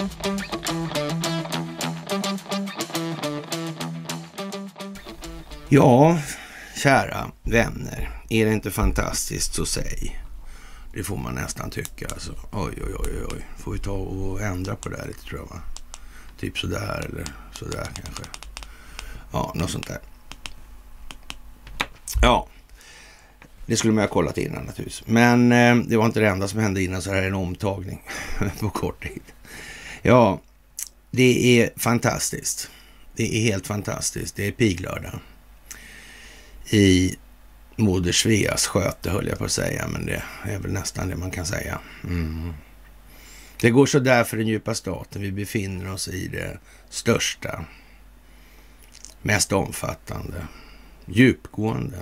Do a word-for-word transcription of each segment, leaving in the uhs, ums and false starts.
Ja, kära vänner, är det inte fantastiskt så säg. Det får man nästan tycka. Alltså. Oj, oj, oj, oj. Får vi ta och ändra på det här lite, tror jag, va? Typ sådär eller sådär kanske. Ja, något sånt där. Ja, det skulle man ha kollat innan naturligtvis. Men eh, det var inte det enda som hände innan, så här är en omtagning på kort tid. Ja, det är fantastiskt. Det är helt fantastiskt. Det är piglördag i Moder Sveas sköte, höll jag på att säga, men det är väl nästan det man kan säga. Mm. Det går så där för den djupa staten. Vi befinner oss i det största, mest omfattande, djupgående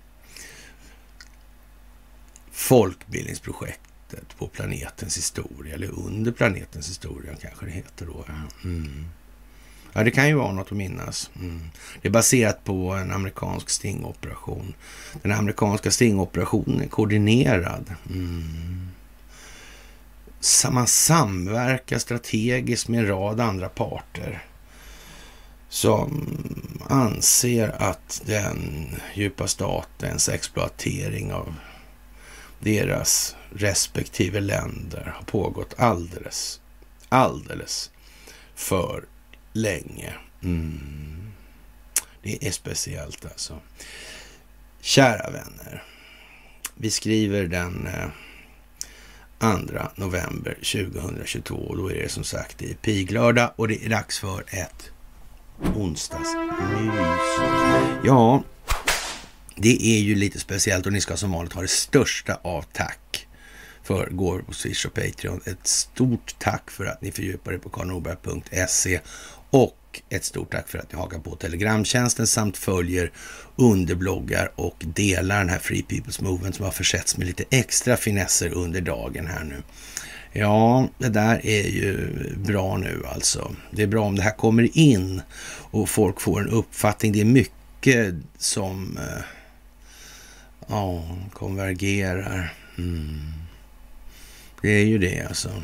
folkbildningsprojektet på planetens historia, eller under planetens historia kanske det heter då. Mm. Ja, det kan ju vara något att minnas. Mm. Det är baserat på en amerikansk stingoperation. Den amerikanska stingoperationen är koordinerad. Mm. Man samverkar strategiskt med en rad andra parter som anser att den djupa statens exploatering av deras respektive länder har pågått alldeles, alldeles för länge. Mm. Det är speciellt alltså. Kära vänner, vi skriver den eh, andra november tjugohundratjugotvå och då är det som sagt det är piglördag och det är dags för ett onsdagsmys. Ja, det är ju lite speciellt och ni ska som vanligt ha det största av tack för går på Swish och Patreon. Ett stort tack för att ni fördjupar er på karl norberg punkt se och ett stort tack för att ni hakar på Telegramtjänsten samt följer underbloggar och delar den här Free People's Movement som har försetts med lite extra finesser under dagen här nu. Ja, det där är ju bra nu alltså. Det är bra om det här kommer in och folk får en uppfattning. Det är mycket som eh, ja, konvergerar. Mm. Det är ju det alltså.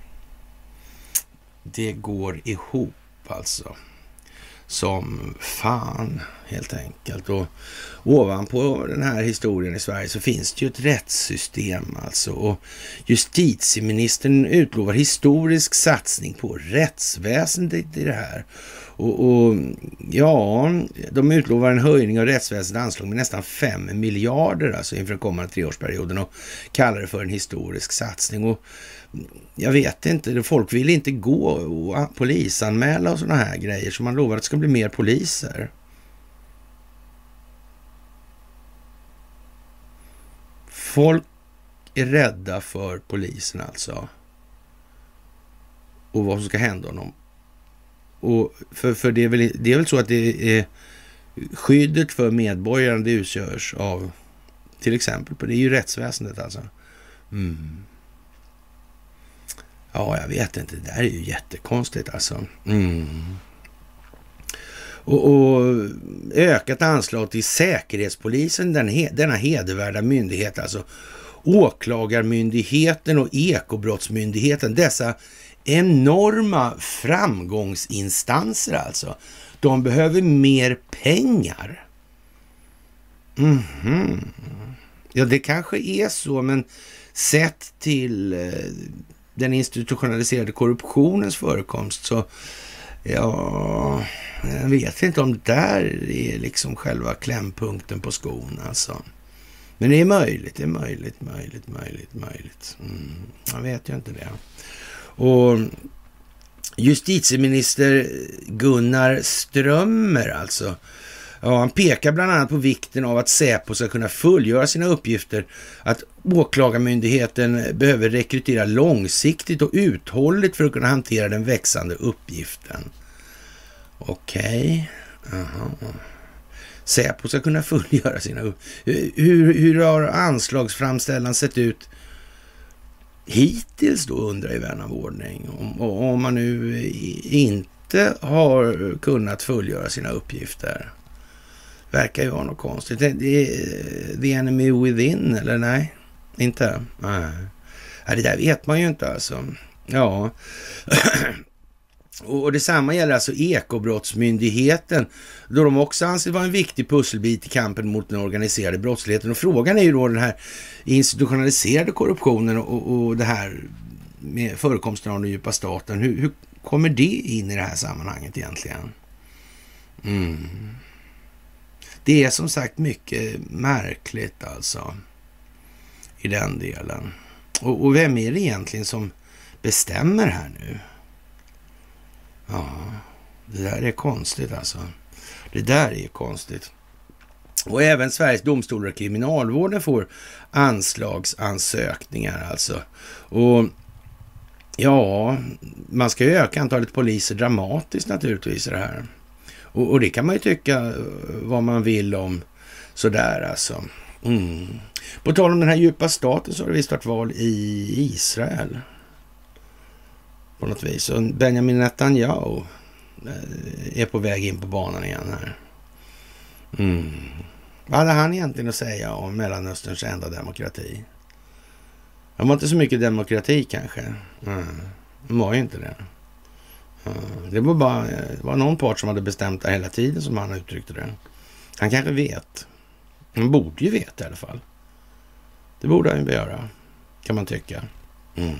Det går ihop alltså. Som fan helt enkelt. Och ovanpå den här historien i Sverige så finns det ju ett rättssystem alltså. Och justitieministern utlovar historisk satsning på rättsväsendet i det här. Och, och ja, de utlovar en höjning av rättsväsendets anslag med nästan fem miljarder alltså inför den kommande treårsperioden och kallar det för en historisk satsning. Och jag vet inte, folk vill inte gå och polisanmäla och såna här grejer så man lovar att det ska bli mer poliser. Folk är rädda för polisen alltså. Och vad som ska hända honom. Och för, för det, är väl, det är väl så att det är skyddet för medborgarna det utgörs av till exempel, det är ju rättsväsendet alltså. Mm. Ja, jag vet inte. Det där är ju jättekonstigt alltså. Mm. Och, och ökat anslag till säkerhetspolisen, den he, denna hedervärda myndighet alltså. Åklagarmyndigheten och ekobrottsmyndigheten, dessa enorma framgångsinstanser alltså. De behöver mer pengar. Mm-hmm. Ja, det kanske är så, men sett till eh, den institutionaliserade korruptionens förekomst så ja, jag vet inte om det där är liksom själva klämpunkten på skon alltså. Men det är möjligt, det är möjligt, möjligt, möjligt, möjligt. Mm, jag vet ju inte det. Och justitieminister Gunnar Strömmer alltså. Ja, han pekar bland annat på vikten av att Säpo ska kunna fullgöra sina uppgifter, att åklagarmyndigheten behöver rekrytera långsiktigt och uthålligt för att kunna hantera den växande uppgiften. Okej. Okay. Säpo ska kunna fullgöra sina uppgifter. Hur, hur har anslagsframställan sett ut hittills då, undrar i vän av ordning. Om, om man nu inte har kunnat fullgöra sina uppgifter. Verkar ju vara något konstigt. Det är the enemy within, eller nej? Inte? Nej. Ja, det där vet man ju inte alltså. Ja. Och detsamma gäller alltså Ekobrottsmyndigheten, då de också anses vara en viktig pusselbit i kampen mot den organiserade brottsligheten. Och frågan är ju då den här institutionaliserade korruptionen och, och det här med förekomsten av den djupa staten. Hur, hur kommer det in i det här sammanhanget egentligen? Mm. Det är som sagt mycket märkligt alltså i den delen. Och, och vem är det egentligen som bestämmer här nu? Ja, det där är konstigt alltså. Det där är konstigt. Och även Sveriges domstolar och kriminalvården får anslagsansökningar alltså. Och ja, man ska ju öka antalet poliser dramatiskt naturligtvis i det här. Och, och det kan man ju tycka vad man vill om sådär alltså. Mm. På tal om den här djupa staten så har det visst varit val i Israel. På något vis. Och Benjamin Netanyahu är på väg in på banan igen här. Mm. Vad hade han egentligen att säga om Mellanösterns enda demokrati? Det var inte så mycket demokrati kanske. Mm. Det var ju inte det. Mm. Det var bara det var någon part som hade bestämt det hela tiden som han uttryckte det. Han kanske vet. Han borde ju veta i alla fall. Det borde han ju göra. Kan man tycka. Mm.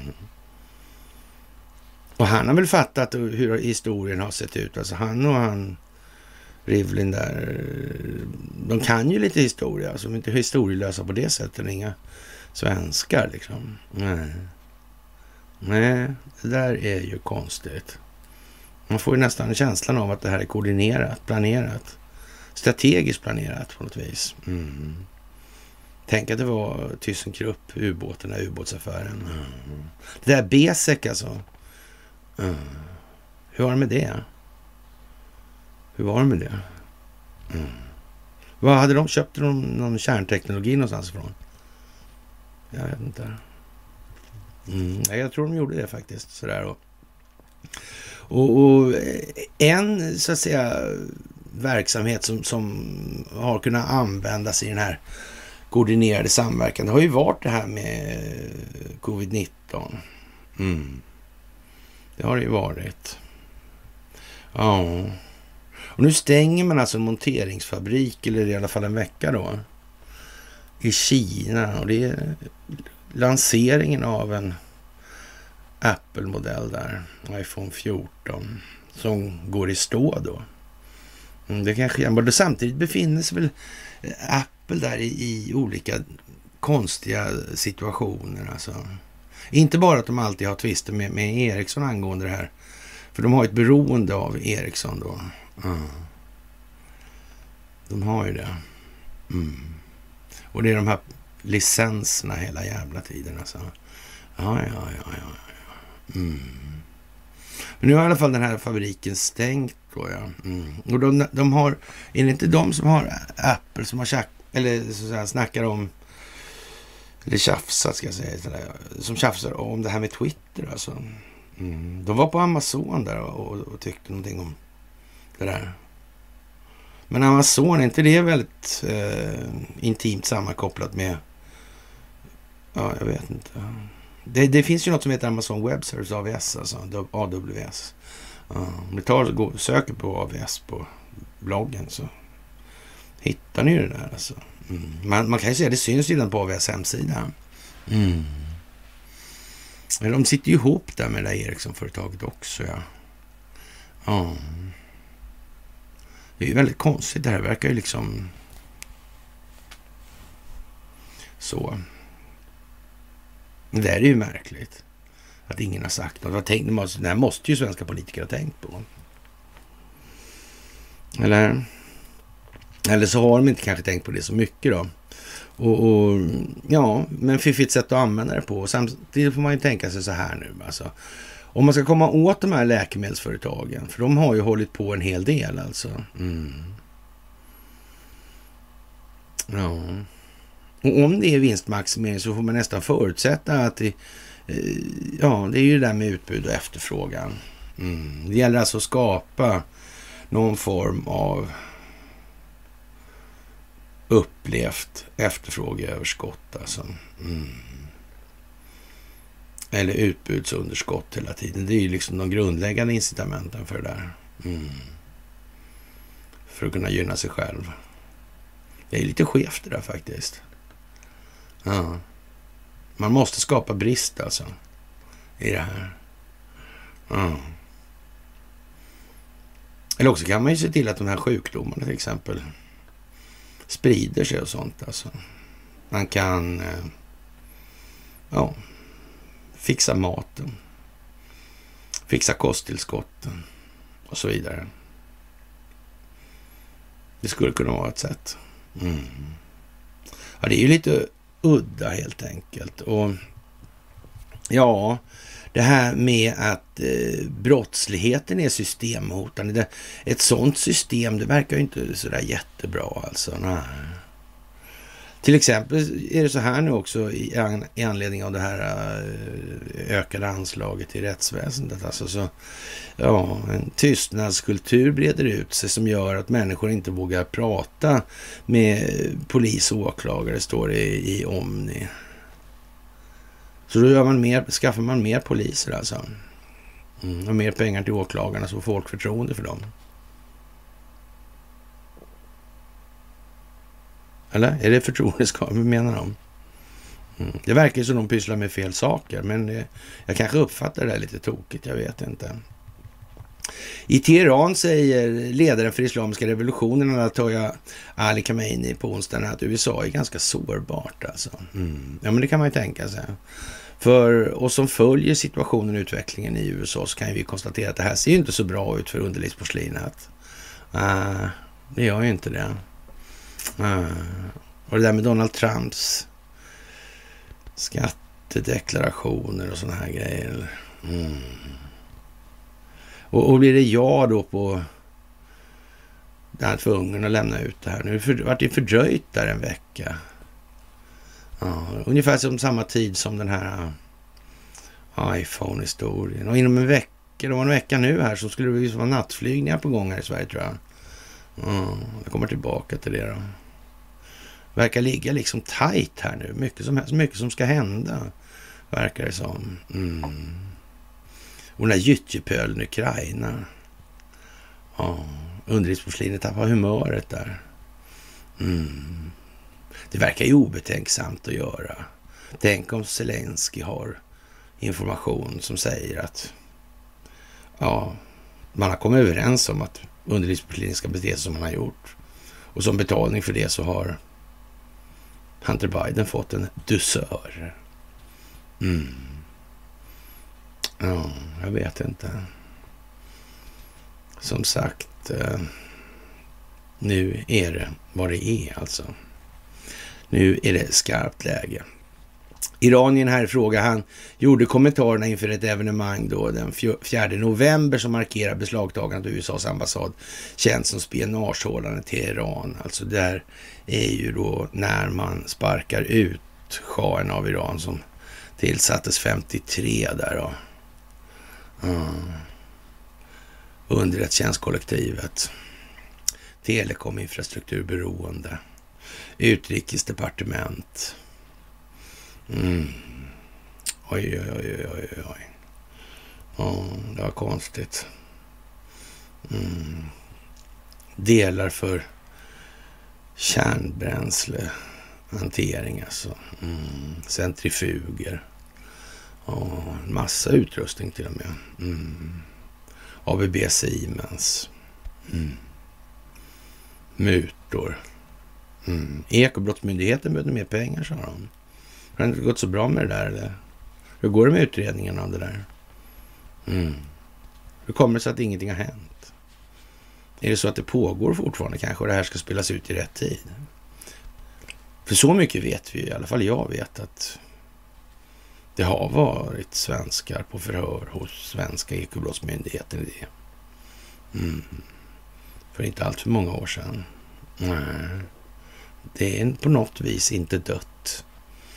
Och han har väl fattat hur historien har sett ut. Alltså han och han Rivlin där, de kan ju lite historia. Alltså de är inte historielösa på det sättet. Inga svenskar liksom. Nej. Nej, det där är ju konstigt. Man får ju nästan känslan av att det här är koordinerat, planerat. Strategiskt planerat på något vis. Mm. Tänk att det var ThyssenKrupp, ubåten, den ubåtsaffären. Mm. Det där Besek alltså. Mm. Hur var det med det? Hur var det med det? Mm. Vad hade de köpt någon, någon kärnteknologi någonstans ifrån? Jag vet inte. Mm. Jag tror de gjorde det faktiskt. Sådär. Och, och, och en så att säga verksamhet som, som har kunnat användas i den här koordinerade samverkan, det har ju varit det här med covid nitton. Mm. Det har det ju varit. Ja. Och nu stänger man alltså en monteringsfabrik, eller i alla fall en vecka då, i Kina. Och det är lanseringen av en Apple-modell där, iPhone fjorton, som går i stå då. Mm, det kanske både samtidigt befinner sig väl Apple där i, i olika konstiga situationer alltså. Inte bara att de alltid har tvister med, med Ericsson angående det här. För de har ett beroende av Ericsson då. Mm. De har ju det. Mm. Och det är de här licenserna hela jävla tiden alltså. Ja, ja, ja, ja, ja. Mm. Men nu har i alla fall den här fabriken stängt då, ja. Mm. Och de, de har, är det inte de som har Apple som har tjack, eller så att säga, snackar om, eller tjafsat ska jag säga, sådär, som tjafsar om det här med Twitter alltså. Mm. De var på Amazon där och, och, och tyckte någonting om det där. Men Amazon, är inte det väldigt eh, intimt sammankopplat med, ja, jag vet inte. Det, det finns ju något som heter Amazon Web Services, A W S, alltså A W S. Uh, om ni tar och söker på A W S på bloggen så hittar ni det där alltså. Mm. Man, man kan ju säga att det syns redan på A W S hemsida. Mm. Men de sitter ju ihop där med det där Ericsson-företaget också, ja. Ja. Det är ju väldigt konstigt. Det här verkar ju liksom så. Det där är ju märkligt. Att ingen har sagt något. Tänkt, det här måste ju svenska politiker ha tänkt på. Eller, eller så har de inte kanske tänkt på det så mycket då. Och, och ja, men fiffigt sätt att använda det på. Och samtidigt får man ju tänka sig så här nu. Alltså, om man ska komma åt de här läkemedelsföretagen. För de har ju hållit på en hel del alltså. Mm. Ja. Och om det är vinstmaximering så får man nästan förutsätta att det, ja, det är ju det där med utbud och efterfrågan. Mm. Det gäller alltså att skapa någon form av upplevt efterfrågeöverskott alltså. Mm. Eller utbudsunderskott hela tiden. Det är ju liksom de grundläggande incitamenten för det där. Mm. För att kunna gynna sig själv. Det är lite skevt det där faktiskt. Ja. Man måste skapa brist alltså. I det här. Ja. Eller också kan man ju se till att de här sjukdomarna till exempel sprider sig och sånt alltså. Man kan eh, ja, fixa maten, fixa kosttillskotten och så vidare. Det skulle kunna vara ett sätt. Mm. Ja, det är ju lite udda helt enkelt. Och ja, det här med att eh, brottsligheten är systemhotande. Det, ett sånt system, det verkar ju inte sådär jättebra alltså. Nej. Till exempel är det så här nu också i, an, i anledning av det här uh, ökade anslaget till rättsväsendet. Alltså så, ja, en tystnadskultur breder ut sig som gör att människor inte vågar prata med polis och åklagare, står det i, i Omni. Så då gör man mer, skaffar man mer poliser alltså. Mm, och mer pengar till åklagarna så får folk förtroende för dem. Eller? Är det förtroendeskap? Vad menar de? Mm. Det verkar ju som de pysslar med fel saker. Men det, jag kanske uppfattar det här lite tokigt. Jag vet inte. I Teheran säger ledaren för islamiska revolutionen Ayatollah Ali Khamenei på onsdagen att U S A är ganska sårbart. Alltså. Mm. Ja, men det kan man ju tänka sig. För oss som följer situationen och utvecklingen i U S A så kan vi konstatera att det här ser ju inte så bra ut för underlivsporslinet. Uh, det gör ju inte det. Uh, och det där med Donald Trumps skattedeklarationer och såna här grejer. Mm. Och, och blir det jag då på den här tvungen att lämna ut det här. Nu för, vart det fördröjt där en vecka. Ja, ungefär som samma tid som den här uh, iPhone-historien. Och inom en vecka, det var en vecka nu här, så skulle det ju vara nattflygningar på gång här i Sverige, tror jag. Ja, jag kommer tillbaka till det då. Verkar ligga liksom tajt här nu. Mycket som, mycket som ska hända, verkar det som. Mm. Och den här gyttjepölen i Ukraina. Ja, underlivsporslinet tappar humöret där. Mm. Det verkar ju obetänksamt att göra. Tänk om Zelensky har information som säger att ja, man har kommit överens om att underlivsporslinet ska bete sig som man har gjort. Och som betalning för det så har Hunter Biden fått en dusör. Mm. Ja, jag vet inte. Som sagt, eh, nu är det vad det är alltså. Nu är det skarpt läge. Iranien här fråga, han gjorde kommentarerna inför ett evenemang då den fjärde november som markerar beslagtagandet av U S A:s ambassad, känd som spionagehållande till Iran. Alltså där är ju då när man sparkar ut shahen av Iran som tillsattes femtiotre där då. Mm. Underrättelsetjänstkollektivet, telekominfrastrukturberoende, utrikesdepartement. Mm. Oj, oj, oj, oj, oj. Ja, det var konstigt. Mm. Delar för kärnbränslehantering alltså. Mm. Centrifuger. Ja, en massa utrustning till och med. Mm. A B B Siemens. Mm. Mutor. Mm. Ekobrottsmyndigheten behövde mer pengar, sa de. Har det inte gått så bra med det där, eller? Hur går det med utredningen av det där? Mm. Hur kommer det sig att ingenting har hänt? Är det så att det pågår fortfarande kanske och det här ska spelas ut i rätt tid? För så mycket vet vi, i alla fall jag vet, att det har varit svenskar på förhör hos svenska ekobrottsmyndigheten i det. Mm. För inte allt för många år sedan. Nej. Det är på något vis inte dött.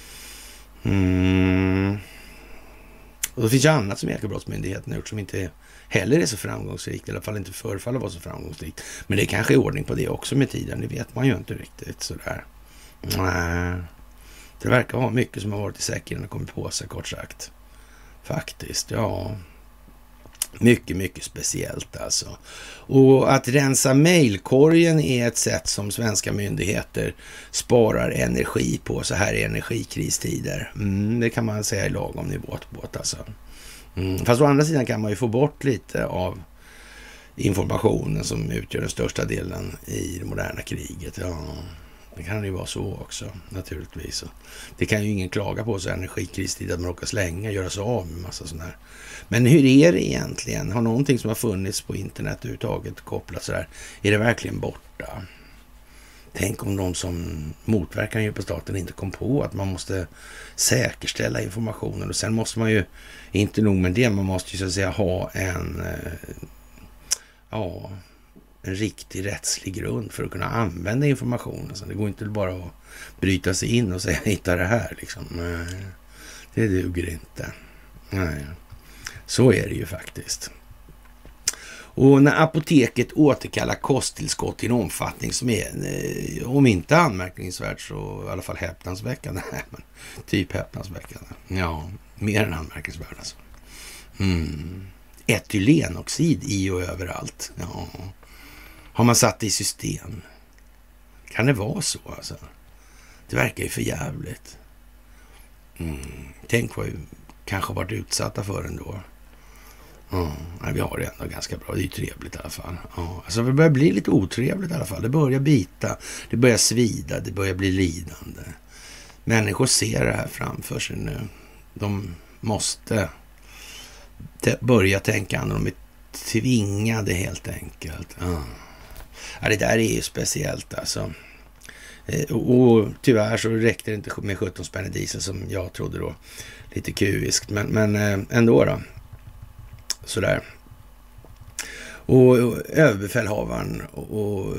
Mm. Och det finns ju annat som ekobrottsmyndigheten har gjort som inte heller är så framgångsrikt, i alla fall inte förefaller vara så framgångsrikt. Men det är kanske är ordning på det också med tiden, det vet man ju inte riktigt sådär. Nej. Det verkar vara mycket som har varit i säkerheten och kommit på sig, kort sagt. Faktiskt, ja. Mycket, mycket speciellt alltså. Och att rensa mejlkorgen är ett sätt som svenska myndigheter sparar energi på så här i energikristider. Mm, det kan man säga i lagom nivå båt alltså. Mm. Fast å andra sidan kan man ju få bort lite av informationen som utgör den största delen i det moderna kriget. Ja, det kan ju vara så också naturligtvis. Det kan ju ingen klaga på så energikristid att man råkar slänga, göra sig av med massa sådana här. Men hur är det egentligen? Har någonting som har funnits på internet överhuvudtaget kopplat så där? Är det verkligen borta? Tänk om de som motverkar den djupa staten inte kom på att man måste säkerställa informationen. Och sen måste man ju, inte nog med det, man måste ju så att säga ha en, ja, en riktig rättslig grund för att kunna använda informationen. Så det går inte bara att bryta sig in och säga hitta det här liksom. Nej, det duger inte. Nej. Så är det ju faktiskt. Och när apoteket återkallar kosttillskott i en omfattning som är, om inte anmärkningsvärt så i alla fall häpnadsväckande. Men typ häpnadsväckande. Ja, mer än anmärkningsvärt alltså. Mm. Etylenoxid i och överallt. Ja. Har man satt det i system? Kan det vara så alltså? Det verkar ju för jävligt. Mm. Tänk vad vi kanske varit utsatta för ändå. Ja, vi har det ändå ganska bra. Det är ju trevligt i alla fall. Ja, alltså det börjar bli lite otrevligt i alla fall. Det börjar bita, det börjar svida, det börjar bli lidande. Människor ser det här framför sig nu. De måste börja tänka annorlunda. De är tvingade helt enkelt. Ja. Ja, det där är ju speciellt alltså. Och tyvärr så räckte det inte med sjutton spänn i diesel som jag trodde då. Lite kuiskt, men, men ändå då. Sådär. Och överbefälhavaren och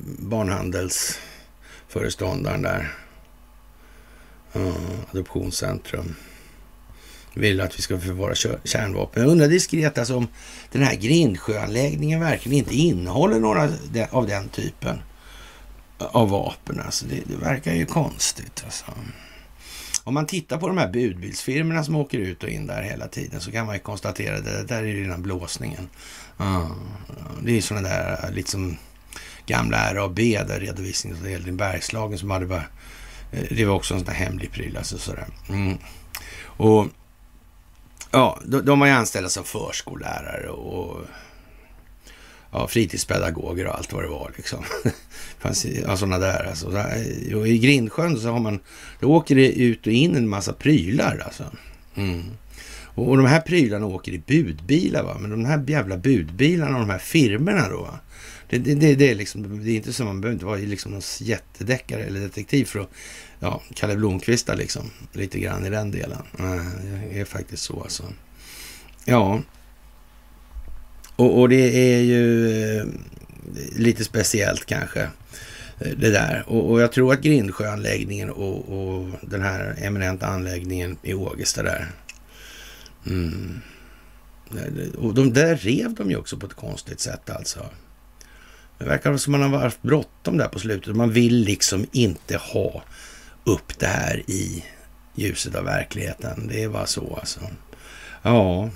barnhandelsföreståndaren där. Uh, adoptionscentrum. Vill att vi ska förvara kärnvapen. Jag undrar diskret alltså om den här Grindsjöanläggningen verkligen inte innehåller några av den typen av vapen. Alltså det, det verkar ju konstigt alltså. Om man tittar på de här budbilsfirmorna som åker ut och in där hela tiden så kan man ju konstatera att det där är ju den här blåsningen. Uh, det är ju sådana där liksom gamla R A B där redovisningen av Eldin Bergslagen som hade bara, det var också en sån där hemlig pryl alltså sådär. Mm. Och ja, de, de var ju anställda som förskollärare och ja, fritidspedagoger och allt vad det var liksom. Fanns ja, sådana där alltså. Och i Grindsjön så har man, då åker det ut och in en massa prylar alltså. Mm. Och, och de här prylarna åker i budbilar va, men de här jävla budbilarna och de här firmerna då va? Det, det, det, det är liksom, det är inte som man behöver inte vara liksom någon jättedeckare eller detektiv för att ja, Kalle Blomqvista liksom lite grann i den delen. Nej, det är faktiskt så alltså. Ja. Och, och det är ju eh, lite speciellt kanske det där. Och, och jag tror att Grindsjöanläggningen och, och den här eminenta anläggningen i Ågesta där. Mm. Och de där rev de ju också på ett konstigt sätt alltså. Det verkar som man har varit bråttom där på slutet. Man vill liksom inte ha upp det här i ljuset av verkligheten. Det var så alltså. Ja.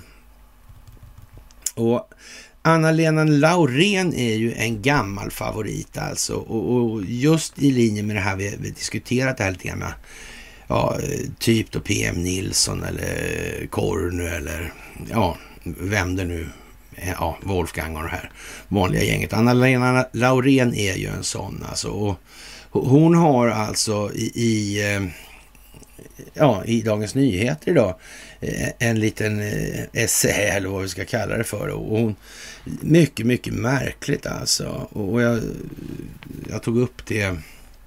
Och Anna-Lena Laurén är ju en gammal favorit alltså. Och, och just i linje med det här vi, vi diskuterat det här lite grann med ja, typ då P M Nilsson eller Kornu eller ja, vem det nu ja, Wolfgang och det här vanliga gänget. Anna-Lena Laurén är ju en sån alltså. Och hon har alltså i, i ja, i Dagens Nyheter idag en liten essä eller vad vi ska kalla det för. Och hon, mycket, mycket märkligt alltså. Och jag, jag tog upp det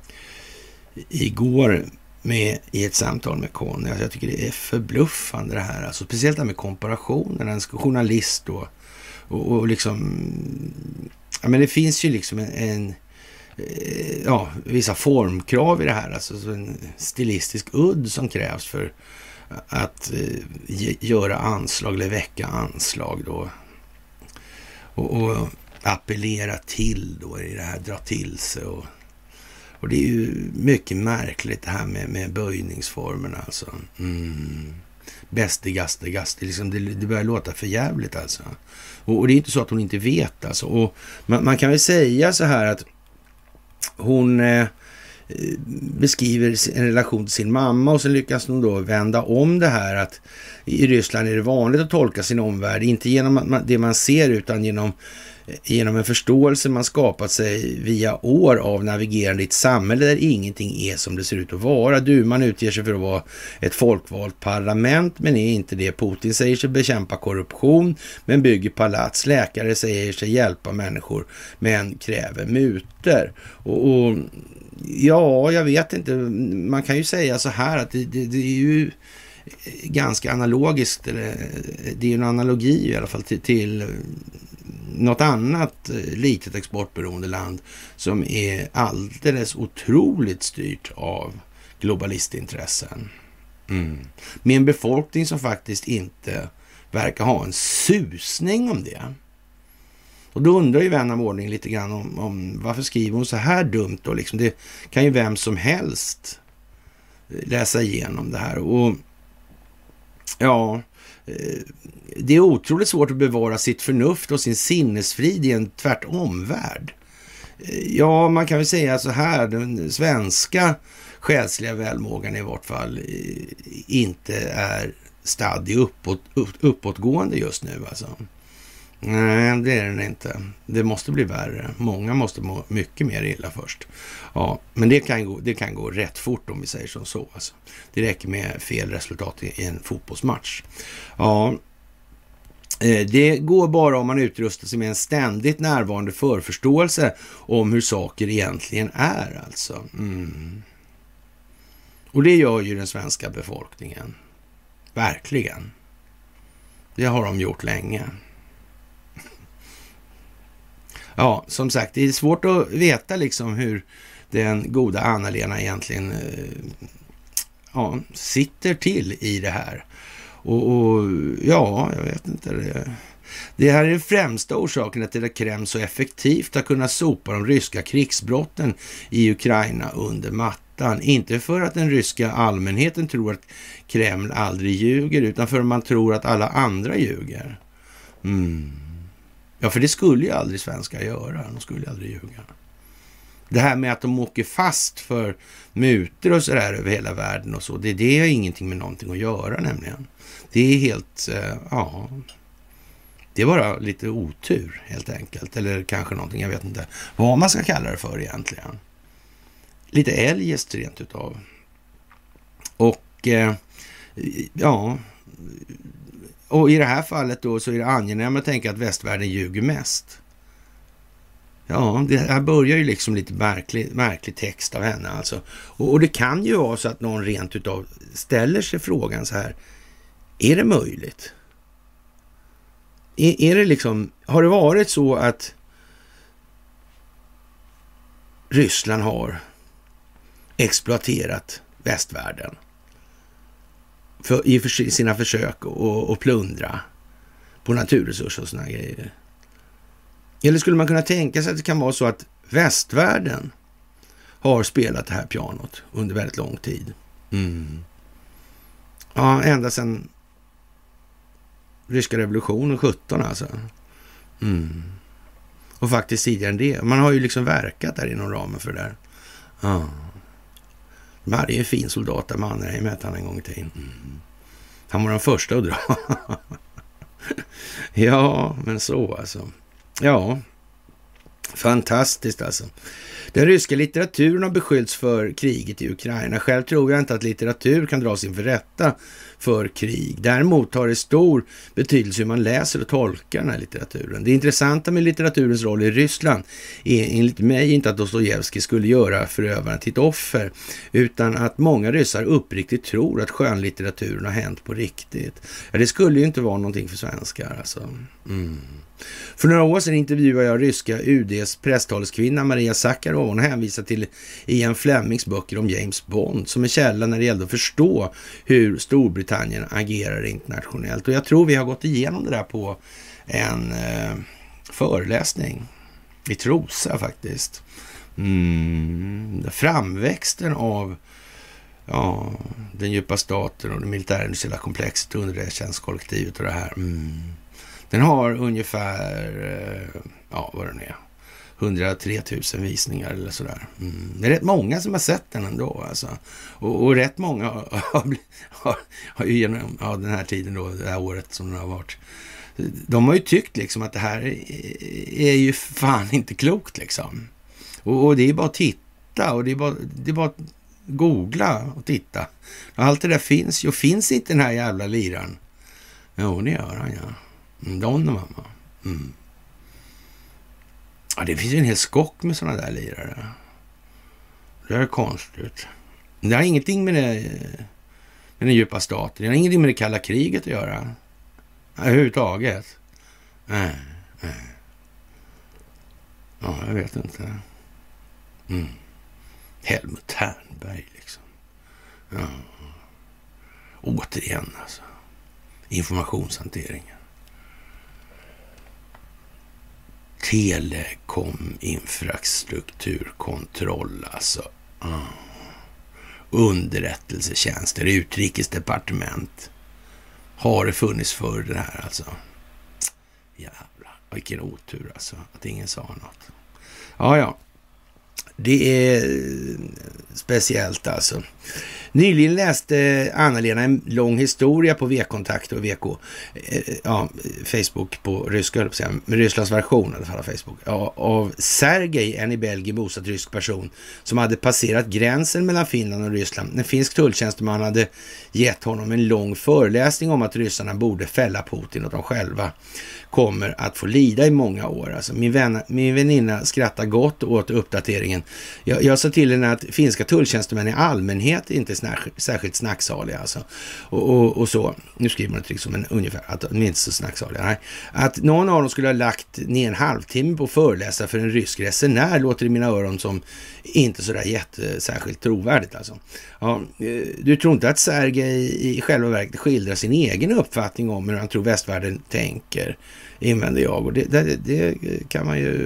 igår med, i ett samtal med Conny. Alltså jag tycker det är förbluffande det här. Alltså, speciellt det här med komparationen. En journalist då. Och, och liksom, ja men det finns ju liksom en, en ja, vissa formkrav i det här. Alltså en stilistisk udd som krävs för att eh, göra anslag eller väcka anslag då. Och, och appellera till då i det här, dra till sig. Och, och det är ju mycket märkligt det här med, med böjningsformerna alltså. Mm. bästigaste gast. Liksom det, det börjar låta för jävligt alltså. Och, och det är inte så att hon inte vet alltså. Och man, man kan väl säga så här att hon eh, beskriver en relation till sin mamma och sen lyckas hon då vända om det här att i Ryssland är det vanligt att tolka sin omvärld, inte genom det man ser utan genom genom en förståelse man skapat sig via år av navigerande i ett samhälle där ingenting är som det ser ut att vara. Duman utger sig för att vara ett folkvalt parlament, men är inte det. Putin säger sig bekämpa korruption, men bygger palats. Läkare säger sig hjälpa människor, men kräver mutor. Och, och ja, jag vet inte. Man kan ju säga så här att det, det, det är ju ganska analogiskt, eller det är ju en analogi i alla fall till, till något annat litet exportberoende land som är alldeles otroligt styrt av globalistintressen. Mm. Med en befolkning som faktiskt inte verkar ha en susning om det. Och då undrar ju vän av ordning lite grann om, om varför skriver hon så här dumt då? Liksom det kan ju vem som helst läsa igenom det här. Och ja, det är otroligt svårt att bevara sitt förnuft och sin sinnesfrid i en tvärtomvärld. Ja, man kan väl säga så här, den svenska själsliga välmågan i vart fall inte är stadd i uppåt, upp, uppåtgående just nu alltså. Nej, det är den inte. Det måste bli värre. Många måste må mycket mer illa först. Ja, men det kan gå, det kan gå rätt fort om vi säger som så. Alltså. Det räcker med fel resultat i en fotbollsmatch. Ja, det går bara om man utrustar sig med en ständigt närvarande förförståelse om hur saker egentligen är. Alltså. Mm. Och det gör ju den svenska befolkningen. Verkligen. Det har de gjort länge. Ja, som sagt, det är svårt att veta liksom hur den goda Anna-Lena egentligen eh, ja, sitter till i det här. Och, och ja, jag vet inte. Det, det här är den främsta orsaken till att Kreml så effektivt har kunnat sopa de ryska krigsbrotten i Ukraina under mattan. Inte för att den ryska allmänheten tror att Kreml aldrig ljuger, utan för att man tror att alla andra ljuger. Mm. Ja, för det skulle ju aldrig svenskar göra. De skulle ju aldrig ljuga. Det här med att de åker fast för mutor och sådär över hela världen och så, det, det har ingenting med någonting att göra nämligen. Det är helt, eh, ja, det är bara lite otur helt enkelt. Eller kanske någonting, jag vet inte vad man ska kalla det för egentligen. Lite eljest rent utav. Och, eh, ja... Och i det här fallet då så är det angenämt att tänka att västvärlden ljuger mest. Ja, det här börjar ju liksom lite märklig, märklig text av henne alltså. Och, och det kan ju vara så att någon rent utav ställer sig frågan så här. Är det möjligt? Är, är det liksom, har det varit så att Ryssland har exploaterat västvärlden? För, i för, sina försök att plundra på naturresurser och såna grejer. Eller skulle man kunna tänka sig att det kan vara så att västvärlden har spelat det här pianot under väldigt lång tid? Mm. Ja, ända sedan ryska revolutionen sjutton alltså. Mm. Och faktiskt tidigare än det. Man har ju liksom verkat där inom ramen för det där. Ja. De hade ju en fin soldat där Mannerheim hette han en gång i tiden. Mm. Han var den första att dra. Ja, men så alltså. Ja, fantastiskt alltså. Den ryska litteraturen har beskyllts för kriget i Ukraina. Själv tror jag inte att litteratur kan dras inför rätta för krig. Däremot har det stor betydelse hur man läser och tolkar den här litteraturen. Det intressanta med litteraturens roll i Ryssland är enligt mig inte att Dostojevskij skulle göra förövaren till ett offer, utan att många ryssar uppriktigt tror att skönlitteraturen har hänt på riktigt. Ja, det skulle ju inte vara någonting för svenskar alltså. Mm. För några år sedan intervjuade jag ryska U D:s presstaleskvinna Maria Zakharova. Hon hänvisar till Ian Flemings böcker om James Bond som en källa när det gällde att förstå hur Storbritannien agerar internationellt. Och jag tror vi har gått igenom det där på en eh, föreläsning i Trosa faktiskt. Mm, framväxten av ja, den djupa staten och det militärindustriella komplexet och underrättelsetjänstkollektivet och det här. Mm. Den har ungefär, ja vad det är, hundratre tusen visningar eller sådär. Mm. Det är rätt många som har sett den ändå alltså. Och, och rätt många har, har, har, har ju genom ja, den här tiden då, det här året som den har varit. De har ju tyckt liksom att det här är, är ju fan inte klokt liksom. Och, och det är bara att titta och det är bara, det är bara att googla och titta. Och allt det där finns ju. Finns inte den här jävla liran? Jo, det gör han, ja. Don och mamma. Mm. Ja, det finns ju en hel skock med sådana där lirare. Det är konstigt. Det har ingenting med, det, med den djupa staten. Det har ingenting med det kalla kriget att göra. Överhuvudtaget. Nej, nej. Ja, jag vet inte. Mm. Helmut Härnberg liksom. Ja. Återigen alltså. Informationshanteringen. Telekom infrastrukturkontroll alltså. Ah. Underrättelsetjänster, utrikesdepartement. Har det funnits för det här alltså? Jävlar, vilken otur alltså. Att ingen sa något. Ja, ja. Det är speciellt alltså. Nyligen läste Anna-Lena en lång historia på V-kontakt och V K. Ja, Facebook på ryska, med Rysslands version i alla fall av Facebook. Ja, av Sergej, en i Belgien bosatt rysk person som hade passerat gränsen mellan Finland och Ryssland. En finsk tulltjänsteman hade gett honom en lång föreläsning om att ryssarna borde fälla Putin och de själva kommer att få lida i många år. Alltså, min, vän, min väninna skrattar gott åt uppdateringen. Jag, jag sa till henne att finska tulltjänstemän i allmänhet inte är snär, särskilt snacksaliga. Alltså. Och, och, och så, nu skriver man det liksom en, ungefär, att de är inte så snacksaliga. Nej. Att någon av dem skulle ha lagt ner en halvtimme på att föreläsa för en rysk resenär låter i mina öron som inte sådär jätte, särskilt trovärdigt. Alltså. Ja, du tror inte att Sergej i själva verket skildrar sin egen uppfattning om hur han tror västvärlden tänker, invänder jag. Och det, det, det kan man ju...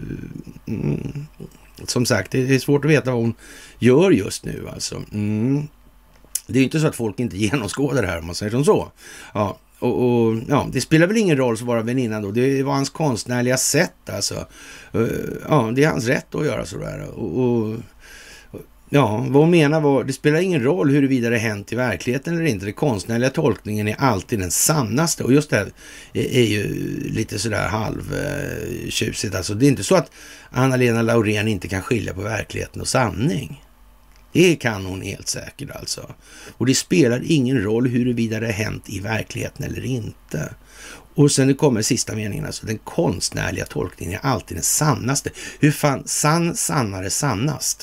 Mm, som sagt, det är svårt att veta vad hon gör just nu. Alltså. Mm. Det är ju inte så att folk inte genomskådar det här om man säger som så. Ja, och, och, ja, det spelar väl ingen roll så vara väninnan då. Det var hans konstnärliga sätt alltså. Ja, det är hans rätt att göra sådär. Och, och ja, vad hon menar var, det spelar ingen roll huruvida det hänt i verkligheten eller inte. Den konstnärliga tolkningen är alltid den sannaste. Och just det här är, är ju lite sådär halvtjusigt. Alltså, det är inte så att Anna-Lena Laurén inte kan skilja på verkligheten och sanning. Det kan hon helt säkert alltså. Och det spelar ingen roll huruvida det har hänt i verkligheten eller inte. Och sen det kommer sista meningen alltså. Den konstnärliga tolkningen är alltid den sannaste. Hur fan sann, sannare, sannast?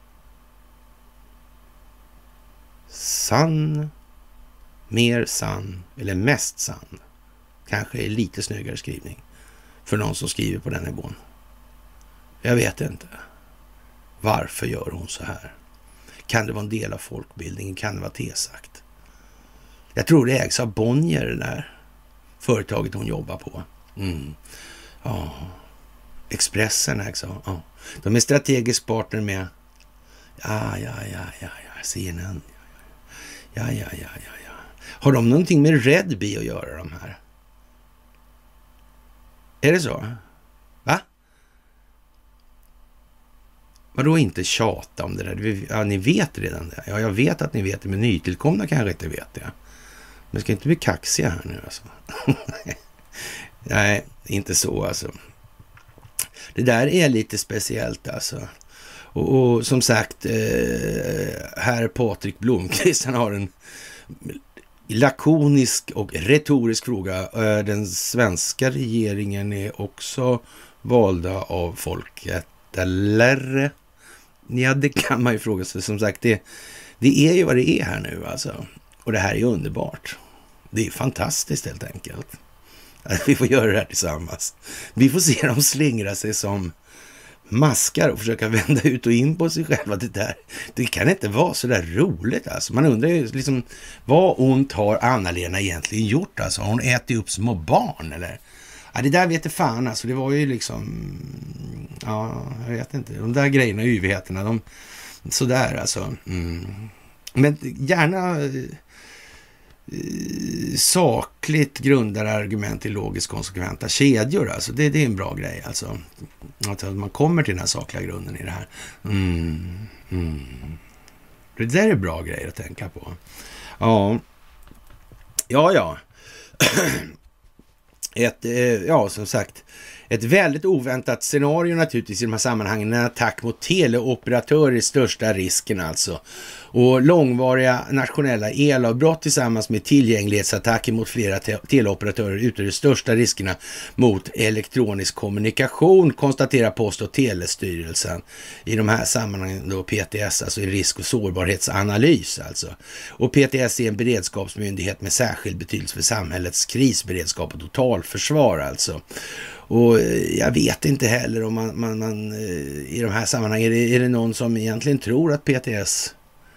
Sann, mer sann eller mest sann. Kanske är lite snyggare skrivning för någon som skriver på den nivån. Jag vet inte. Varför gör hon så här? Kan det vara en del av folkbildningen? Kan det vara tesagt? Jag tror det ägs av Bonnier, det där företaget hon jobbar på. Mm. Ja. Expressen ägs av. Ja. De är strategisk partner med ja, ja, ja, ja, ja. C N N. Ja, ja, ja, ja, ja. Har de någonting med Redby att göra, de här? Är det så? Va? Vadå inte tjata om det där? Ja, ni vet redan det. Ja, jag vet att ni vet det, men nytillkomna kanske inte vet det. Men ska inte bli kaxiga här nu alltså. Nej, inte så alltså. Det där är lite speciellt alltså. Och, och som sagt, eh, herr Patrik Blomqvist, han har en lakonisk och retorisk fråga. Eh, den svenska regeringen är också valda av folket, eller? Ja, det kan man ju fråga sig. Som sagt, det, det är ju vad det är här nu alltså. Och det här är underbart. Det är fantastiskt helt enkelt. Att vi får göra det här tillsammans. Vi får se dem slingra sig som maskar och försöka vända ut och in på sig själva. Det där, det kan inte vara så där roligt alltså. Man undrar ju liksom, vad ont har Anna-Lena egentligen gjort alltså? Har hon ätit upp små barn eller? Ja, det där vet jag fan alltså. Det var ju liksom, ja, jag vet inte. De där grejerna, yvigheterna, de, sådär alltså. Mm. Men gärna eh, sakligt grundade argument i logiskt konsekventa kedjor. Alltså det, det är en bra grej. Alltså att man kommer till den här sakliga grunden i det här. Mm, mm. Det där är bra grejer att tänka på. Ja, ja, ja. Ett, eh, ja, som sagt, ett väldigt oväntat scenario naturligtvis i de här sammanhangen. En attack mot teleoperatörer är största risken alltså. Och långvariga nationella elavbrott tillsammans med tillgänglighetsattacker mot flera te- teleoperatörer utgör de största riskerna mot elektronisk kommunikation, konstaterar Post- och telestyrelsen i de här sammanhangen då P T S, alltså i risk- och sårbarhetsanalys alltså. Och P T S är en beredskapsmyndighet med särskild betydelse för samhällets krisberedskap och totalförsvar alltså. Och jag vet inte heller om man, man, man i de här sammanhangen, är det, är det någon som egentligen tror att P T S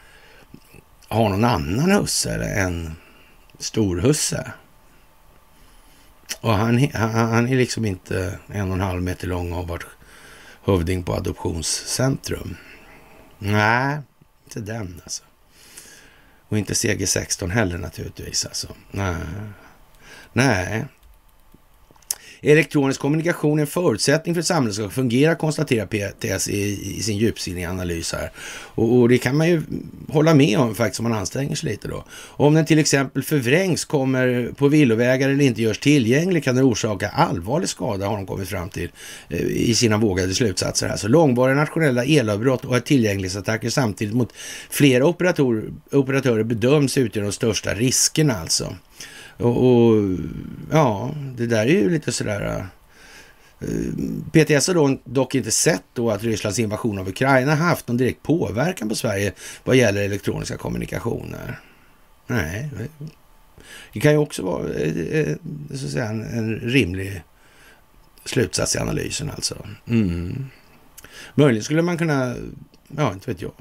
har någon annan husse än storhusse? Och han, han, han är liksom inte en och en halv meter lång och har varit hövding på adoptionscentrum. Nej, inte den alltså. Och inte C G sexton heller naturligtvis alltså. Nej. Nej. Elektronisk kommunikation är en förutsättning för att samhället ska fungera, konstaterar P T S i, i sin djupsinniga analys här. Och, och det kan man ju hålla med om faktiskt om man anstränger sig lite då. Om den till exempel förvrängs, kommer på villovägar eller inte görs tillgänglig, kan den orsaka allvarlig skada, har de kommit fram till eh, i sina vågade slutsatser här. Så långvariga nationella elavbrott och tillgänglighetsattacker samtidigt mot flera operator, operatörer bedöms utgöra de största riskerna alltså. Och, och ja, det där är ju lite sådär. Uh, P T S har då, dock inte sett då att Rysslands invasion av Ukraina haft någon direkt påverkan på Sverige vad gäller elektroniska kommunikationer. Nej, det kan ju också vara uh, så att säga, en, en rimlig slutsats i analysen alltså. Mm. Möjligen skulle man kunna, ja inte vet jag.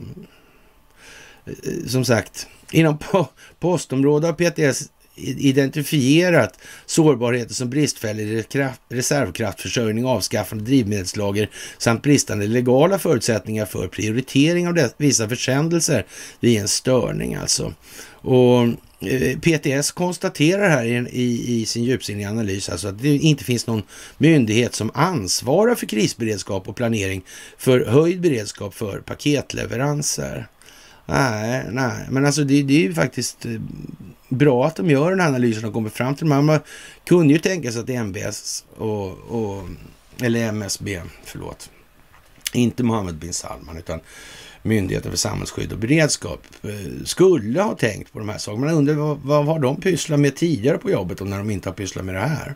Uh, som sagt, inom po- postområdet har P T S identifierat sårbarheter som bristfällig reservkraftförsörjning, avskaffande drivmedelslager samt bristande legala förutsättningar för prioritering av det, vissa försändelser vid en störning alltså. Och eh, P T S konstaterar här i, i, i sin djupsinniga analys alltså att det inte finns någon myndighet som ansvarar för krisberedskap och planering för höjd beredskap för paketleveranser. Nej, nej, men alltså det, det är ju faktiskt bra att de gör den här analysen och kommer fram till det. Man kunde ju tänka sig att M B S och, och eller M S B, förlåt, inte Mohammed bin Salman utan Myndigheten för samhällsskydd och beredskap skulle ha tänkt på de här sakerna. Man undrar vad, vad har de pysslat med tidigare på jobbet om när de inte har pysslat med det här?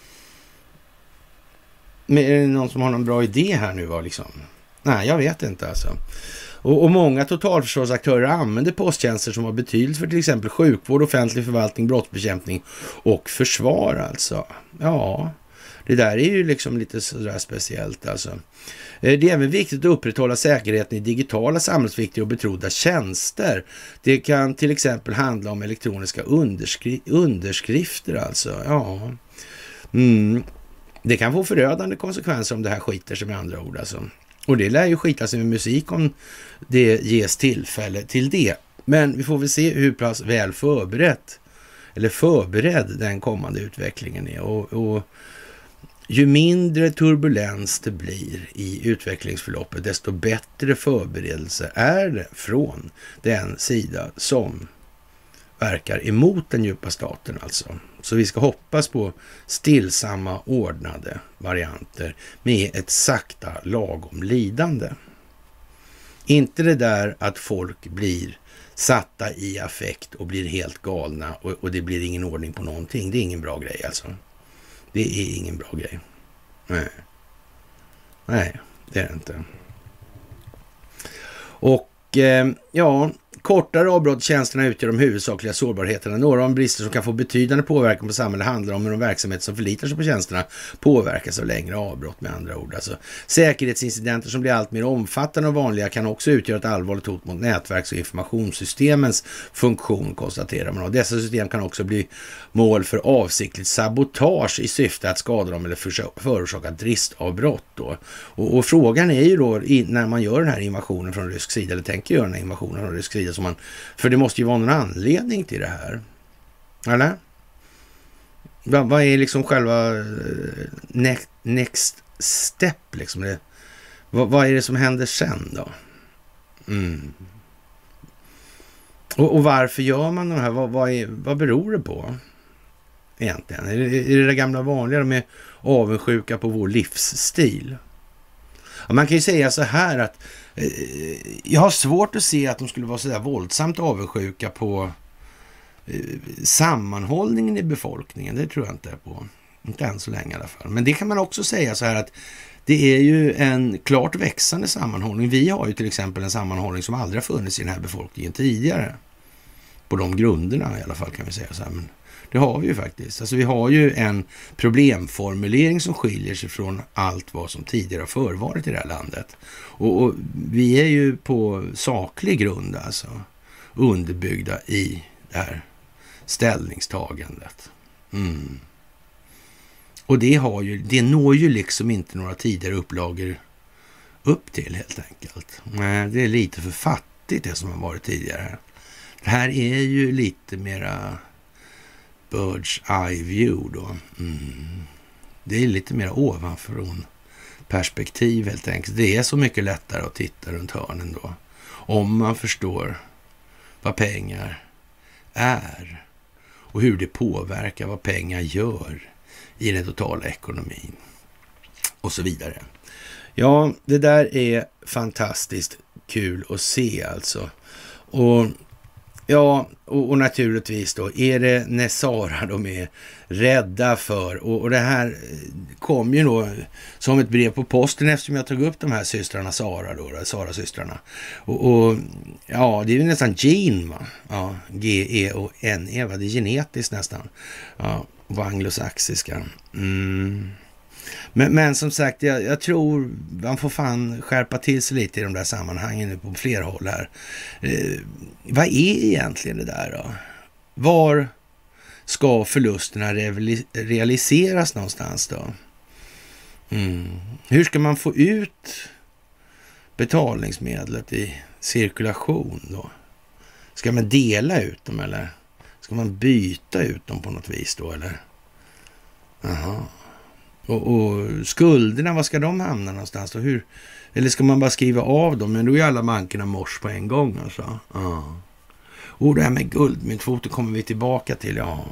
Men är det någon som har någon bra idé här nu? Var liksom? Nej, jag vet inte alltså. Och, och många totalförsvarsaktörer använder posttjänster som har betydelse för till exempel sjukvård, offentlig förvaltning, brottsbekämpning och försvar alltså. Ja, det där är ju liksom lite sådär speciellt alltså. Det är även viktigt att upprätthålla säkerheten i digitala samhällsviktiga och betrodda tjänster. Det kan till exempel handla om elektroniska underskri- underskrifter alltså. Ja. Mm. Det kan få förödande konsekvenser om det här skiter sig med andra ord alltså. Och det lär ju skita sig med musik om det ges tillfälle till det. Men vi får väl se hur pass väl förberett eller förberedd den kommande utvecklingen är. Och, och ju mindre turbulens det blir i utvecklingsförloppet, desto bättre förberedelse är det från den sida som verkar emot den djupa staten alltså. Så vi ska hoppas på stillsamma, ordnade varianter med ett sakta, lagom lidande. Inte det där att folk blir satta i affekt och blir helt galna och, och det blir ingen ordning på någonting. Det är ingen bra grej alltså. Det är ingen bra grej. Nej. Nej, det är det inte. Och eh, ja... Kortare avbrott i tjänsterna utgör de huvudsakliga sårbarheterna. Några av de brister som kan få betydande påverkan på samhället handlar om hur de verksamheter som förlitar sig på tjänsterna påverkas av längre avbrott med andra ord. Alltså, säkerhetsincidenter som blir allt mer omfattande och vanliga kan också utgöra ett allvarligt hot mot nätverks- och informationssystemens funktion, konstaterar man. Och dessa system kan också bli mål för avsiktligt sabotage i syfte att skada dem eller förorsaka dristavbrott. Då. Och, och frågan är ju då när man gör den här invasionen från rysk sida eller tänker göra den här invasionen från rysk sida, vidare. Som man, för det måste ju vara någon anledning till det här. Eller? Vad, vad är liksom själva next, next step liksom? Det, vad, vad är det som händer sen då? Mm. Och, och varför gör man de här? Vad, vad, är, vad beror det på egentligen? Är det, är det det gamla vanliga? De är avundsjuka på vår livsstil. Ja, man kan ju säga så här att eh, jag har svårt att se att de skulle vara så där våldsamt avundsjuka på eh, sammanhållningen i befolkningen. Det tror jag inte på. Inte än så länge i alla fall. Men det kan man också säga så här att det är ju en klart växande sammanhållning. Vi har ju till exempel en sammanhållning som aldrig har funnits i den här befolkningen tidigare. På de grunderna i alla fall kan vi säga så här. Men det har vi ju faktiskt. Alltså vi har ju en problemformulering som skiljer sig från allt vad som tidigare har förvarit i det här landet. Och, och vi är ju på saklig grund alltså underbyggda i det här ställningstagandet. Mm. Och det, har ju, det når ju liksom inte några tidigare upplagor upp till helt enkelt. Nej, det är lite för fattigt det som har varit tidigare. Det här är ju lite mera bird's eye view då. Mm. Det är lite mer ovanifrån perspektiv helt enkelt. Det är så mycket lättare att titta runt hörnen då. Om man förstår vad pengar är och hur det påverkar vad pengar gör i den totala ekonomin och så vidare. Ja, det där är fantastiskt kul att se alltså. Och ja, och, och naturligtvis då är det när Sara de är rädda för. Och, och det här kom ju då som ett brev på posten eftersom jag tog upp de här systrarna Sara då, Sara-systrarna. Och, och ja, det är ju nästan gen va? Ja, G E och N E va? Det är genetiskt nästan. Ja, på anglosaxiska. Mm. Men, men som sagt, jag, jag tror man får fan skärpa till sig lite i de där sammanhangen nu på flera håll här. Eh, vad är egentligen det där då? Var ska förlusterna re- realiseras någonstans då? Mm. Hur ska man få ut betalningsmedlet i cirkulation då? Ska man dela ut dem eller ska man byta ut dem på något vis då eller? Jaha. Och, och skulderna, vad ska de hamna någonstans då? Hur, eller ska man bara skriva av dem? Men då är alla bankerna mors på en gång alltså. Ja. Och det här med guldmyntfoten kommer vi tillbaka till. Ja.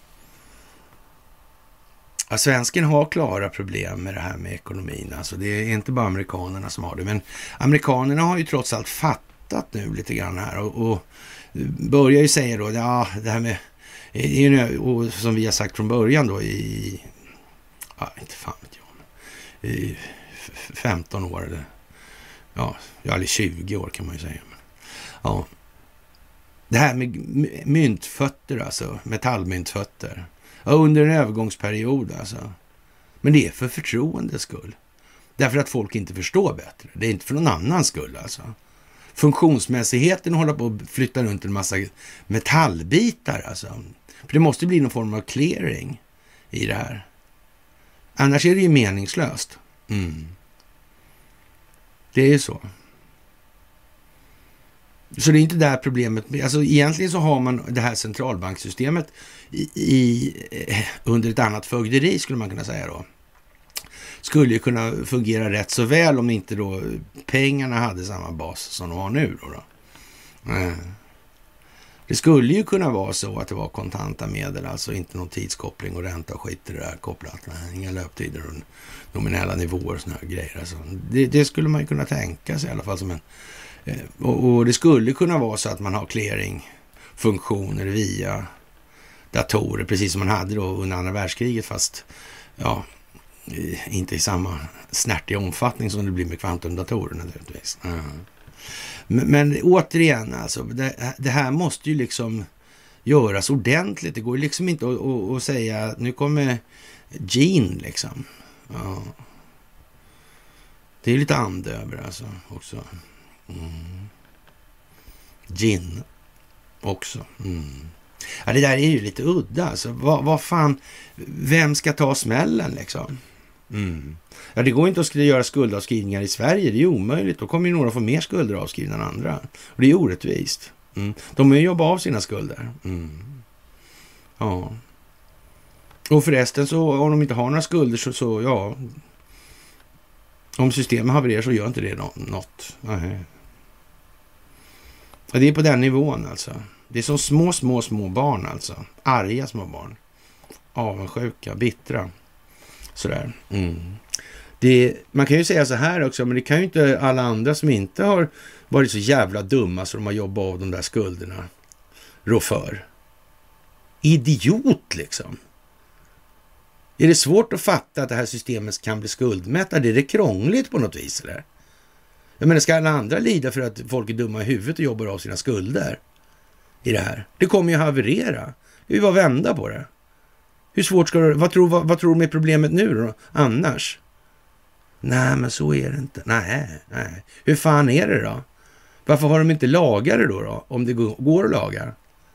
Ja, svensken har klara problem med det här med ekonomin. Alltså det är inte bara amerikanerna som har det. Men amerikanerna har ju trots allt fattat nu lite grann här. Och, och börjar ju säga då, ja det här med, och som vi har sagt från början då i, ja inte fan vet jag, i femton år eller, ja, eller tjugo år kan man ju säga. Ja. Det här med myntfötter alltså, metallmyntfötter. Ja, under en övergångsperiod alltså. Men det är för förtroendes skull. Därför att folk inte förstår bättre. Det är inte för någon annans skull alltså. Funktionsmässigheten håller på att flytta runt en massa metallbitar alltså. För det måste bli någon form av clearing i det här. Annars är det ju meningslöst. Mm. Det är ju så. Så det är inte där problemet. Alltså egentligen så har man det här centralbanksystemet i, i, under ett annat fögderi skulle man kunna säga då. Skulle ju kunna fungera rätt så väl om inte då pengarna hade samma bas som de har nu då. då. Mm. Det skulle ju kunna vara så att det var kontanta medel, alltså inte någon tidskoppling och ränta och skit i det där kopplat. Nej, inga löptider och nominella nivåer och såna här grejer. Alltså, det, det skulle man ju kunna tänka sig i alla fall som en. Och, och det skulle kunna vara så att man har clearingfunktioner via datorer, precis som man hade då under andra världskriget, fast ja, inte i samma snärtiga omfattning som det blir med kvantumdatorer naturligtvis. Mm. Men, men återigen alltså, det, det här måste ju liksom göras ordentligt. Det går ju liksom inte att, att, att säga nu kommer Gene liksom. Ja. Det är lite ande över alltså också. Mm. Gin också. Mm. Ja, det där är ju lite udda. Alltså, vad, vad fan, vem ska ta smällen liksom? Mm. Ja, det går inte att göra skuldavskrivningar i Sverige. Det är ju omöjligt. Då kommer ju några få mer skulder avskrivna än andra. Och det är orättvist. Mm. De har ju jobbat av sina skulder. Mm. Ja. Och förresten så om de inte har några skulder så, så ja, om systemet havererar så gör inte det något. Nej. Det är på den nivån alltså. Det är som små, små, små barn alltså. Arga små barn. Avundsjuka, bittra. Sådär. Mm. Det, man kan ju säga så här också, men det kan ju inte alla andra som inte har varit så jävla dumma så de har jobbat av de där skulderna rå för. Idiot liksom. Är det svårt att fatta att det här systemet kan bli skuldmättad? Är det krångligt på något vis eller? Jag menar, ska alla andra lida för att folk är dumma i huvudet och jobbar av sina skulder i det här? Det kommer ju haverera. Det är ju bara vända på det. Hur svårt ska det... Vad tror, vad, vad tror de är problemet nu då? Annars? Nej, men så är det inte. Nej, nej. Hur fan är det då? Varför har de inte lagat det då, då? Om det går att laga?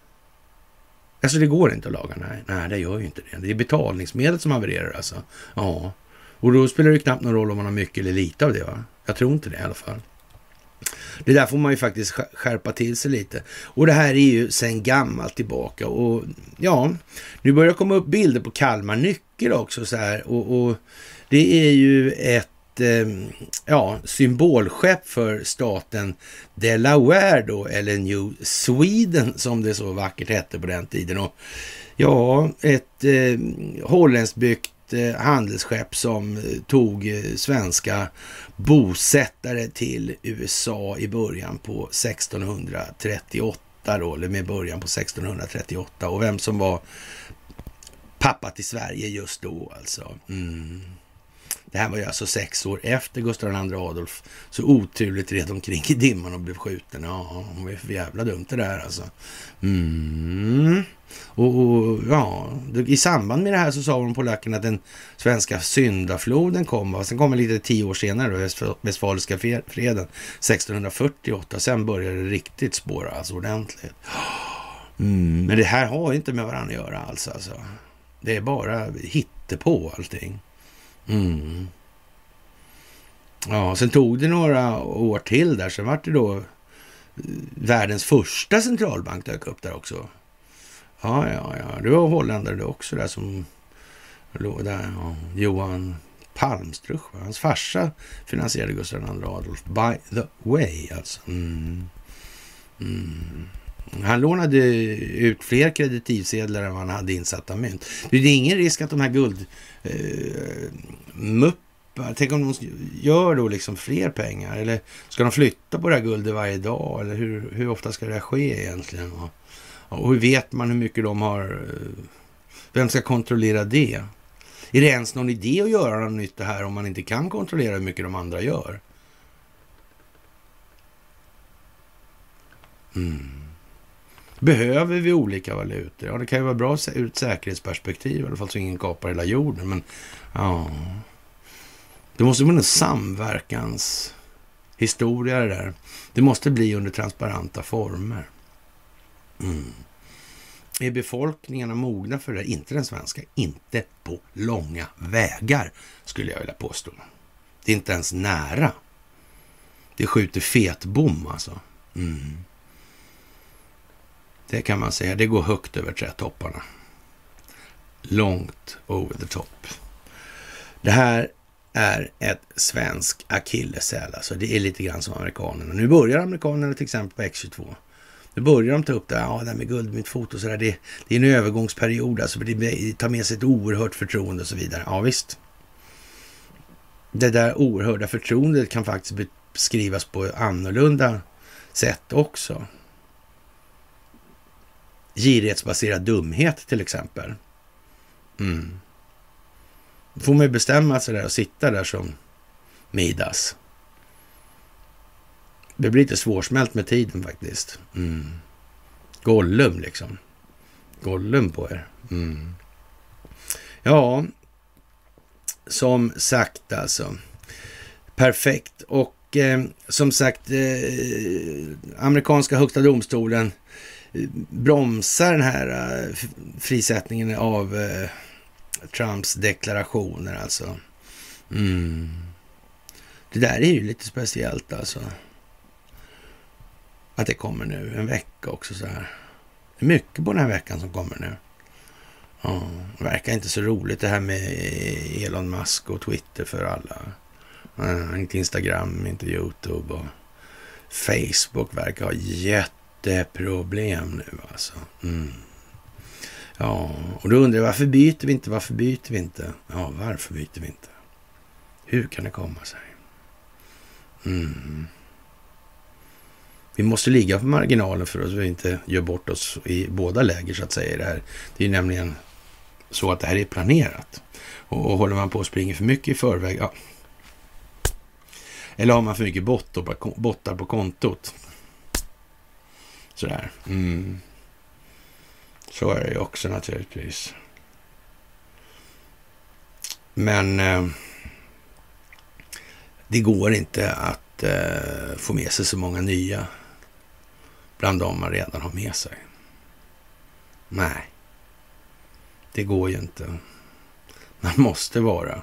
Alltså det går inte att laga, nej. Nej, det gör ju inte det. Det är betalningsmedel som havererar alltså. Ja. Och då spelar det knappt någon roll om man har mycket eller lite av det, va? Jag tror inte det i alla fall. Det där får man ju faktiskt skärpa till sig lite. Och det här är ju sen gammalt tillbaka. Och ja, nu börjar det komma upp bilder på Kalmar Nyckel också så här. Och, och det är ju ett ja, symbolskepp för staten Delaware då, eller New Sweden som det så vackert hette på den tiden. Och ja, ett eh, holländskt byggt eh, handelsskepp som eh, tog eh, svenska bosättare till U S A i början på sextonhundratrettioåtta då, eller med början på sextonhundratrettioåtta, och vem som var pappa till Sverige just då alltså. Mm. Det här var ju alltså sex år efter Gustav den andre Adolf så oturligt red omkring i dimman och blev skjuten. Ja, det var ju för jävla dumt det där alltså. Mm. Och, och ja, i samband med det här så sa de polackerna att den svenska syndafloden kom. Och sen kom det lite tio år senare då, Westfaliska freden sextonhundrafyrtioåtta. Sen började det riktigt spåra alltså ordentligt. Mm. Men det här har inte med varandra att göra alls alltså. Det är bara hittepå allting. Mm. Ja, sen tog det några år till där. Sen var det då världens första centralbank dök upp där också. Ja, ja, ja. Det var holländare också där som låg där. Ja. Johan Palmstruch, hans farsa finansierade Gustav den andre Adolf. By the way, alltså. Mm. Mm. Han lånade ut fler kreditivsedlar än han hade insatta mynt. Det är ingen risk att de här guld eh, muppar, tänk om de gör då liksom fler pengar, eller ska de flytta på det här guldet varje dag, eller hur, hur ofta ska det ske egentligen? Och, och hur vet man hur mycket de har, vem ska kontrollera det? Är det ens någon idé att göra något nytt det här om man inte kan kontrollera hur mycket de andra gör? Mm. Behöver vi olika valutor? Ja, det kan ju vara bra ur ett säkerhetsperspektiv, i alla fall så ingen kapar hela jorden. Men ja, det måste bli en samverkanshistoria det där. Det måste bli under transparenta former. Mm. Är befolkningarna mogna för det? Inte den svenska, inte på långa vägar skulle jag vilja påstå. Det är inte ens nära. Det skjuter fetbom alltså. Mm. Det kan man säga. Det går högt över trädtopparna. Långt over the top. Det här är ett svensk akilleshäl. Alltså det är lite grann som amerikanerna. Nu börjar amerikanerna till exempel på X tjugotvå. Nu börjar de ta upp det. Ja, det här med guldmyntfoto och sådär. Det, det är en övergångsperiod. Alltså det tar med sig ett oerhört förtroende och så vidare. Ja, visst. Det där oerhörda förtroendet kan faktiskt beskrivas på annorlunda sätt också. Girighetsbaserad dumhet till exempel. Mm. Då får man ju bestämma sig där och sitta där som Midas. Det blir lite svårsmält med tiden faktiskt. Mm. Gollum liksom. Gollum på er. Mm. Ja, som sagt alltså. Perfekt. Och eh, som sagt, eh, amerikanska högsta domstolen bromsar den här uh, frisättningen av uh, Trumps deklarationer alltså. Mm. Det där är ju lite speciellt alltså. att det kommer nu. En vecka också så här. Det är mycket på den här veckan som kommer nu. Ja, det verkar inte så roligt det här med Elon Musk och Twitter för alla. Uh, inte Instagram, inte YouTube och Facebook verkar ha jätteproblem nu alltså. Mm. Ja, och då undrar jag varför byter vi inte, varför byter vi inte? Ja, varför byter vi inte? Hur kan det komma sig? Mm. Vi måste ligga på marginalen för att vi inte gör bort oss i båda läger så att säga. Det här. Det är nämligen så att det här är planerat. Och, och håller man på att springa för mycket i förväg, ja. Eller har man för mycket bottar på, bottar på kontot. Sådär. Mm. Så är det ju också naturligtvis. Men eh, det går inte att eh, få med sig så många nya bland dem man redan har med sig. Nej. Det går ju inte. Man måste vara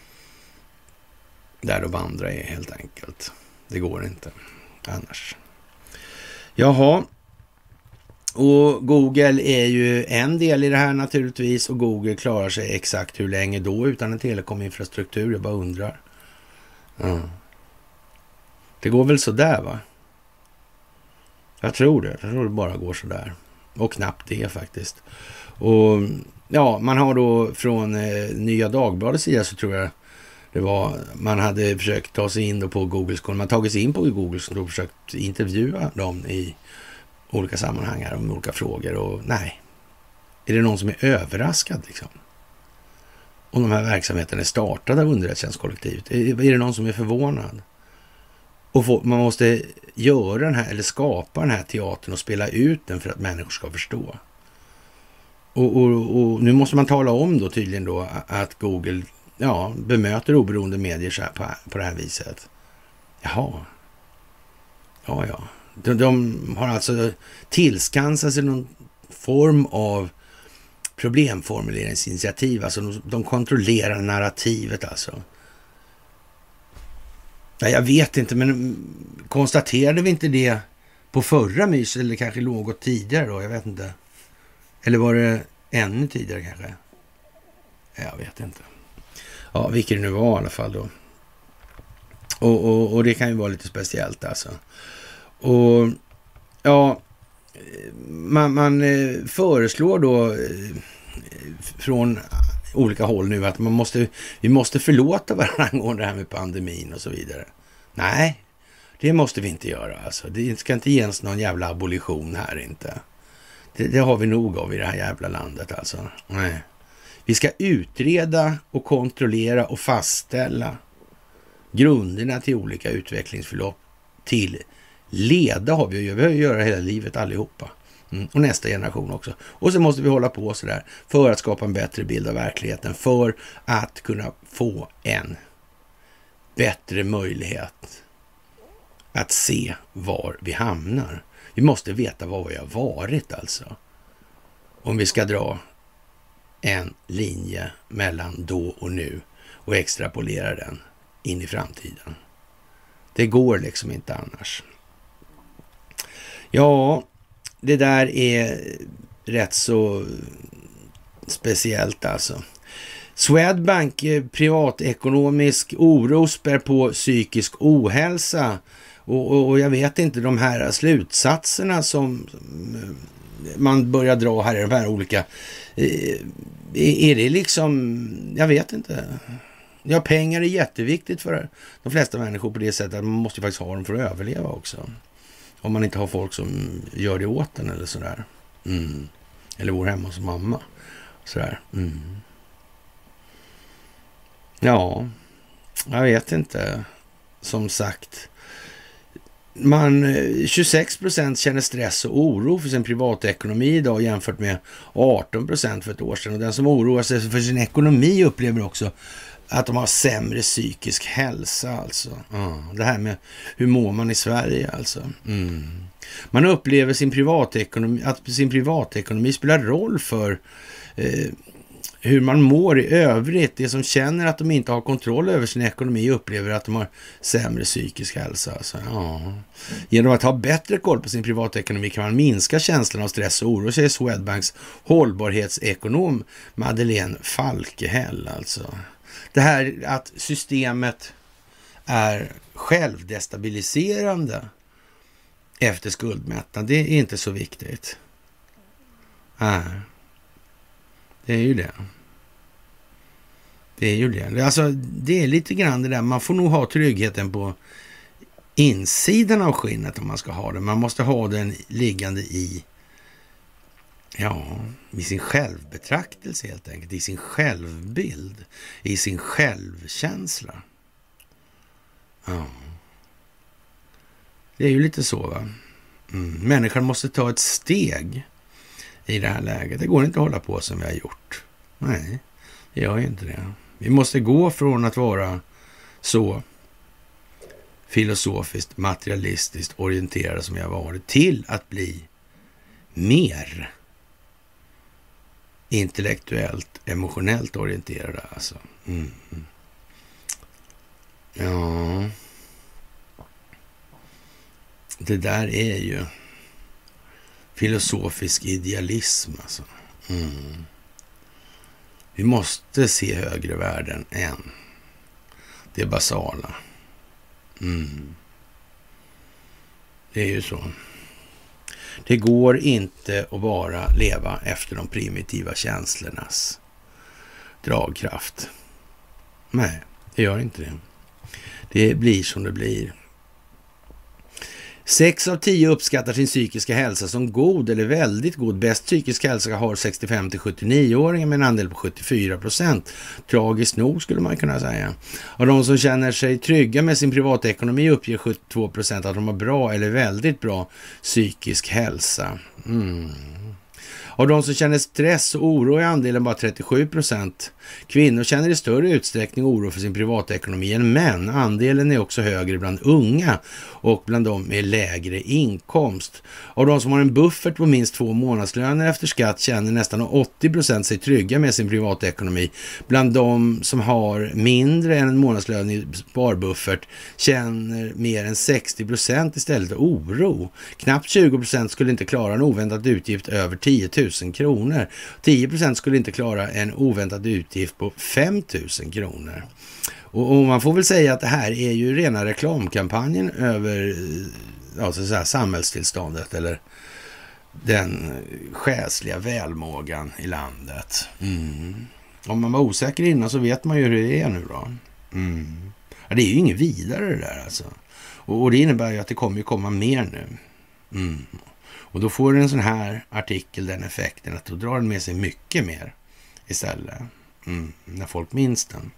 där de andra är helt enkelt. Det går inte annars. Jaha. Och Google är ju en del i det här naturligtvis. Och Google klarar sig exakt hur länge då utan en telekominfrastruktur. Jag bara undrar. Ja. Det går väl så där va? Jag tror det. Jag tror det bara går så där. Och knappt det faktiskt. Och ja, man har då från eh, Nya Dagbladets sida så tror jag det var, man hade försökt ta sig in då på Googles, man tagit sig in på Googles och försökt intervjua dem i olika sammanhang här om olika frågor och nej. Är det någon som är överraskad liksom? Om de här verksamheterna är startade av underrättelsetjänstkollektivet? Är, är det någon som är förvånad? Och få, man måste göra den här eller skapa den här teatern och spela ut den för att människor ska förstå. Och, och, och nu måste man tala om då tydligen då att Google ja, bemöter oberoende medier så här på, på det här viset. Jaha. Ja, ja. De, de har alltså tillskansat sig någon form av problemformuleringsinitiativ. Alltså de, de kontrollerar narrativet alltså. Ja, jag vet inte, men konstaterade vi inte det på förra mys eller kanske något tidigare då? Jag vet inte. Eller var det ännu tidigare kanske? Jag vet inte. Ja, vilket det nu var i alla fall då. Och, och, och det kan ju vara lite speciellt alltså. Och ja, man, man föreslår då från olika håll nu att man måste, vi måste förlåta varandra angående det här med pandemin och så vidare. Nej, det måste vi inte göra alltså. Det ska inte ges någon jävla abolition här inte. Det, det har vi nog av i det här jävla landet alltså. Nej. Vi ska utreda och kontrollera och fastställa grunderna till olika utvecklingsförlopp till leda har vi att göra. Vi har att göra hela livet allihopa. Mm. Och nästa generation också. Och så måste vi hålla på så där för att skapa en bättre bild av verkligheten. För att kunna få en bättre möjlighet att se var vi hamnar. Vi måste veta var vi har varit alltså. Om vi ska dra en linje mellan då och nu och extrapolera den in i framtiden. Det går liksom inte annars. Ja, det där är rätt så speciellt alltså. Swedbank, privatekonomisk oro spär på psykisk ohälsa. Och, och, och jag vet inte, de här slutsatserna som man börjar dra här i de här olika... Är, är det liksom... Jag vet inte. Ja, pengar är jätteviktigt för de flesta människor på det sättet att man måste faktiskt ha dem för att överleva också. Om man inte har folk som gör det åt den eller sådär. Mm. Eller bor hemma hos mamma. Sådär. Mm. Ja, jag vet inte. Som sagt... Man, tjugosex procent känner stress och oro för sin privatekonomi idag jämfört med arton procent för ett år sedan. Och den som oroar sig för sin ekonomi upplever också att de har sämre psykisk hälsa alltså. Ja, det här med hur mår man i Sverige alltså. Mm. Man upplever sin privatekonomi, att sin privatekonomi spelar roll för eh, hur man mår i övrigt. Det som känner att de inte har kontroll över sin ekonomi upplever att de har sämre psykisk hälsa. Alltså, ja. Genom att ha bättre koll på sin privatekonomi kan man minska känslan av stress och oro, säger Swedbanks hållbarhetsekonom Madeleine Falkehäll. Alltså. Det här att systemet är självdestabiliserande efter skuldmättnad, det är inte så viktigt. Nej. Det är ju det. Det är ju det. Alltså, det är lite grann det där. Man får nog ha tryggheten på insidan av skinnet om man ska ha det. Man måste ha den liggande i, ja, i sin självbetraktelse helt enkelt. I sin självbild. I sin självkänsla. Ja. Det är ju lite så, va? Mm. Människan måste ta ett steg i det här läget. Det går inte att hålla på som vi har gjort. Nej, det gör ju inte det. Vi måste gå från att vara så filosofiskt, materialistiskt orienterade som vi har varit till att bli mer intellektuellt, emotionellt orienterade. Alltså. Mm. Ja. Det där är ju filosofisk idealism alltså. Mm. Vi måste se högre värden än det basala. Mm. Det är ju så. Det går inte att bara leva efter de primitiva känslornas dragkraft. Nej, det gör inte det. Det blir som det blir. Sex av tio uppskattar sin psykiska hälsa som god eller väldigt god. Bäst psykisk hälsa har sextiofem till sjuttionio-åringar med en andel på sjuttiofyra procent. Tragiskt nog skulle man kunna säga. Och de som känner sig trygga med sin privatekonomi uppger sjuttiotvå procent att de har bra eller väldigt bra psykisk hälsa. Mm. Av de som känner stress och oro är andelen bara trettiosju procent. Kvinnor känner i större utsträckning oro för sin privatekonomi än män. Andelen är också högre bland unga och bland dem med lägre inkomst. Av de som har en buffert på minst två månadslöner efter skatt känner nästan åttio procent sig trygga med sin privatekonomi. Bland de som har mindre än en månadslön i sparbuffert känner mer än sextio procent istället oro. Knappt tjugo procent skulle inte klara en oväntad utgift över tio tusen kronor. tio procent skulle inte klara en oväntad utgift på fem tusen kronor. Och, och man får väl säga att det här är ju rena reklamkampanjen över alltså så här, samhällstillståndet eller den själsliga välmågan i landet. Mm. Om man var osäker innan så vet man ju hur det är nu då. Mm. Ja, det är ju inget vidare det där alltså. Och, och det innebär ju att det kommer ju komma mer nu. Mm. Och då får en sån här artikel den effekten att då drar den med sig mycket mer istället. Mm, när folk minns den.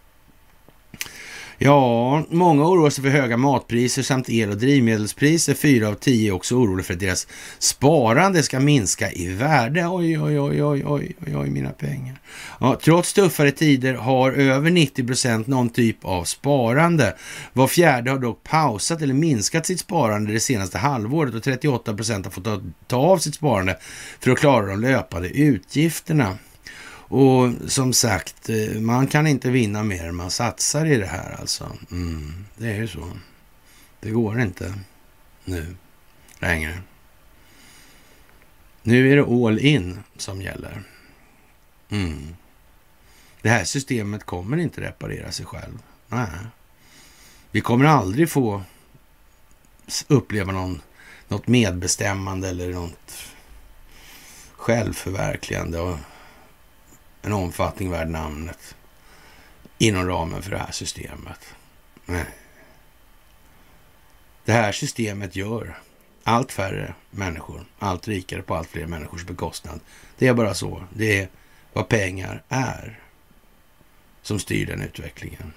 Ja, många oroar sig för höga matpriser samt el- och drivmedelspriser. Fyra av tio är också oroliga för att deras sparande ska minska i värde. Oj, oj, oj, oj, oj, oj, oj mina pengar. Ja, trots tuffare tider har över nittio procent någon typ av sparande. Var fjärde har dock pausat eller minskat sitt sparande det senaste halvåret och trettioåtta procent har fått ta, ta av sitt sparande för att klara de löpande utgifterna. Och som sagt, man kan inte vinna mer än man satsar i det här alltså. Mm, det är ju så. Det går inte nu längre. Nu är det all in som gäller. Mm. Det här systemet kommer inte reparera sig själv. Nej. Vi kommer aldrig få uppleva någon, något medbestämmande eller något självförverkligande och en omfattning värd namnet inom ramen för det här systemet. Nej. Det här systemet gör allt färre människor, allt rikare på allt fler människors bekostnad. Det är bara så. Det är vad pengar är som styr den utvecklingen.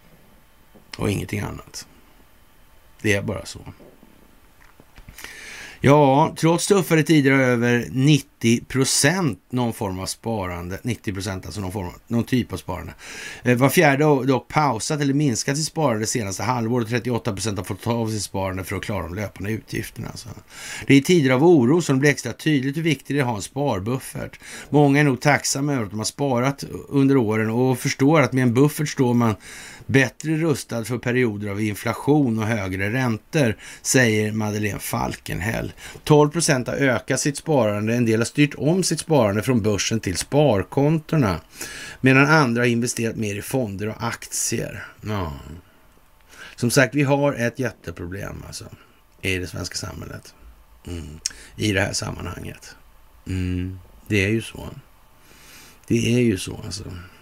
Och ingenting annat. Det är bara så. Ja, trots tuffare tider har över nittio procent någon form av sparande. nittio procent alltså någon, form, någon typ av sparande. Eh, var fjärde har dock pausat eller minskat sitt sparande det senaste halvåret. trettioåtta procent har fått ta av sitt sparande för att klara de löpande utgifterna. Alltså. Det är i tider av oro som det blir extra tydligt hur viktigt det är att ha en sparbuffert. Många är nog tacksamma över att de har sparat under åren och förstår att med en buffert står man bättre rustad för perioder av inflation och högre räntor, säger Madeleine Falkenhäll. tolv procent har ökat sitt sparande, en del har styrt om sitt sparande från börsen till sparkontorna, medan andra har investerat mer i fonder och aktier. Ja. Som sagt, vi har ett jätteproblem alltså, i det svenska samhället. Mm. I det här sammanhanget. Mm. Det är ju så. Det är ju så alltså.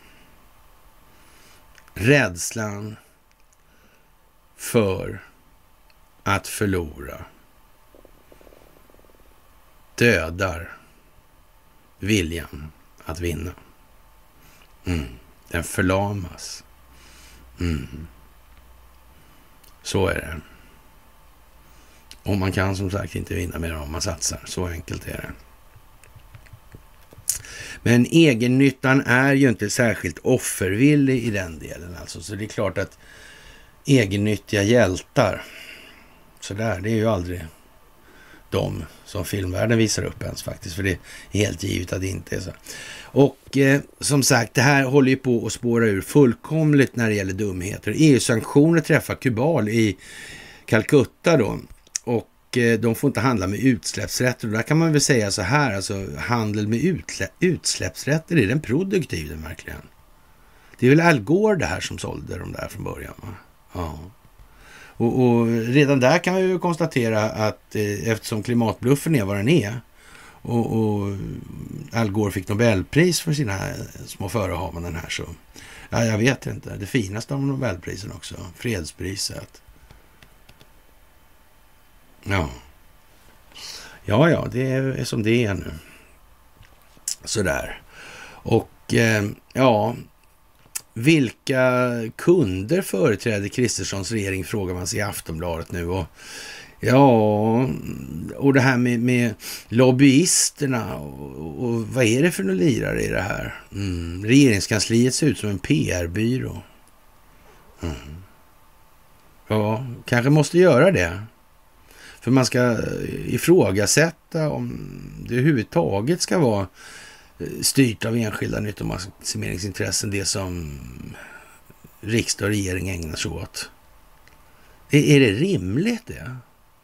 Rädslan för att förlora dödar viljan att vinna. Mm. Den förlamas. Mm. Så är det. Och man kan som sagt inte vinna med om man satsar. Så enkelt är det. Men egennyttan är ju inte särskilt offervillig i den delen. Alltså. Så det är klart att egennyttiga hjältar, så där, det är ju aldrig de som filmvärlden visar upp ens faktiskt. För det är helt givet att det inte är så. Och eh, som sagt, det här håller ju på att spåra ur fullkomligt när det gäller dumheter. E U-sanktioner träffar Kubal i Calcutta då. Och de får inte handla med utsläppsrätter. Och där kan man väl säga så här, alltså handel med utlä- utsläppsrätter, är den produktiv den verkligen? Det är väl Al Gore det här som sålde de där från början, va? Ja. Och, och redan där kan vi ju konstatera att eh, eftersom klimatbluffen är vad den är och, och Al Gore fick Nobelpris för sina små förehavanden här, så ja, jag vet inte, det finaste av Nobelprisen också, fredspriset. Ja. Ja, ja, det är som det är nu. Sådär. Och eh, ja, vilka kunder företräder Kristerssons regering, frågar man sig i Aftonbladet nu. Och ja, och det här med, med lobbyisterna och, och vad är det för några lirare i det här? Mm. Regeringskansliet ser ut som en P R-byrå. Mm. Ja, kanske måste göra det. För man ska ifrågasätta om det överhuvudtaget ska vara styrt av enskilda nyttomaximeringsintressen, det som riksdag och regering ägnar sig åt. Är, är det rimligt det?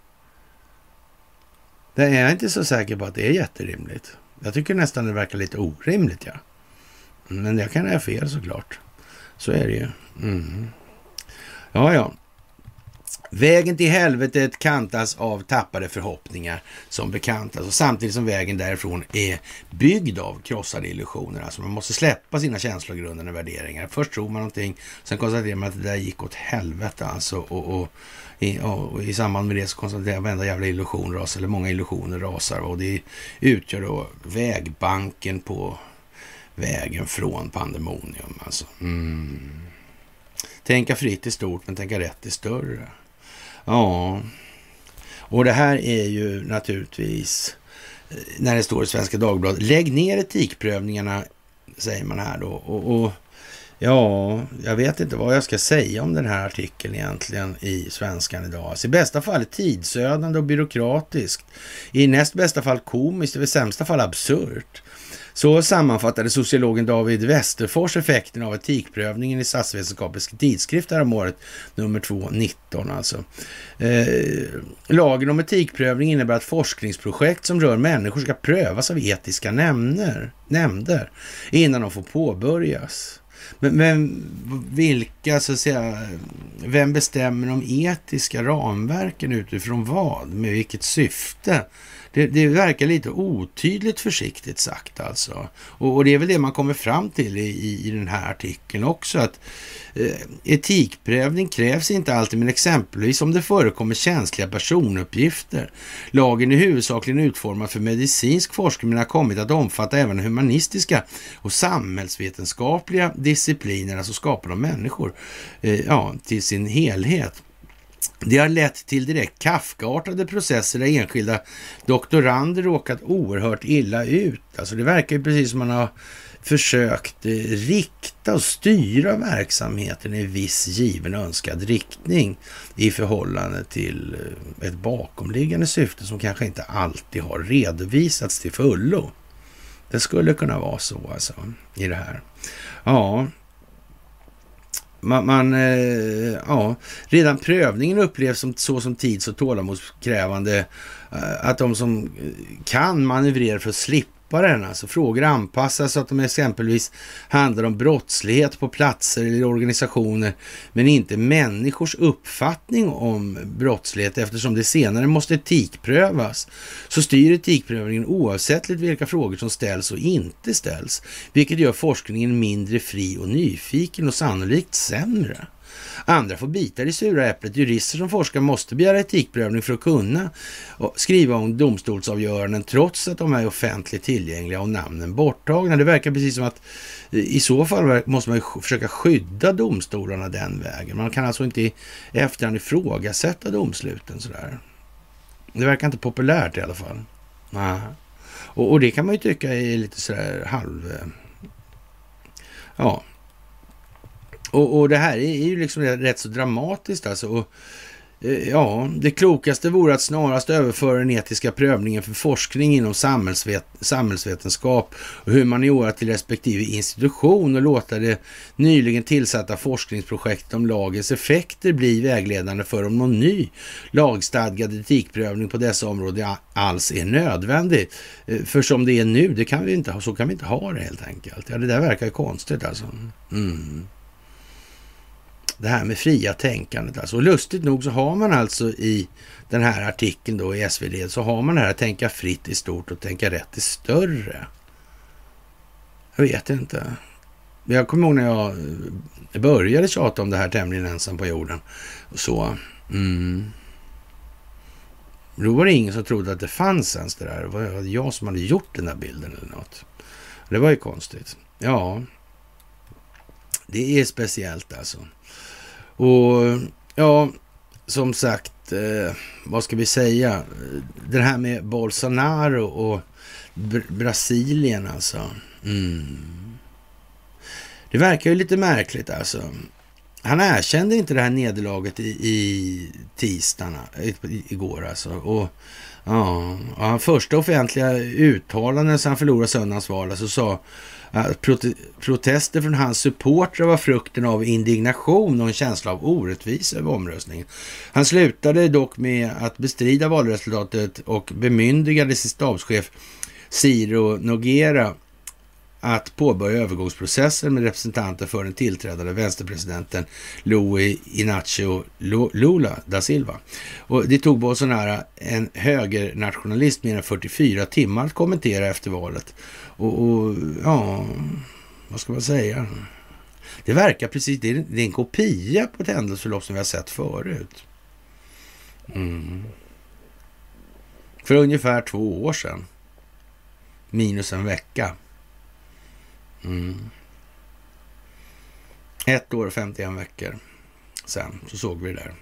Det är jag inte så säker på att det är jätterimligt. Jag tycker nästan det verkar lite orimligt, ja. Men jag kan ha fel såklart. Så är det ju. Mm. Ja, ja. Vägen till helvetet kantas av tappade förhoppningar som bekant. Alltså, samtidigt som vägen därifrån är byggd av krossade illusioner. Alltså man måste släppa sina känslogrundande värderingar. Först tror man någonting, sen konstaterar man att det där gick åt helvete. Alltså, och, och, i, och i samband med det så konstaterar man att varenda jävla illusion rasar, eller många illusioner rasar. Och det utgör då vägbanken på vägen från pandemonium. Alltså. Mm. Tänka fritt är stort, men tänka rätt är större. Ja, och det här är ju naturligtvis, när det står i Svenska Dagbladet, lägg ner etikprövningarna, säger man här då. Och, och ja, jag vet inte vad jag ska säga om den här artikeln egentligen i Svenskan idag. Alltså, i bästa fall tidsödande och byråkratiskt. I näst bästa fall komiskt, och i sämsta fall absurt. Så sammanfattade sociologen David Westerfors effekten av etikprövningen i statsvetenskaplig tidskrift här om året, nummer två nitton alltså. Eh, lagen om etikprövning innebär att forskningsprojekt som rör människor ska prövas av etiska nämnder, nämnder innan de får påbörjas. Men, men vilka, så att säga, vem bestämmer de etiska ramverken utifrån vad? Med vilket syfte? Det, det verkar lite otydligt, försiktigt sagt alltså. Och, och det är väl det man kommer fram till i, i, i den här artikeln också, att eh, etikprövning krävs inte alltid, men exempelvis om det förekommer känsliga personuppgifter. Lagen är huvudsakligen utformad för medicinsk forskning, men har kommit att omfatta även humanistiska och samhällsvetenskapliga discipliner, alltså skapar de människor eh, ja, till sin helhet. Det har lett till direkt Kafkaartade processer där enskilda doktorander råkat oerhört illa ut. Alltså det verkar ju precis som man har försökt rikta och styra verksamheten i viss given önskad riktning i förhållande till ett bakomliggande syfte som kanske inte alltid har redovisats till fullo. Det skulle kunna vara så alltså i det här. Ja, man, man eh, ja, redan prövningen upplevs som så som tids- och tålamodskrävande eh, att de som kan manövrera för att slippa den, alltså frågor anpassas så att de exempelvis handlar om brottslighet på platser eller organisationer men inte människors uppfattning om brottslighet, eftersom det senare måste etikprövas. Så styr etikprövningen oavsättligt vilka frågor som ställs och inte ställs, vilket gör forskningen mindre fri och nyfiken och sannolikt sämre. Andra får bita i sura äpplet. Jurister som forskar måste begära etikprövning för att kunna skriva om domstolsavgöranden trots att de är offentligt tillgängliga och namnen borttagna. Det verkar precis som att i så fall måste man ju försöka skydda domstolarna den vägen. Man kan alltså inte i efterhand ifrågasätta domsluten sådär. Det verkar inte populärt i alla fall. Nej. Och, och det kan man ju tycka är lite sådär halv... Ja... Och, och det här är ju liksom rätt så dramatiskt alltså. Och, eh, ja, det klokaste vore att snarast överföra den etiska prövningen för forskning inom samhällsvet, samhällsvetenskap och humaniora till respektive institution och låta det nyligen tillsatta forskningsprojektet om lagens effekter bli vägledande för om någon ny lagstadgad etikprövning på dessa områden alls är nödvändig. Eh, för som det är nu, det kan vi inte ha, så kan vi inte ha det helt enkelt. Ja, det där verkar ju konstigt alltså. Mm. Det här med fria tänkandet alltså. Och lustigt nog så har man alltså i den här artikeln då i S V D så har man det här att tänka fritt i stort och tänka rätt i större. Jag vet inte. Jag kommer ihåg när jag började tjata om det här tämligen ensam på jorden. Och så. Mm. Då var det ingen som trodde att det fanns ens det där. Det var jag som hade gjort den där bilden eller något. Det var ju konstigt. Ja. Det är speciellt alltså. Och ja, som sagt, eh, vad ska vi säga? Det här med Bolsonaro och Br- Brasilien alltså. Mm. Det verkar ju lite märkligt alltså. Han erkände inte det här nederlaget i, i tisdagarna, i, igår alltså. Och ja, han första offentliga uttalanden sedan han förlorade söndagens val alltså sa att prote- protester från hans supportrar var frukten av indignation och en känsla av orättvisa över omröstningen. Han slutade dock med att bestrida valresultatet och bemyndigade sin stabschef Ciro Nogueira att påbörja övergångsprocessen med representanter för den tillträdande vänsterpresidenten Luis Inacio Lula da Silva. Och det tog Bolsonaro, en högernationalist, mer än fyrtiofyra timmar att kommentera efter valet. Och, och ja, vad ska man säga? Det verkar precis, det är, det är en kopia på ett händelseförlopp som vi har sett förut. Mm. För ungefär två år sedan. Minus en vecka. Mm. Ett år och femtioen veckor sen så såg vi det där.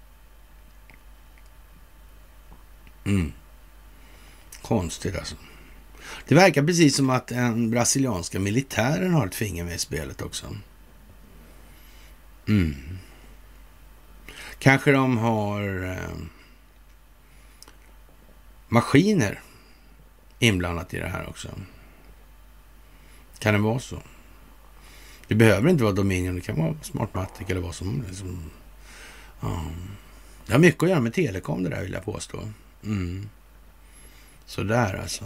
Mm. Konstigt alltså. Det verkar precis som att den brasilianska militären har ett finger med i spelet också. Mm. Kanske de har eh, maskiner inblandat i det här också. Kan det vara så? Det behöver inte vara Dominion, det kan vara Smartmatic eller vad som... Liksom, ja. Det har mycket att göra med telekom det där, vill jag påstå. Mm. Så där alltså.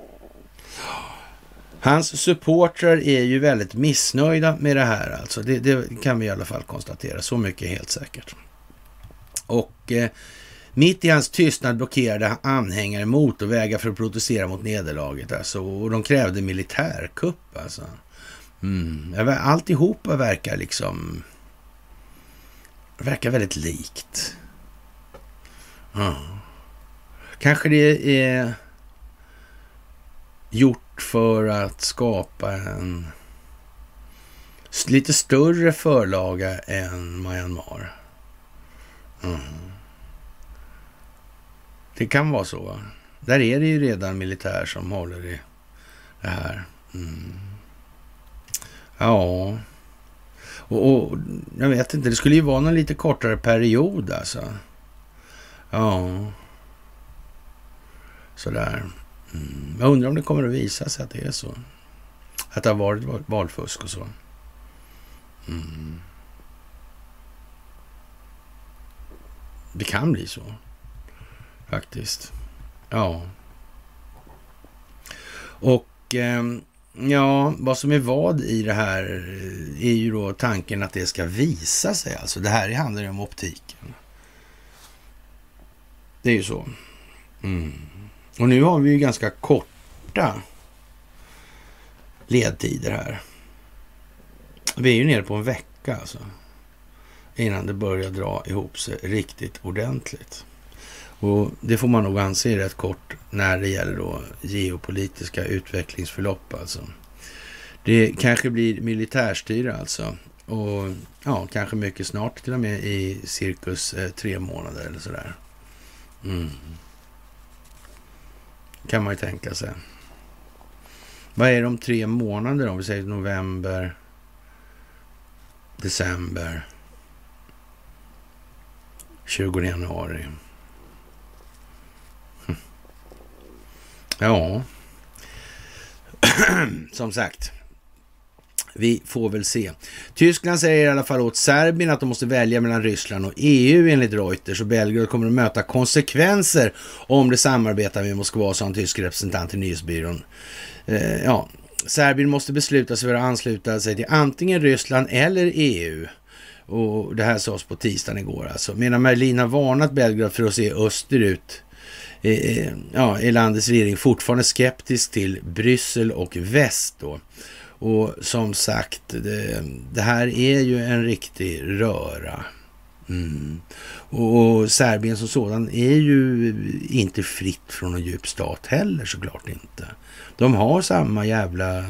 Hans supportrar är ju väldigt missnöjda med det här alltså. Det, det kan vi i alla fall konstatera. Så mycket är helt säkert. Och eh, mitt i hans tystnad blockerade anhängare motorvägar för att protestera mot nederlaget alltså. Och de krävde militärkupp alltså. Mm. Alltihopa verkar liksom... verkar väldigt likt. Ja. Kanske det är gjort för att skapa en lite större förlaga än Myanmar. Mm. Det kan vara så. Där är det ju redan militär som håller i det här. Mm. Ja. Och, och jag vet inte, det skulle ju vara någon lite kortare period alltså. Ja. Sådär. Mm. Jag undrar om det kommer att visa sig att det är så. Att det har varit valfusk och så. Mm. Det kan bli så. Faktiskt. Ja. Och eh, ja, vad som är vad i det här är ju då tanken att det ska visa sig. Alltså det här handlar ju om optiken. Det är ju så. Mm. Och nu har vi ju ganska korta ledtider här. Vi är ju nere på en vecka alltså. Innan det börjar dra ihop sig riktigt ordentligt. Och det får man nog anse rätt kort när det gäller då geopolitiska utvecklingsförlopp alltså. Det kanske blir militärstyre alltså. Och ja, kanske mycket snart till och med i cirkus eh, tre månader eller sådär. Mm. Kan man ju tänka sig. Vad är det om tre månader om vi säger november, december, tjugonde januari. Hm. Ja. Som sagt. Vi får väl se. Tyskland säger i alla fall åt Serbien att de måste välja mellan Ryssland och E U enligt Reuters, och Belgrad kommer att möta konsekvenser om det samarbetar med Moskva, sa en tysk representant i nyhetsbyrån. Eh, ja, Serbien måste besluta sig för att ansluta sig till antingen Ryssland eller E U. Och det här sades på tisdagen igår alltså. Medan Berlin har varnat Belgrad för att se österut, eh, ja, är landets regering fortfarande skeptisk till Bryssel och väst då. Och som sagt, det, det här är ju en riktig röra. Mm. Och, och Serbien som sådan är ju inte fritt från en djup stat heller, såklart inte. De har samma jävla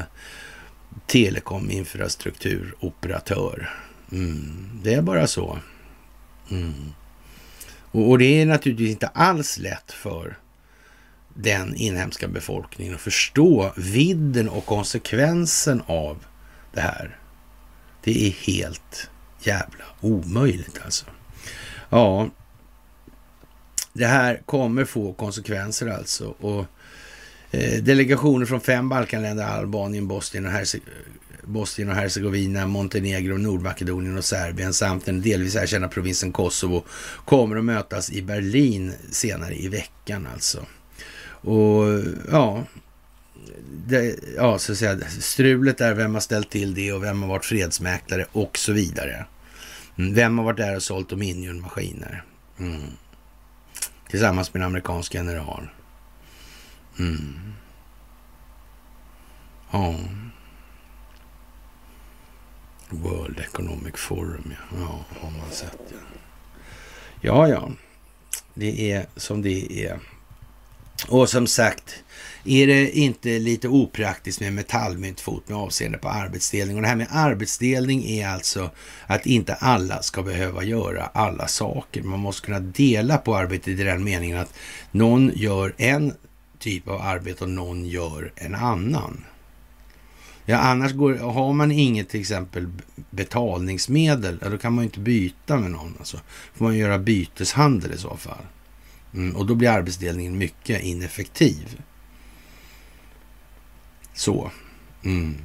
telekominfrastrukturoperatör. Mm. Det är bara så. Mm. Och, och det är naturligtvis inte alls lätt för den inhemska befolkningen att förstå vidden och konsekvensen av det här. Det är helt jävla omöjligt alltså. Ja, det här kommer få konsekvenser alltså. Och eh, delegationer från fem Balkanländer, Albanien, Bosnien och, Herze- Bosnien och Herzegovina, Montenegro, Nordmakedonien och Serbien samt den delvis erkända provinsen Kosovo kommer att mötas i Berlin senare i veckan alltså. Och ja, det, ja, så att säga, strulet är vem har ställt till det och vem har varit fredsmäklare och så vidare. Vem har varit där och sålt Dominion-maskiner? Mm. Tillsammans med en amerikansk general. Mm. Ja. World Economic Forum, ja. Ja, har man sett, ja. Ja, ja. Det är som det är. Och som sagt, är det inte lite opraktiskt med metallmyntfot med avseende på arbetsdelning? Och det här med arbetsdelning är alltså att inte alla ska behöva göra alla saker. Man måste kunna dela på arbetet i den meningen att någon gör en typ av arbete och någon gör en annan. Ja, annars går, har man inget till exempel betalningsmedel, då kan man ju inte byta med någon. Alltså får man göra byteshandel i så fall. Mm, och då blir arbetsdelningen mycket ineffektiv. Så. Mm.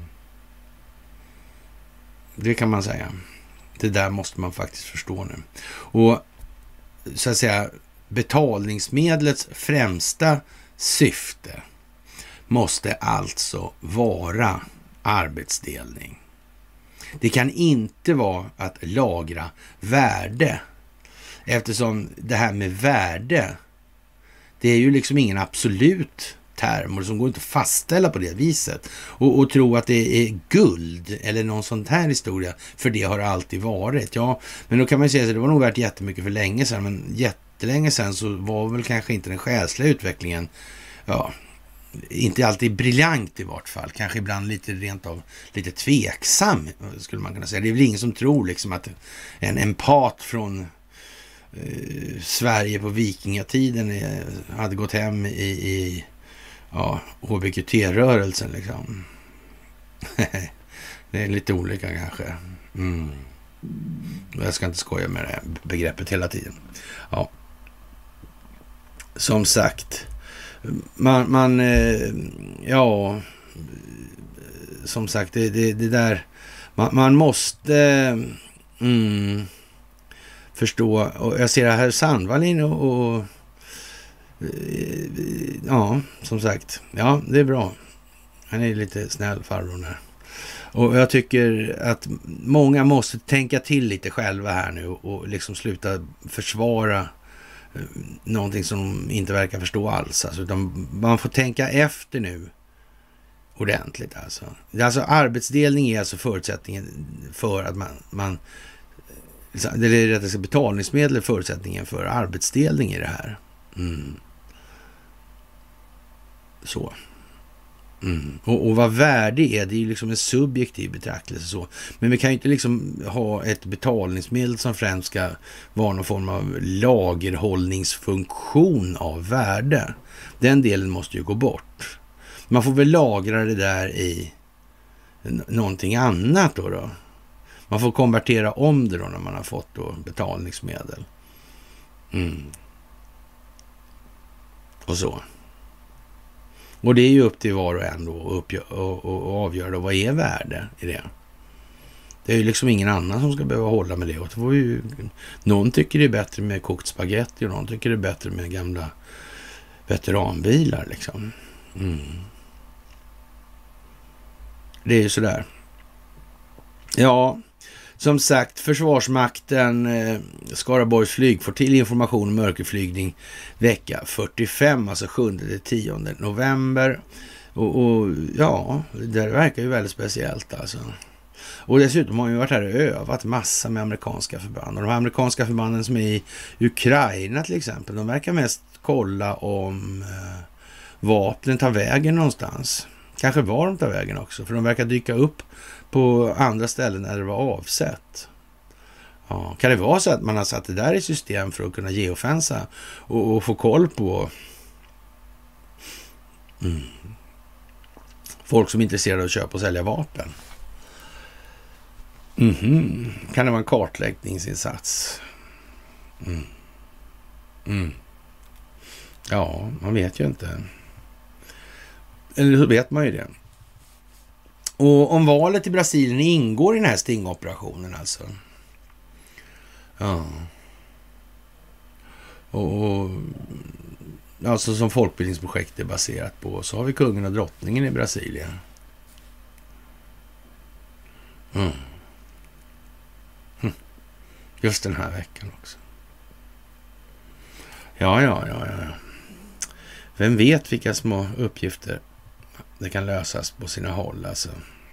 Det kan man säga. Det där måste man faktiskt förstå nu. Och så att säga, betalningsmedlets främsta syfte måste alltså vara arbetsdelning. Det kan inte vara att lagra värde. Eftersom det här med värde, det är ju liksom ingen absolut term som går inte att fastställa på det viset. Och, och tro att det är guld eller någon sån här historia, för det har det alltid varit. Ja, men då kan man ju säga att det var nog värt jättemycket för länge sedan, men jättelänge sedan så var väl kanske inte den själsliga utvecklingen, ja, inte alltid briljant i vart fall. Kanske ibland lite rent av lite tveksam skulle man kunna säga. Det är väl ingen som tror liksom att en empat från eh, Sverige på vikingatiden eh, hade gått hem i, i ja, H B Q T-rörelsen liksom. Det är lite olika kanske. Mm. Jag ska inte skoja med det begreppet hela tiden. Ja. Som sagt, man, man eh, ja, som sagt, det, det, det där, man, man måste mm, förstå, och jag ser det här Sandvallin och, och ja, som sagt, ja, det är bra. Han är lite snäll farbror där. Och jag tycker att många måste tänka till lite själva här nu och liksom sluta försvara någonting som de inte verkar förstå alls. Alltså, utan man får tänka efter nu ordentligt. Alltså, alltså arbetsdelning är alltså förutsättningen för att man, man det är rätt att betalningsmedel är förutsättningen för arbetsdelning i det här. Mm. Så. Mm. Och, och vad värde är, det är ju liksom en subjektiv betraktelse så. Men vi kan ju inte liksom ha ett betalningsmedel som främst ska vara någon form av lagerhållningsfunktion av värde. Den delen måste ju gå bort. Man får väl lagra det där i n- någonting annat då, då. Man får konvertera om det då när man har fått då betalningsmedel. Mm. Och så. Och det är ju upp till var och en då att och, och, och avgöra då, vad är värde i det. Det är ju liksom ingen annan som ska behöva hålla med det. Och det får ju, någon tycker det är bättre med kokt spaghetti och någon tycker det är bättre med gamla veteranbilar liksom. Mm. Det är ju sådär. Ja, som sagt, Försvarsmakten, eh, Skaraborgs flygflottilj, information om mörkerflygning vecka fyrtiofem, alltså sjunde till tionde november. Och, och ja, det verkar ju väldigt speciellt alltså. Och dessutom har vi varit här och övat massa med amerikanska förband. Och de här amerikanska förbanden som är i Ukraina till exempel, de verkar mest kolla om eh, vapnen tar vägen någonstans. Kanske var de tar vägen också, för de verkar dyka upp på andra ställen där det var avsett. Ja, kan det vara så att man har satt det där i system för att kunna geofensa och, och få koll på mm, folk som är intresserade av att köpa och sälja vapen? Mm-hmm. Kan det vara en kartläggningsinsats? Mm. Mm. Ja, man vet ju inte. Eller så vet man ju det. Och om valet i Brasilien ingår i den här stingoperationen alltså. Ja. Och, och alltså som folkbildningsprojekt är baserat på, så har vi kungen och drottningen i Brasilien. Mm. Hm. Just den här veckan också. Ja, ja, ja, ja. Vem vet vilka små uppgifter det kan lösas på sina håll alltså.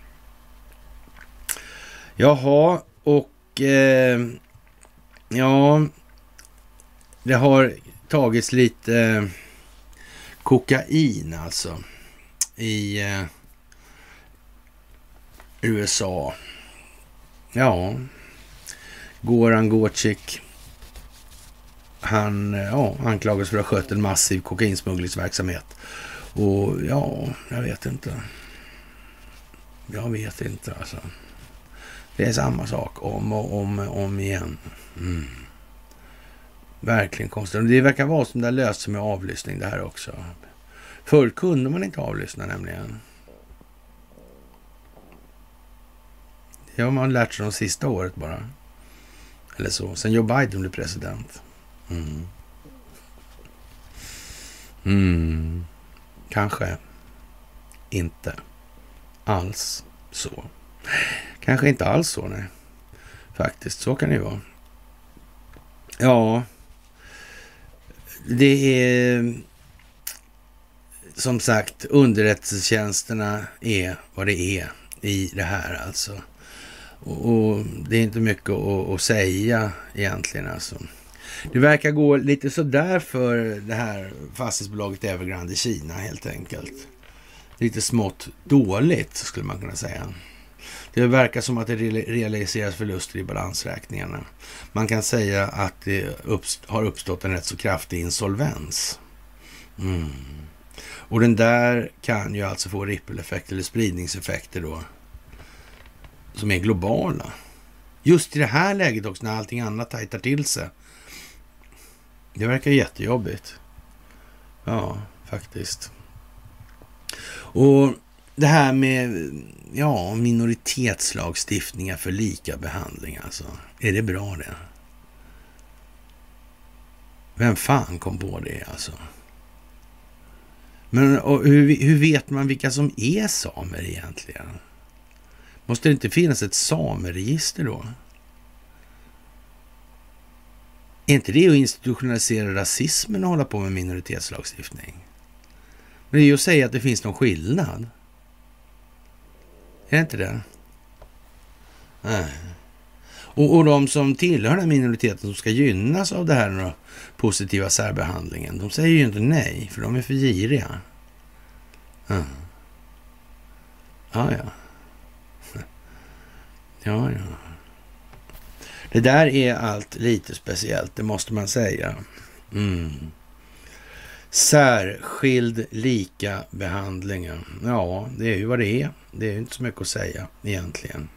Jaha, och eh, ja, det har tagits lite eh, kokain alltså i eh, U S A. Ja, Goran Gårdzik, han ja, anklagas för att ha skött en massiv kokainsmugglingsverksamhet. Och ja, jag vet inte. Jag vet inte alltså. Det är samma sak om och om och om igen. Mm. Verkligen konstigt. Det verkar vara som det löst sig med avlyssning det här också. Förr kunde man inte avlyssna nämligen. Det har man lärt sig de sista året bara. Eller så. Sen Joe Biden blev president. Mm. Mm. Kanske inte alls så. Kanske inte alls så, nej. Faktiskt, så kan det ju vara. Ja, det är som sagt, underrättelsetjänsterna är vad det är i det här alltså. Och, och det är inte mycket att, att säga egentligen alltså. Det verkar gå lite sådär för det här fastighetsbolaget Evergrande i Kina helt enkelt. Lite smått dåligt skulle man kunna säga. Det verkar som att det realiseras förluster i balansräkningarna. Man kan säga att det uppst- har uppstått en rätt så kraftig insolvens. Mm. Och den där kan ju alltså få rippeleffekter eller spridningseffekter då, som är globala. Just i det här läget också, när allting annat tajtar till sig. Det verkar jättejobbigt. Ja, faktiskt. Och det här med ja, minoritetslagstiftningar för lika behandling, alltså. Är det bra det? Vem fan kom på det, alltså? Men och hur, hur vet man vilka som är samer egentligen? Måste det inte finnas ett sameregister då? Är inte det att institutionalisera rasismen och hålla på med minoritetslagstiftning? Men det är ju att säga att det finns någon skillnad. Är det inte det? Nej. Och, och de som tillhör den minoriteten som ska gynnas av det här den positiva särbehandlingen, de säger ju inte nej, för de är för giriga. Mm. Ja, ja. Ja, ja. Det där är allt lite speciellt, det måste man säga. Mm. Särskild lika behandlingen. Ja, det är ju vad det är. Det är ju inte så mycket att säga egentligen.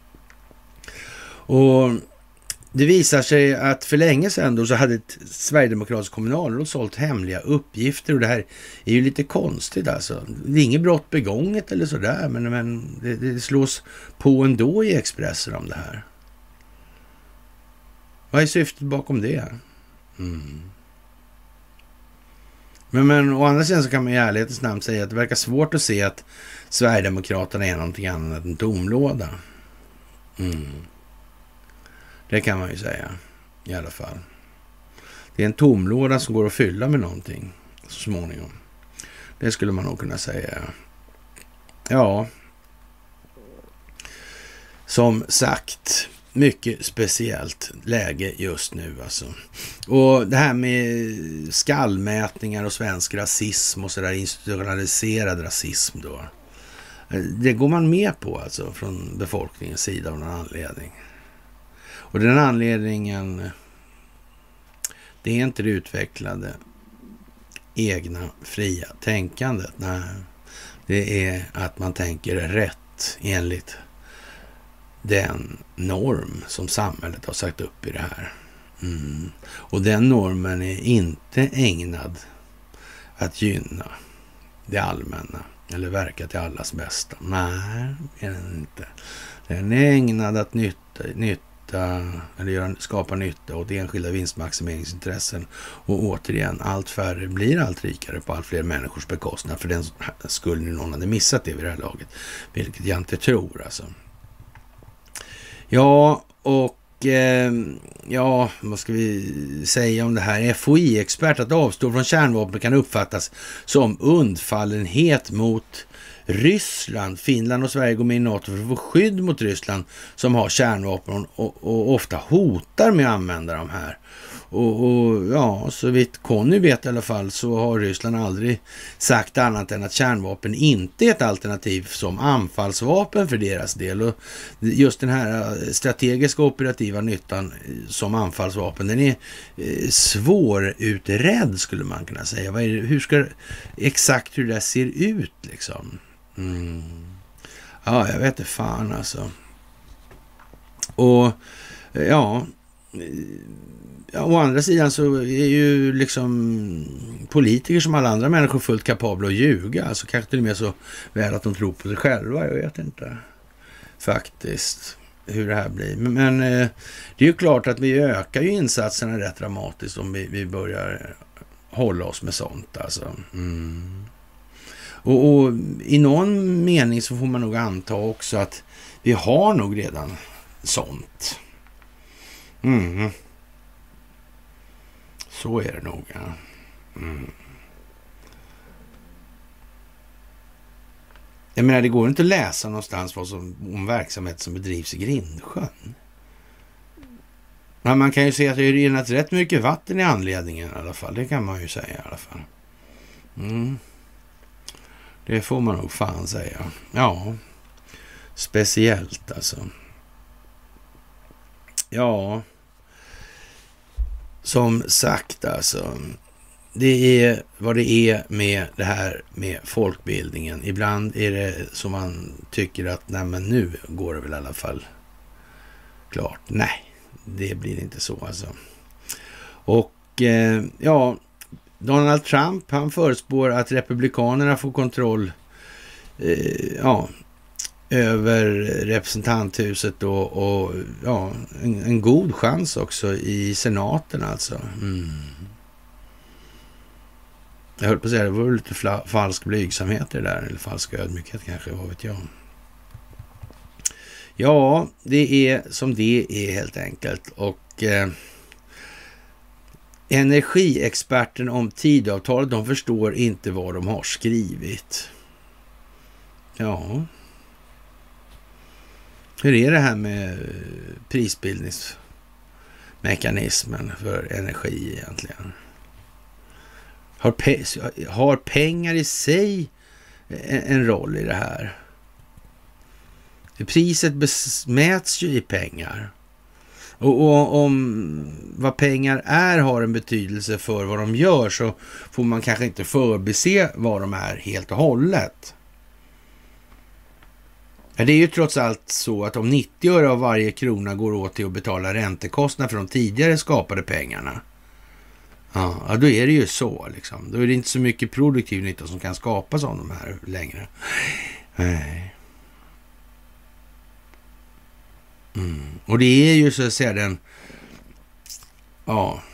Och det visar sig att för länge sedan då så hade ett sverigedemokratiskt kommunalråd sålt hemliga uppgifter, och det här är ju lite konstigt alltså. Det är inget brott begånget eller sådär, men, men det, det slås på ändå i Expressen om det här. Vad är syftet bakom det? Mm. Men, men å andra sidan så kan man i ärlighetens namn säga att det verkar svårt att se att Sverigedemokraterna är någonting annat än en tomlåda. Mm. Det kan man ju säga i alla fall. Det är en tomlåda som går att fylla med någonting så småningom. Det skulle man nog kunna säga. Ja. Som sagt, mycket speciellt läge just nu alltså. Och det här med skallmätningar och svensk rasism och sådär, institutionaliserad rasism då. Det går man med på alltså från befolkningens sida av någon anledning. Och den anledningen, det är inte det utvecklade egna fria tänkandet. Nej, det är att man tänker rätt enligt den norm som samhället har sagt upp i det här. Mm. Och den normen är inte ägnad att gynna det allmänna eller verka till allas bästa. Nej, det är den inte. Den är ägnad att nytta, nytta eller göra, skapa nytta åt enskilda vinstmaximeringsintressen, och återigen, allt färre blir allt rikare på allt fler människors bekostnad, för den skulle nu någon hade missat det vid det här laget, vilket jag inte tror alltså. Ja, och eh, ja, vad ska vi säga om det här? F O I-expert att avstå från kärnvapen kan uppfattas som undfallenhet mot Ryssland. Finland och Sverige går med i NATO för att få skydd mot Ryssland som har kärnvapen och, och ofta hotar med att använda de här. Och, och ja, så vitt Conny vet i alla fall så har Ryssland aldrig sagt annat än att kärnvapen inte är ett alternativ som anfallsvapen för deras del. Och just den här strategiska operativa nyttan som anfallsvapen, den är svårutredd skulle man kunna säga. Vad är det, hur ska exakt hur det där ser ut liksom? Mm. Ja, jag vet inte fan alltså. Och ja, ja, å andra sidan så är ju liksom politiker som alla andra människor fullt kapabla att ljuga. Alltså kanske till och med så väl att de tror på sig själva. Jag vet inte faktiskt hur det här blir. Men, men eh, det är ju klart att vi ökar ju insatserna rätt dramatiskt om vi, vi börjar hålla oss med sånt. Alltså. Mm. Och, och i någon mening så får man nog anta också att vi har nog redan sånt. Mm. Så är det nog, ja. Mm. Jag menar, det går inte att läsa någonstans vad som, om verksamhet som bedrivs i Grindsjön. Men man kan ju se att det är renat rätt mycket vatten i anledningen i alla fall. Det kan man ju säga i alla fall. Mm. Det får man nog fan säga. Ja, speciellt alltså. Ja, som sagt alltså, det är vad det är med det här med folkbildningen. Ibland är det som man tycker att nej, men nu går det väl i alla fall klart. Nej, det blir inte så alltså. Och eh, ja, Donald Trump, han förespår att republikanerna får kontroll eh, ja, över representanthuset då, och ja, en, en god chans också i senaten alltså. Mm. Jag höll på att säga, det var lite fla, falsk blygsamhet i det där, eller falsk ödmjukhet kanske, vad vet jag. Ja, det är som det är helt enkelt. Och eh, energiexperten om tidavtalet, de förstår inte vad de har skrivit. Ja. Hur är det här med prisbildningsmekanismen för energi egentligen? Har, pe- har pengar i sig en, en roll i det här? Priset mäts ju i pengar. Och, och om vad pengar är har en betydelse för vad de gör, så får man kanske inte förbise vad de är helt och hållet. Det är ju trots allt så att om nittio öre av varje krona går åt till att betala räntekostnader för de tidigare skapade pengarna, ja, då är det ju så liksom. Då är det inte så mycket produktiv nytta som kan skapas av de här längre. Nej. Mm. Och det är ju så att säga den ja,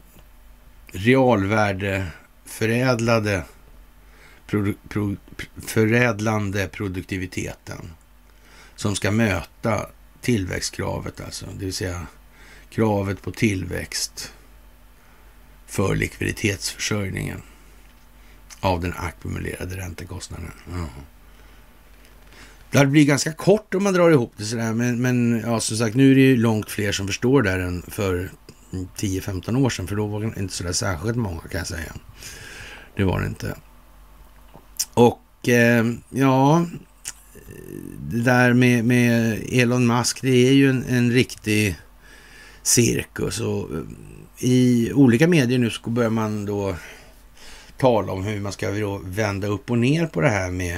realvärdeförädlade produ, pro, förädlande produktiviteten som ska möta tillväxtkravet, alltså, det vill säga kravet på tillväxt för likviditetsförsörjningen av den ackumulerade räntekostnaden. Ja. Det blir ganska kort om man drar ihop det sådär, men, men ja, som sagt, nu är det ju långt fler som förstår det än för tio femton år sedan, för då var det inte sådär särskilt många, kan jag säga. Det var det inte. Och eh, ja, det där med, med Elon Musk, det är ju en, en riktig cirkus, och i olika medier nu så börjar man då tala om hur man ska då vända upp och ner på det här med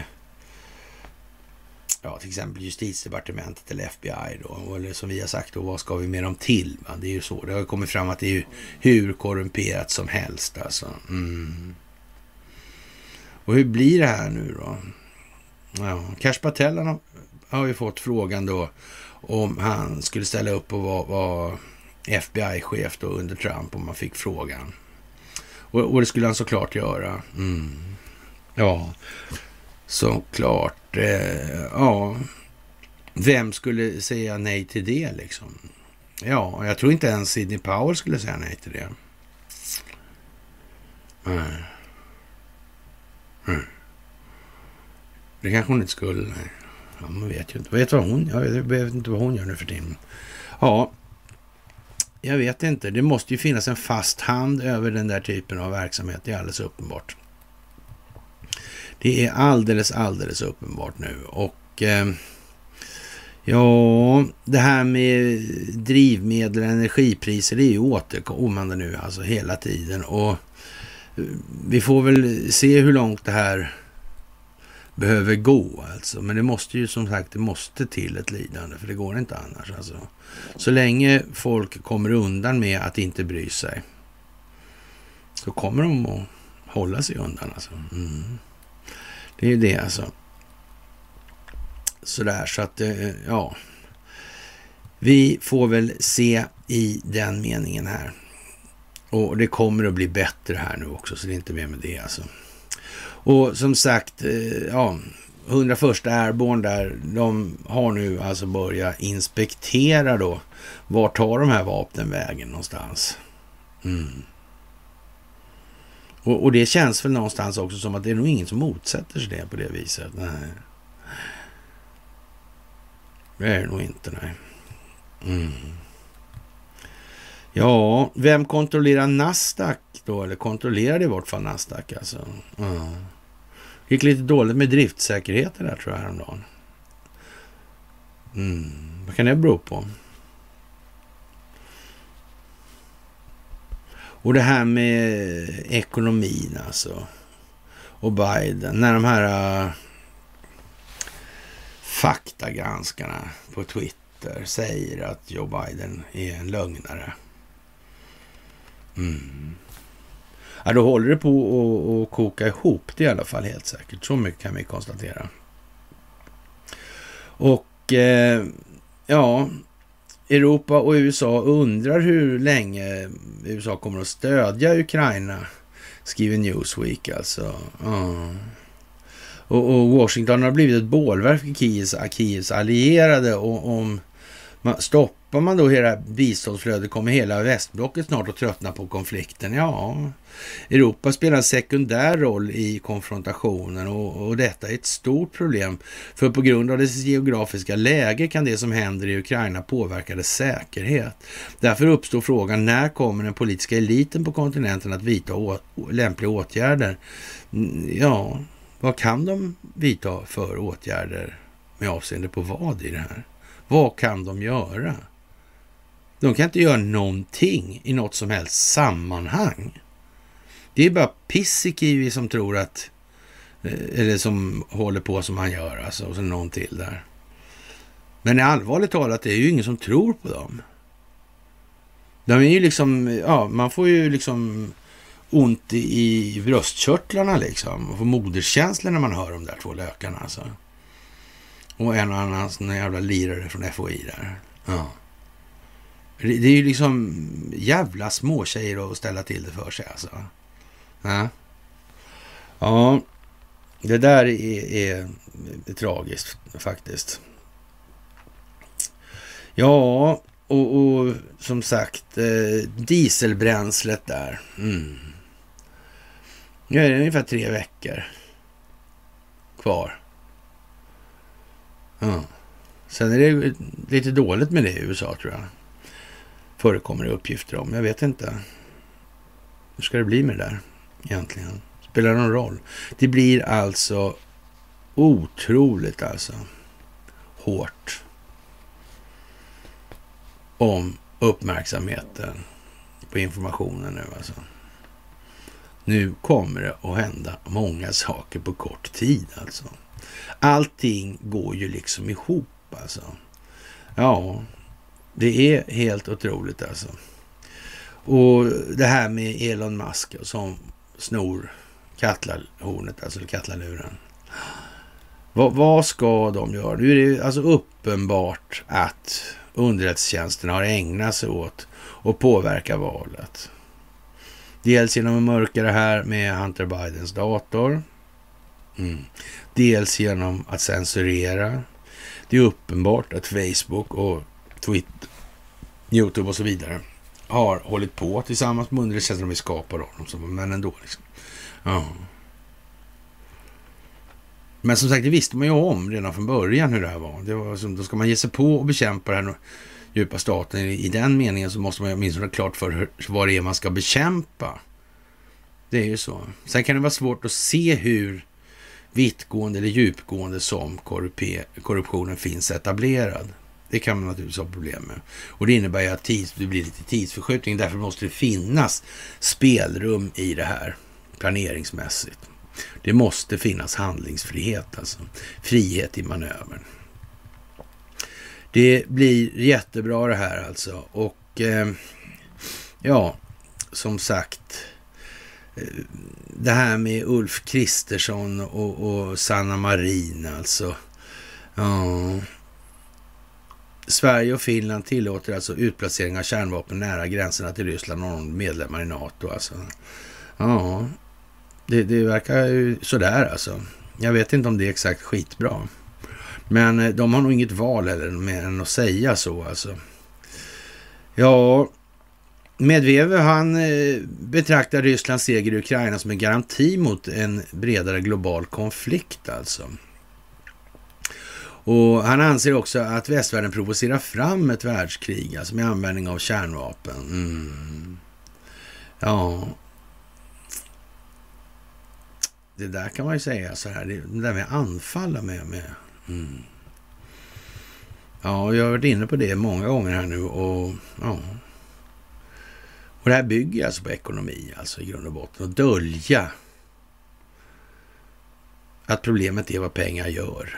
ja, till exempel justitiedepartementet eller F B I då, eller som vi har sagt då, vad ska vi med dem till? Va? Det är ju så, det har kommit fram att det är ju hur korrumperat som helst alltså. Mm. Och hur blir det här nu då? Ja, Kash Patel har, har ju fått frågan då om han skulle ställa upp och vara, vara F B I-chef då under Trump, om man fick frågan. Och, och det skulle han såklart göra. Mm. Ja, såklart. Eh, ja, vem skulle säga nej till det liksom? Ja, jag tror inte ens Sidney Powell skulle säga nej till det. Nej. Mm. Det kanske hon inte skulle. Nej. Ja, man vet ju inte. Vet vad hon, jag vet, jag vet inte vad hon gör nu för tiden. Ja, jag vet inte. Det måste ju finnas en fast hand över den där typen av verksamhet. Det är alldeles uppenbart. Det är alldeles, alldeles uppenbart nu. Och eh, ja, det här med drivmedel och energipriser, det är ju återkommande nu alltså hela tiden. Och vi får väl se hur långt det här behöver gå alltså. Men det måste ju som sagt, det måste till ett lidande, för det går inte annars alltså. Så länge folk kommer undan med att inte bry sig, så kommer de att hålla sig undan alltså. Mm. Det är ju det alltså. Sådär, så att ja, vi får väl se i den meningen här. Och det kommer att bli bättre här nu också, så det är inte mer med det alltså. Och som sagt, ja, hundraförsta Airborne där, de har nu alltså börjat inspektera då, var tar de här vapnen vägen någonstans. Mm. Och, och det känns väl någonstans också som att det är nog ingen som motsätter sig det på det viset. Nej. Det är det nog inte, nej. Mm. Ja, vem kontrollerar Nasdaq då? Eller kontrollerade i vart fall Nasdaq alltså. Mm. Gick lite dåligt med driftsäkerheten där tror jag häromdagen. Mm. Vad kan det bero på? Och det här med ekonomin alltså. Och Biden. När de här uh, faktagranskarna på Twitter säger att Joe Biden är en lögnare. Mm. Ja, då håller det på att koka ihop det i alla fall helt säkert. Så mycket kan vi konstatera. Och eh, ja, Europa och U S A undrar hur länge U S A kommer att stödja Ukraina, skriver Newsweek alltså. Ja. Och, och Washington har blivit ett bålverk för Kievs, Kievs allierade, och om man, stoppar man då hela biståndsflödet kommer hela västblocket snart att tröttna på konflikten. Ja, Europa spelar en sekundär roll i konfrontationen, och, och detta är ett stort problem, för på grund av dess geografiska läge kan det som händer i Ukraina påverka dess säkerhet. Därför uppstår frågan, när kommer den politiska eliten på kontinenten att vidta å, lämpliga åtgärder? Ja, vad kan de vidta för åtgärder med avseende på vad i det här? Vad kan de göra? De kan inte göra någonting i något som helst sammanhang. Det är bara piss i Kiwi som tror att, eller som håller på som han gör, alltså, och så någon till där. Men allvarligt talat, det är ju ingen som tror på dem. De är ju liksom, ja, man får ju liksom ont i, i bröstkörtlarna liksom, och får moderskänsla när man hör de där två lökarna alltså. Och en och annan sån jävla lirare från F O I där. Ja. Det, det är ju liksom jävla små tjejer att ställa till det för sig alltså. Ja. Ja. Det där är, är, är tragiskt faktiskt. Ja, och, och som sagt, eh, dieselbränslet där. Mm. Nu är det ungefär tre veckor kvar. Ja. Sen är det lite dåligt med det i U S A, tror jag. Förekommer det uppgifter om. Jag vet inte. Hur ska det bli med det där egentligen? Spelar det någon roll? Det blir alltså otroligt alltså hårt om uppmärksamheten på informationen nu alltså. Nu kommer det att hända många saker på kort tid alltså. Allting går ju liksom ihop alltså. Ja, det är helt otroligt alltså. Och det här med Elon Musk som snor kattlarhornet, alltså kattlaluren. Vad, vad ska de göra? Nu är det alltså uppenbart att underrättelsetjänsterna har ägnat sig åt att påverka valet. Dels genom att mörka det här med Hunter Bidens dator. Mm. Dels genom att censurera. Det är uppenbart att Facebook och Twitter, YouTube och så vidare har hållit på tillsammans med underrättelsetjänsterna vi skapar dem. Men ändå liksom. Ja. Men som sagt, det visste man ju om redan från början hur det här var. Det var som, då ska man ge sig på och bekämpa den här djupa staten. I den meningen så måste man ju åtminstone ha klart för hur, vad det är man ska bekämpa. Det är ju så. Sen kan det vara svårt att se hur vittgående eller djupgående som korruptionen finns etablerad. Det kan man naturligtvis ha problem med. Och det innebär ju att tids, det blir lite tidsförskjutning. Därför måste det finnas spelrum i det här planeringsmässigt. Det måste finnas handlingsfrihet, alltså frihet i manövern. Det blir jättebra det här alltså. Och eh, ja, som sagt, eh, det här med Ulf Kristersson och, och Sanna Marin alltså. Ja. Sverige och Finland tillåter alltså utplacering av kärnvapen nära gränserna till Ryssland och någon medlemmar i NATO alltså. Ja, det, det verkar ju sådär alltså. Jag vet inte om det är exakt skitbra. Men de har nog inget val eller mer än att säga så alltså. Ja, Medvedev han eh, betraktar Rysslands seger i Ukraina som en garanti mot en bredare global konflikt alltså. Och han anser också att västvärlden provocerar fram ett världskrig alltså med användning av kärnvapen. Mm. Ja. Det där kan man ju säga så här. Det där med anfalla med. med. Mm. Ja, jag har varit inne på det många gånger här nu och ja. Och det här bygger alltså på ekonomi, alltså i grund och botten. Och dölja att problemet är vad pengar gör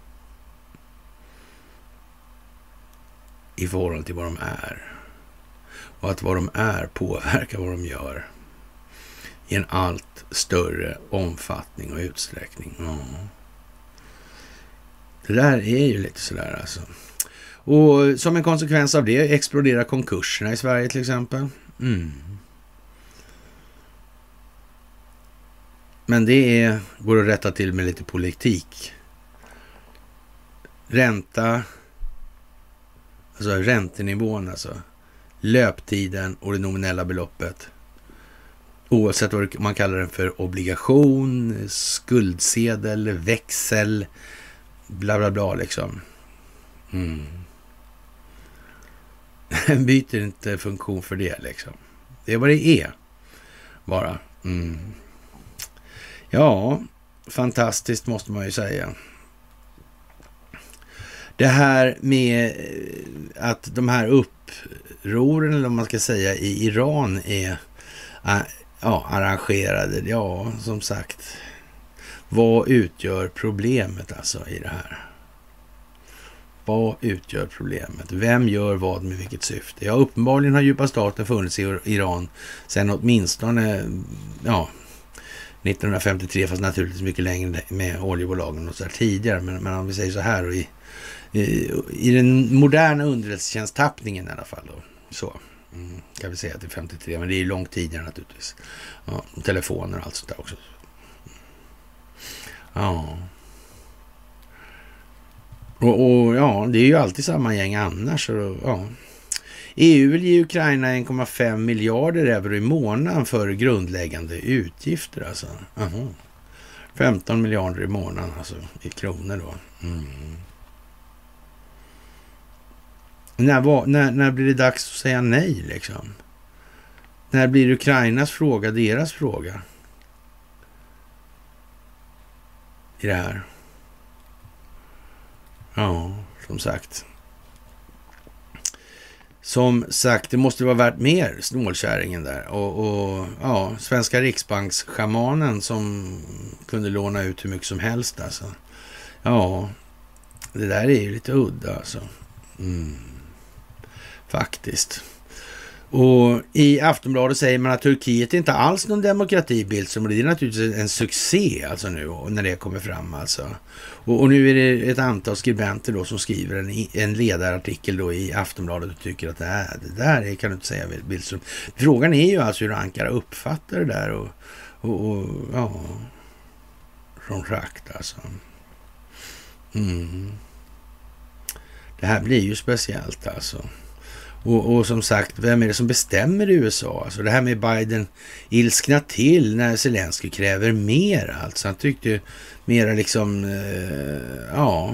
i förhållande till vad de är. Och att vad de är påverkar vad de gör i en allt större omfattning och utsträckning. Ja. Det där är ju lite sådär alltså. Och som en konsekvens av det exploderar konkurserna i Sverige till exempel. Mm. Men det är, går att rätta till med lite politik. Ränta, alltså räntenivån alltså, löptiden och det nominella beloppet. Oavsett vad man kallar den för, obligation, skuldsedel, växel, bla bla bla liksom. Mm. Byter inte funktion för det liksom. Det är vad det är. Bara. Mm. Ja, fantastiskt måste man ju säga. Det här med att de här upproren, eller vad man ska säga, i Iran är ja, arrangerade. Ja, som sagt. Vad utgör problemet alltså i det här? Vad utgör problemet? Vem gör vad med vilket syfte? Ja, uppenbarligen har djupa staten funnits i Iran sedan åtminstone ja, nittonhundrafemtiotre, fast naturligtvis mycket längre med oljebolagen och så där tidigare. Men, men om vi säger så här, och i, i, i den moderna underrättelsetjänsttappningen i alla fall då, så mm, kan vi säga till femtiotre, men det är ju långt tidigare naturligtvis. Ja, telefoner och allt sånt där också. Ja. Och, och ja, det är ju alltid samma gäng annars. Och, ja. E U vill ge Ukraina en komma fem miljarder euro i månaden för grundläggande utgifter. Alltså. Aha. femton miljarder i månaden alltså, i kronor då. Mm. När, när, när blir det dags att säga nej liksom? När blir Ukrainas fråga deras fråga? I det här. Ja, som sagt. Som sagt, det måste vara värt mer, snålkärringen där. Och, och ja, svenska riksbanksschamanen som kunde låna ut hur mycket som helst alltså. Ja, det där är ju lite udda alltså. Mm. Faktiskt. Och i Aftonbladet säger man att Turkiet är inte alls någon demokratibild, som det är naturligtvis en succé alltså nu när det kommer fram alltså. Och, och nu är det ett antal skribenter då som skriver en, en ledarartikel då i Aftonbladet och tycker att det, här, det där är, kan du inte säga Billström. Frågan är ju alltså hur Ankara uppfattar det där och, och, och ja, från schakt alltså. Mm. Det här blir ju speciellt alltså. Och, och som sagt, vem är det som bestämmer i U S A? Alltså det här med Biden ilskna till när Zelensky kräver mer. Alltså han tyckte ju mera liksom, eh, ja,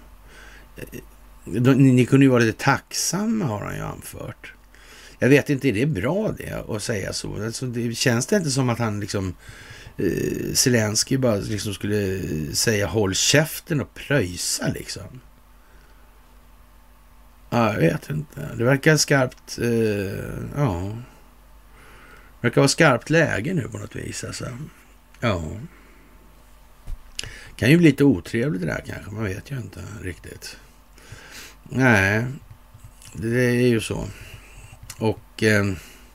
ni, ni kunde ju vara lite tacksamma har han ju anfört. Jag vet inte, är det bra det att säga så? Alltså, det känns det inte som att han liksom, eh, Zelensky bara liksom skulle säga håll käften och pröjsa liksom? Ja, jag vet inte. Det verkar skarpt, eh, ja. Det verkar vara skarpt läge nu på något vis. Alltså. Ja. Kan ju bli lite otrevligt det där kanske. Man vet ju inte riktigt. Nej, det är ju så. Och eh,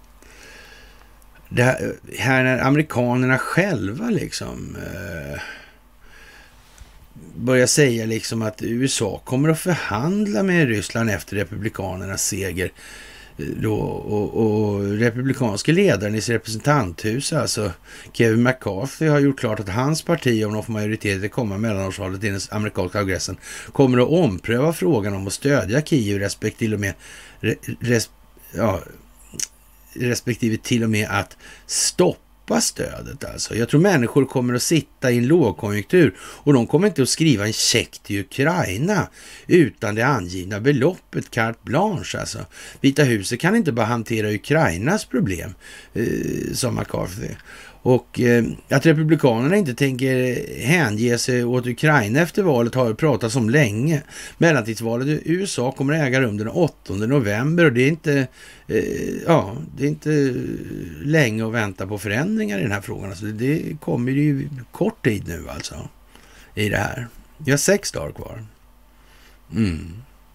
det här, här när amerikanerna själva liksom... Eh, börja säga liksom att U S A kommer att förhandla med Ryssland efter republikanernas seger då, och, och republikanska ledaren i sitt representanthus, alltså Kevin McCarthy, har gjort klart att hans parti, om de får majoritet i kommande mellanårsvalet i den amerikanska kongressen, kommer att ompröva frågan om att stödja Kiev respektive till och med res, ja, respektive till och med att stoppa stödet alltså. Jag tror människor kommer att sitta i en lågkonjunktur och de kommer inte att skriva en check till Ukraina utan det angivna beloppet, carte blanche alltså. Vita huset kan inte bara hantera Ukrainas problem eh, som McCarthy. Och eh, att republikanerna inte tänker hänge sig åt Ukraina efter valet har pratats om länge. Mellantidsvalet i U S A kommer att äga rum den åttonde november och det är inte, eh, ja, det är inte länge att vänta på förändringar i den här frågan. Alltså det kommer ju kort tid nu alltså i det här. Vi har sex dagar kvar. Mm.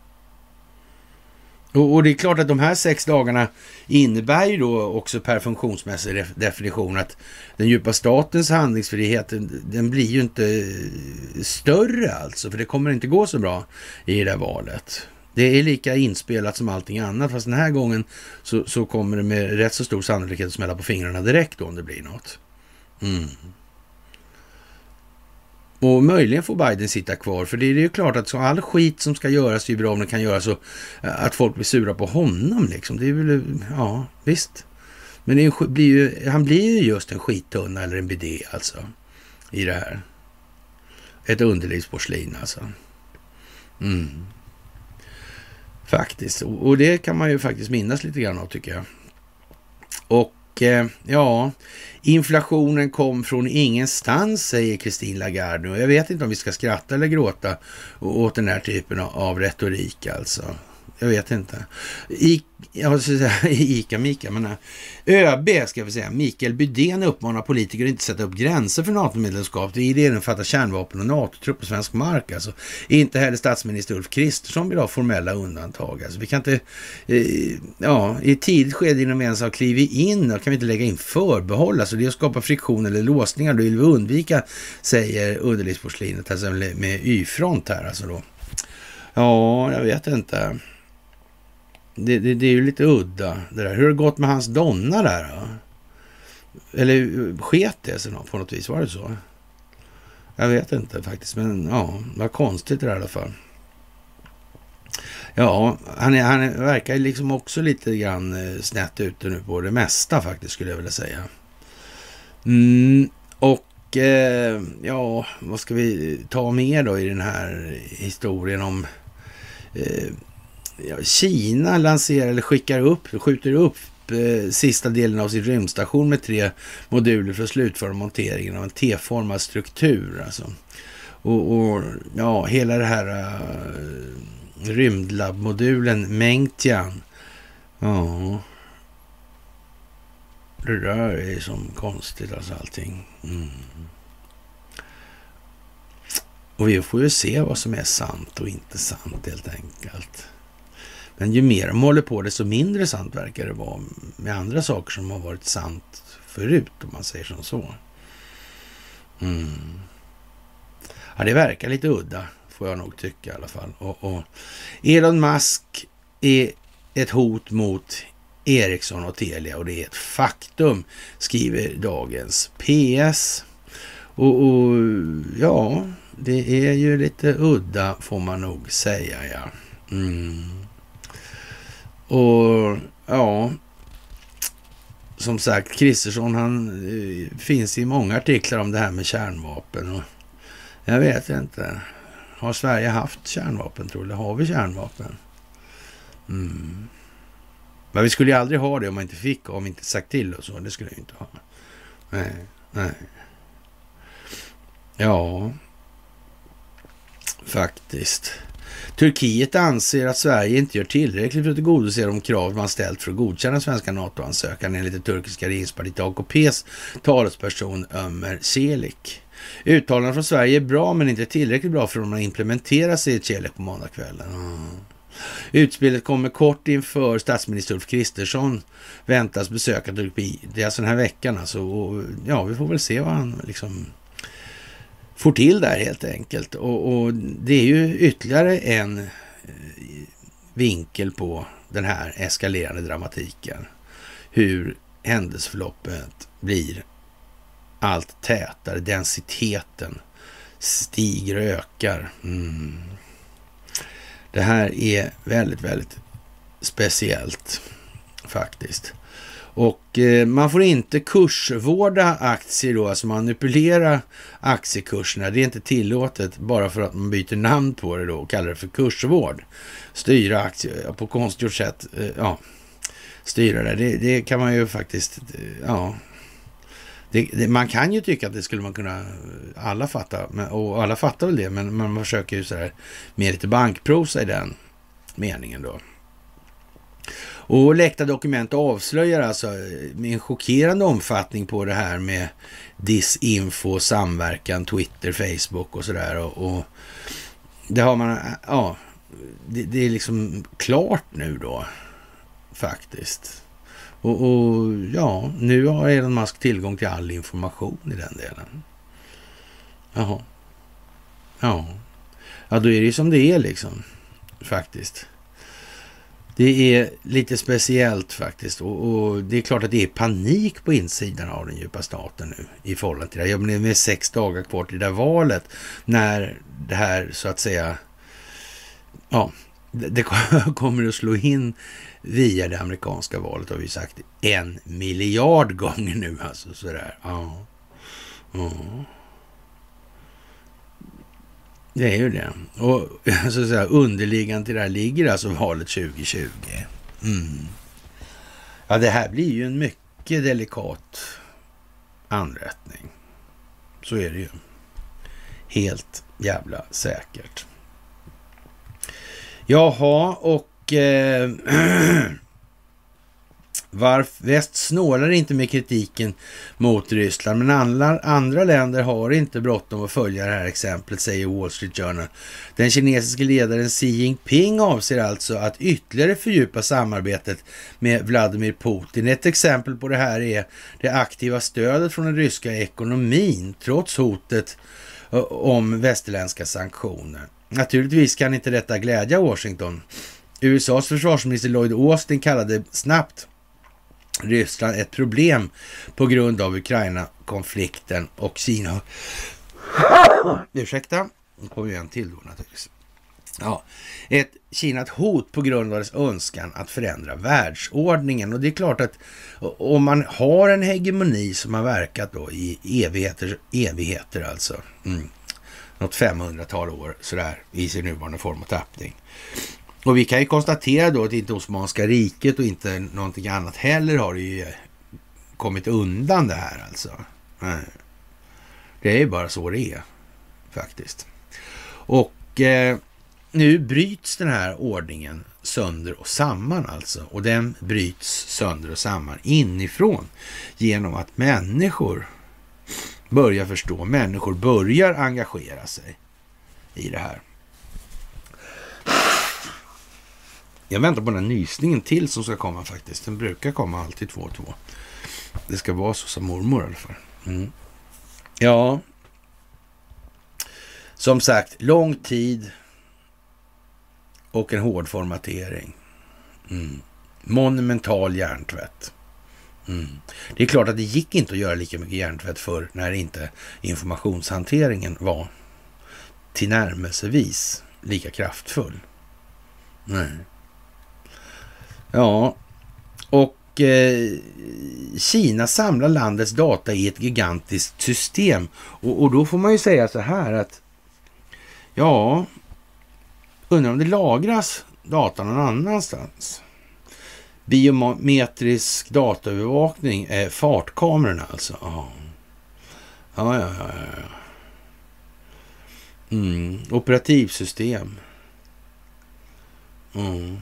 Och, och det är klart att de här sex dagarna innebär ju då också per funktionsmässig definition att den djupa statens handlingsfrihet, den, den blir ju inte större alltså, för det kommer inte gå så bra i det där valet. Det är lika inspelat som allting annat, fast den här gången så, så kommer det med rätt så stor sannolikhet att smälla på fingrarna direkt då, om det blir något. Mm. Och möjligen får Biden sitta kvar, för det är ju klart att så all skit som ska göras är bra om det kan göra så att folk blir sura på honom liksom. Det är väl, ja visst. Men det är en, blir ju, han blir ju just en skittunna eller en bidé alltså i det här. Ett underlivsporslin alltså. Mm. Faktiskt. Och, och det kan man ju faktiskt minnas lite grann av tycker jag. Och eh, ja, inflationen kom från ingenstans, säger Christine Lagarde. Och jag vet inte om vi ska skratta eller gråta åt den här typen av retorik alltså. Jag vet inte. I, jag ska säga, Ica Mika, men ÖB ska vi säga, Mikael Bydén uppmanar politiker att inte sätta upp gränser för NATO-medlemskap. Det är idén att fatta kärnvapen och NATO-trupp på svensk mark. Alltså. Inte heller statsminister Ulf Kristersson vill ha formella undantag. Alltså, vi kan inte, eh, ja, i ett tidigt skede innan vi ens har klivit in och kan vi inte lägga in förbehåll. Alltså, det är att skapa friktion eller låsningar. Då vill vi undvika, säger underlivsporslinet alltså, med Y-front här. Alltså då. Ja, jag vet inte. Det, det, det är ju lite udda det där. Hur har det gått med hans donna där då? Eller sket det sig på något vis? Var det så? Jag vet inte faktiskt. Men ja, vad konstigt det där i alla fall. Ja, han, är, han är, verkar liksom också lite grann snett ute nu på det mesta faktiskt skulle jag vilja säga. Mm, och eh, ja, vad ska vi ta med då i den här historien om... Eh, Ja, Kina lanserar eller skickar upp, skjuter upp eh, sista delen av sin rymdstation med tre moduler för att slutföra monteringen av en T-formad struktur. Alltså. Och, och ja, hela det här eh, rymdlabbmodulen Mengtian. Ja, det där är som konstigt alltså allting. Mm. Och vi får ju se vad som är sant och inte sant helt enkelt. Men ju mer de håller på det så mindre sant verkar det vara med andra saker som har varit sant förut om man säger som så. Mm. Ja, det verkar lite udda får jag nog tycka i alla fall. Och, och Elon Musk är ett hot mot Ericsson och Telia och det är ett faktum, skriver dagens P S. Och, och ja, det är ju lite udda får man nog säga, ja. Mm. Och ja, som sagt, Kristersson han eh, finns i många artiklar om det här med kärnvapen och jag vet inte, har Sverige haft kärnvapen tror jag? Har vi kärnvapen? Mm. Men vi skulle ju aldrig ha det om man inte fick, om vi inte sagt till och så, det skulle vi inte ha. Nej, nej. Ja, faktiskt. Turkiet anser att Sverige inte gör tillräckligt för att tillgodose de krav man ställt för att godkänna svenska NATO-ansökan enligt det turkiska regeringspartiet A K P:s talesperson Ömer Çelik. Uttalanden från Sverige är bra men inte tillräckligt bra för att man implementerar sig i Çelik på måndagskvällen. Mm. Utspelet kommer kort inför statsminister Ulf Kristersson väntas besöka Turkiet. Det är alltså den här veckan alltså, och ja, vi får väl se vad han liksom får till där helt enkelt. Och, och det är ju ytterligare en eh, vinkel på den här eskalerande dramatiken. Hur händelseförloppet blir allt tätare. Densiteten stiger och ökar. Mm. Det här är väldigt, väldigt speciellt faktiskt. Och eh, man får inte kursvårda aktier då, alltså manipulera aktiekurserna. Det är inte tillåtet bara för att man byter namn på det då och kallar det för kursvård. Styra aktier på konstgjort sätt, eh, ja, styra det. det. Det kan man ju faktiskt, eh, ja, det, det, man kan ju tycka att det skulle man kunna alla fatta, men, och alla fattar väl det, men man försöker ju så här med lite bankprosa i den meningen då. Och läckta dokument avslöjar alltså med en chockerande omfattning på det här med disinfo, samverkan, Twitter, Facebook och sådär. Och, och det har man, ja, det, det är liksom klart nu då faktiskt. Och, och ja, nu har Elon Musk tillgång till all information i den delen. Jaha. Ja. Ja, då är det ju som det är liksom faktiskt. Det är lite speciellt faktiskt och, och det är klart att det är panik på insidan av den djupa staten nu i förhållande till det. Jag menar med sex dagar kvar till det där valet när det här så att säga, ja, det, det kommer att slå in via det amerikanska valet har vi sagt en miljard gånger nu alltså sådär. Ja. Ja. Det är ju det. Och så att säga, underliggande till det här ligger alltså valet tjugo tjugo. Mm. Ja, det här blir ju en mycket delikat anrättning. Så är det ju. Helt jävla säkert. Jaha, och eh, varför väst snålar inte med kritiken mot Ryssland, men andra, andra länder har inte bråttom att följa det här exemplet, säger Wall Street Journal. Den kinesiska ledaren Xi Jinping avser alltså att ytterligare fördjupa samarbetet med Vladimir Putin. Ett exempel på det här är det aktiva stödet från den ryska ekonomin trots hotet om västerländska sanktioner. Naturligtvis kan inte detta glädja Washington. U S A:s försvarsminister Lloyd Austin kallade snabbt Ryssland ett problem på grund av Ukraina-konflikten och Kina. Ursäkta, nu kommer vi en till då naturligtvis. Ja, ett Kina ett hot på grund av dess önskan att förändra världsordningen. Och det är klart att om man har en hegemoni som har verkat då i evigheter, evigheter alltså, mm, något femhundratal år sådär i sin nuvarande form och tappning. Och vi kan ju konstatera då att inte Osmanska riket och inte någonting annat heller har ju kommit undan det här alltså. Nej. Det är ju bara så det är faktiskt. Och eh, nu bryts den här ordningen sönder och samman alltså. Och den bryts sönder och samman inifrån genom att människor börjar förstå, människor börjar engagera sig i det här. Jag väntar på den här nysningen till som ska komma faktiskt. Den brukar komma alltid två och två. Det ska vara så som mormor i alla fall. Mm. Ja. Som sagt, lång tid och en hård formatering. Mm. Monumental hjärntvätt. Mm. Det är klart att det gick inte att göra lika mycket hjärntvätt för när inte informationshanteringen var tillnärmelsevis lika kraftfull. Nej. Ja, och eh, Kina samlar landets data i ett gigantiskt system. Och, och då får man ju säga så här att ja, undrar om det lagras data någon annanstans. Biometrisk dataövervakning är fartkamerorna alltså. Ja, ja, ja, ja. ja. Mm. Operativsystem. Mm.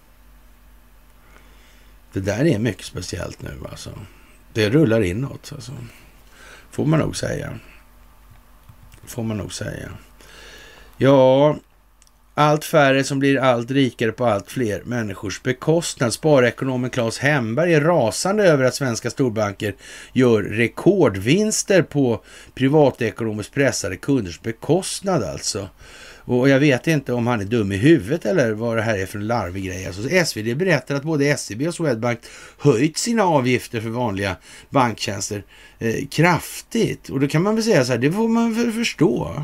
Det där är mycket speciellt nu alltså. Det rullar inåt alltså. Får man nog säga. Får man nog säga. Ja, allt färre som blir allt rikare på allt fler människors bekostnad. Sparekonomen Claes Hemberg är rasande över att svenska storbanker gör rekordvinster på privatekonomiskt pressade kunders bekostnad alltså. Och jag vet inte om han är dum i huvudet eller vad det här är för en larvig grej. Alltså S V D berättar att både S E B och Swedbank höjt sina avgifter för vanliga banktjänster eh, kraftigt. Och då kan man väl säga så här, det får man väl förstå.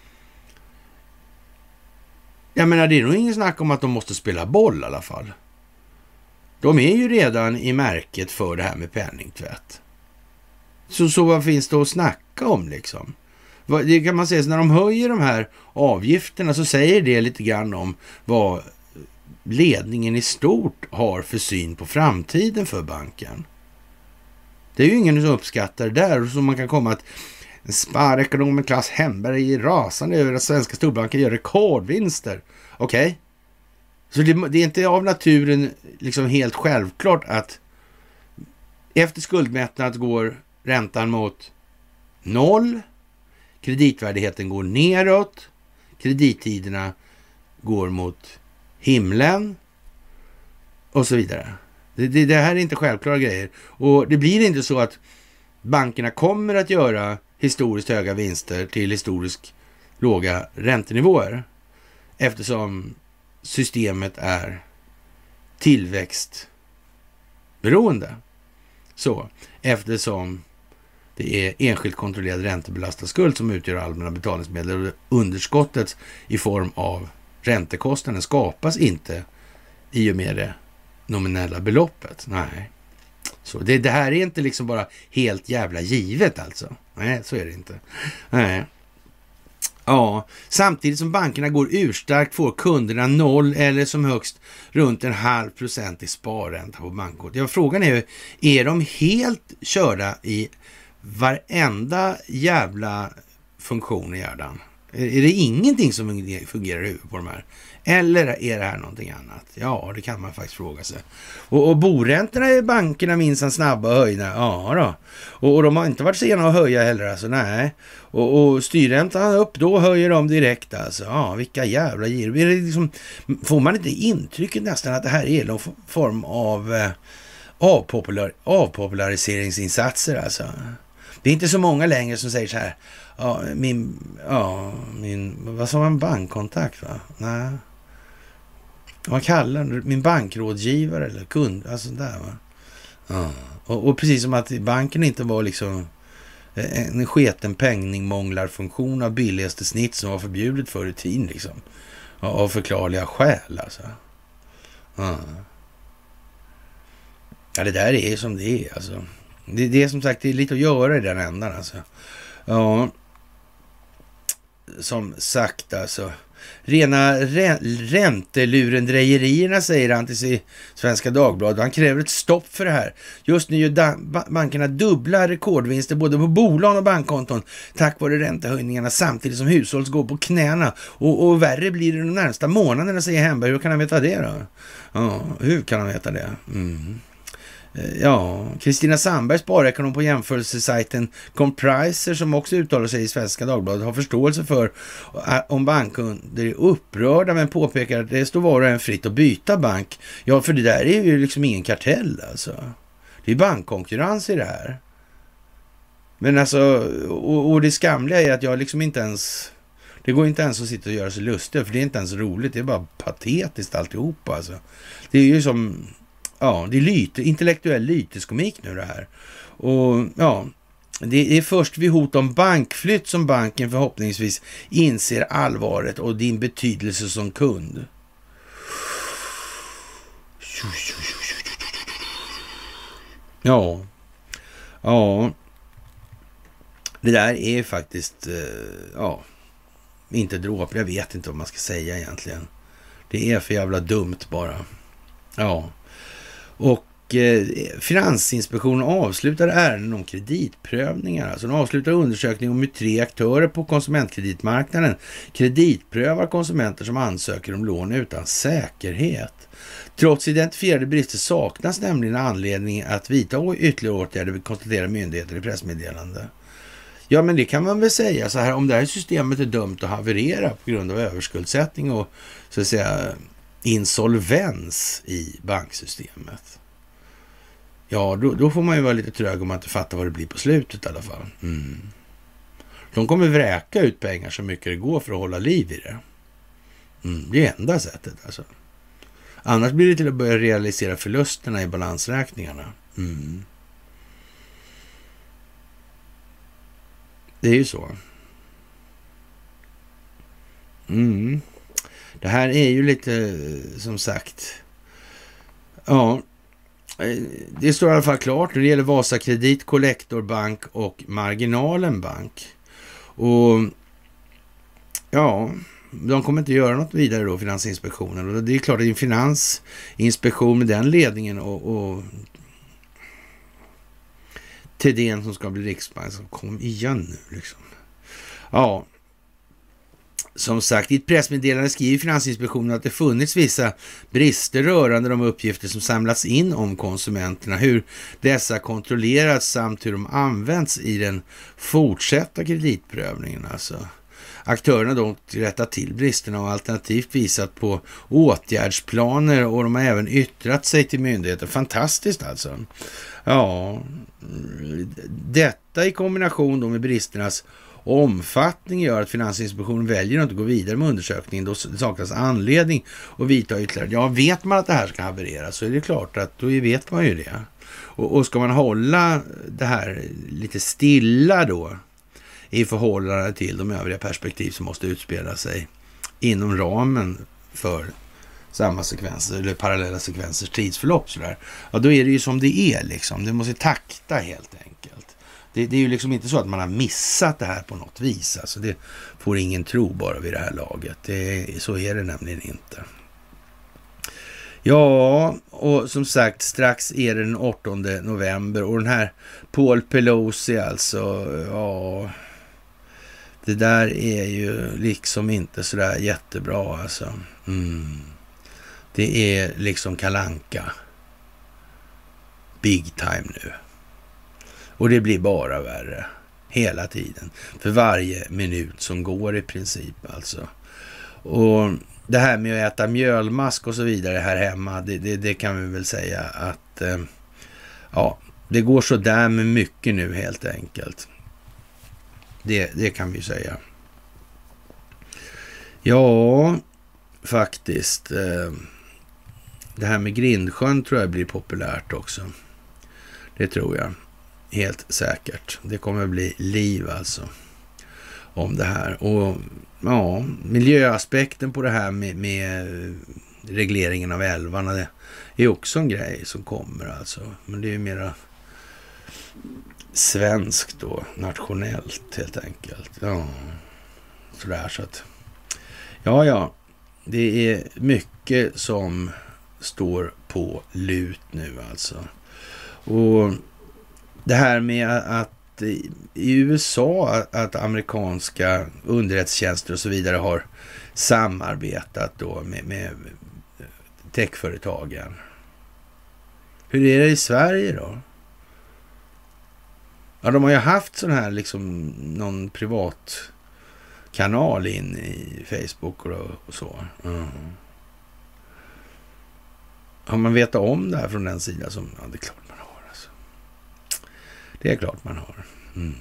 Jag menar, det är nog ingen snack om att de måste spela boll i alla fall. De är ju redan i märket för det här med penningtvätt. Så, så vad finns det att snacka om liksom? Det kan man säga, så när de höjer de här avgifterna så säger det lite grann om vad ledningen i stort har för syn på framtiden för banken. Det är ju ingen som uppskattar det där, och så man kan komma att en sparekonom med Claes Hemberg är rasande över att svenska storbanker gör rekordvinster. Okej? Okay. Så det, det är inte av naturen liksom helt självklart att efter skuldmättnad går räntan mot noll, kreditvärdigheten går neråt, kredittiderna går mot himlen och så vidare. Det, det, det här är inte självklara grejer. Och det blir inte så att bankerna kommer att göra historiskt höga vinster till historiskt låga räntenivåer, eftersom systemet är tillväxtberoende. Så, eftersom det är enskilt kontrollerad räntebelastad skuld som utgör allmänna betalningsmedel, och underskottet i form av räntekostnaden skapas inte i och med det nominella beloppet. Nej. Så det, det här är inte liksom bara helt jävla givet alltså. Nej, så är det inte. Nej. Ja, samtidigt som bankerna går urstarkt får kunderna noll eller som högst runt en halv procent i sparränta på bankkort. Ja, frågan är ju, är de helt körda i varenda jävla funktion i hjärnan? Är, är det ingenting som fungerar i huvudet på de här? Eller är det här någonting annat? Ja, det kan man faktiskt fråga sig. Och, och boräntorna i bankerna minsann snabba höjda. Ja då. Och, och de har inte varit sena att höja heller. Alltså, nej. Och, och styrräntan upp, då höjer de direkt. Alltså. Ja, vilka jävla giro. Är det liksom, får man inte intrycket nästan att det här är någon form av eh, avpopular, avpopulariseringsinsatser? Alltså. Det är inte så många längre som säger så här. Ja, min, ja, min, vad sa man, bankkontakt va? Nej. Vad kallar det? Min bankrådgivare eller kund, alltså där va? Ja. Och, och precis som att banken inte var liksom en sketen pengningmånglarfunktion av billigaste snitt som var förbjudet förr i tiden liksom. Ja, av förklarliga skäl alltså. Ja. Ja, det där är som det är alltså. Det, det är som sagt, det är lite att göra i den ändan alltså. Ja, som sagt alltså. Rena räntelurendrejerierna, säger han till sig Svenska Dagbladet. Han kräver ett stopp för det här. Just nu gör bankerna dubbla rekordvinster både på bolån och bankkonton tack vare räntehöjningarna, samtidigt som hushåll går på knäna. Och, och värre blir det de närmsta månaderna, säger Hemberg. Hur kan han veta det då? Ja, hur kan han veta det? Mm. Ja, Kristina Sandberg, sparekonom på jämförelsesajten Compriser, som också uttalar sig i Svenska Dagbladet, har förståelse för om bankkunder är upprörda, men påpekar att det står var och en fritt att byta bank. Ja, för det där är ju liksom ingen kartell alltså. Det är bankkonkurrens i det här. Men alltså, och, och det skamliga är att jag liksom inte ens, det går inte ens att sitta och göra sig lustig, för det är inte ens roligt, det är bara patetiskt alltihopa alltså. Det är ju som, ja, det är lyte, intellektuell lyteskomik nu det här. Och ja, det är först vid hot om bankflytt som banken förhoppningsvis inser allvaret och din betydelse som kund. Ja, ja, det där är faktiskt, ja, inte dråp. Jag vet inte vad man ska säga egentligen. Det är för jävla dumt bara. Ja. Och eh, Finansinspektionen avslutar ärenden om kreditprövningar. Alltså de avslutar undersökning om hur tre aktörer på konsumentkreditmarknaden kreditprövar konsumenter som ansöker om lån utan säkerhet. Trots identifierade brister saknas nämligen anledning att vidta ytterligare åtgärder, konstaterar myndigheter i pressmeddelande. Ja, men det kan man väl säga så här, om det här systemet är dömt att haverera på grund av överskuldsättning och så att säga insolvens i banksystemet. Ja, då, då får man ju vara lite trög om man inte fattar vad det blir på slutet i alla fall. Mm. De kommer vräka ut pengar så mycket det går för att hålla liv i det. Mm, det är enda sättet alltså. Annars blir det till att börja realisera förlusterna i balansräkningarna. Mm. Det är ju så. Mm. Det här är ju lite, som sagt, ja, det står i alla fall klart när det gäller Vasakredit, Collector Bank och Marginalen Bank. Och ja, de kommer inte göra något vidare då, Finansinspektionen. Och det är klart att en finansinspektion med den ledningen och, och Thedéen som ska bli riksbank. Så kom igen nu liksom. Ja. Som sagt, i ett pressmeddelande skriver Finansinspektionen att det funnits vissa brister rörande de uppgifter som samlats in om konsumenterna, hur dessa kontrollerats samt hur de används i den fortsatta kreditprövningen. Alltså. Aktörerna då rättat till bristerna och alternativt visat på åtgärdsplaner och de har även yttrat sig till myndigheten. Fantastiskt alltså. Ja, detta i kombination då med bristernas omfattning gör att Finansinspektionen väljer att inte gå vidare med undersökningen då det saknas anledning att vidta ytterligare. Ja, vet man att det här ska haverera så är det klart att då vet man ju det. Och, och ska man hålla det här lite stilla då i förhållande till de övriga perspektiv som måste utspela sig inom ramen för samma sekvenser eller parallella sekvensers tidsförlopp sådär. Ja, då är det ju som det är liksom. Det måste takta helt enkelt. Det, det är ju liksom inte så att man har missat det här på något vis. Alltså det får ingen tro bara vid det här laget. Det, så är det nämligen inte. Ja, och som sagt, strax är det den åttonde november och den här Paul Pelosi alltså, ja, det där är ju liksom inte sådär jättebra alltså. Mm. Det är liksom Kalanka. Big time nu. Och det blir bara värre hela tiden. För varje minut som går i princip alltså. Och det här med att äta mjölmask och så vidare här hemma, det, det, det kan vi väl säga att eh, ja, det går så där med mycket nu helt enkelt. Det, det kan vi säga. Ja, faktiskt. Eh, det här med Grindsjön tror jag blir populärt också. Det tror jag. Helt säkert. Det kommer att bli liv alltså om det här. Och ja, miljöaspekten på det här med, med regleringen av älvarna, det är också en grej som kommer alltså. Men det är ju mera svenskt då, nationellt helt enkelt. Ja, sådär så att ja, ja, det är mycket som står på lut nu alltså. Och det här med att i U S A att, att amerikanska underrättelsetjänster och så vidare har samarbetat då med, med techföretagen. Hur är det i Sverige då? Ja, de har ju haft sån här liksom någon privat kanal in i Facebook och, och så. Mm. Har man vetat om det här från den sidan som, ja, det är klart man har alltså. Det är klart man har. Mm.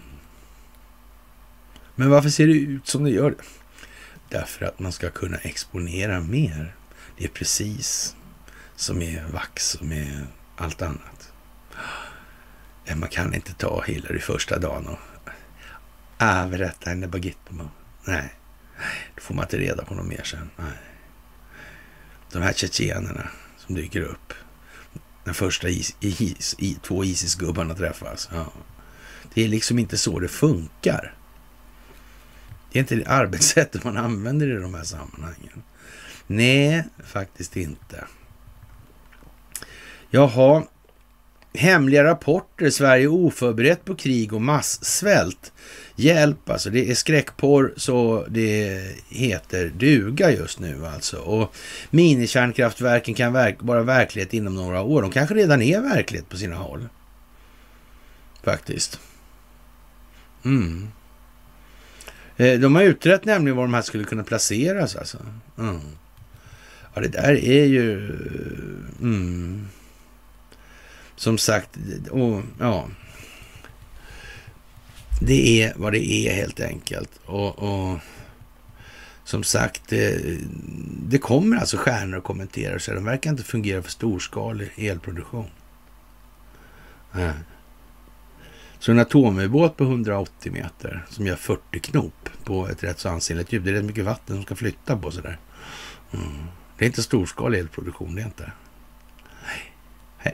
Men varför ser det ut som det gör det? Därför att man ska kunna exponera mer. Det är precis som med vax och med allt annat. Man kan inte ta Hillary första dagen och avrätta henne bagittom. Nej, då får man inte reda på något mer sen. Nej. De här tjetjenerna som dyker upp. Den första is, is, i, två ISIS-gubbarna träffas. Ja. Det är liksom inte så det funkar. Det är inte det arbetssättet man använder i de här sammanhangen. Nej, faktiskt inte. Jaha. Hemliga rapporter. Sverige är oförberett på krig och masssvält. Hjälp alltså. Det är skräckporr så det heter duga just nu alltså. Och minikärnkraftverken kan verk- vara verklighet inom några år. De kanske redan är verklighet på sina håll. Faktiskt. Mm. De har utrett nämligen var de här skulle kunna placeras alltså. Mm. Ja, det där är ju... Mm. Som sagt, och, ja, det är vad det är helt enkelt. Och, och som sagt, det, det kommer alltså stjärnor och kommenterar så de verkar inte fungera för storskalig elproduktion. Nej. Så en atomubåt på hundraåttio meter som gör fyrtio knop på ett rätt så ansenligt djup. Det är rätt mycket vatten som ska flytta på sådär. Mm. Det är inte storskalig elproduktion, det är inte. Nej.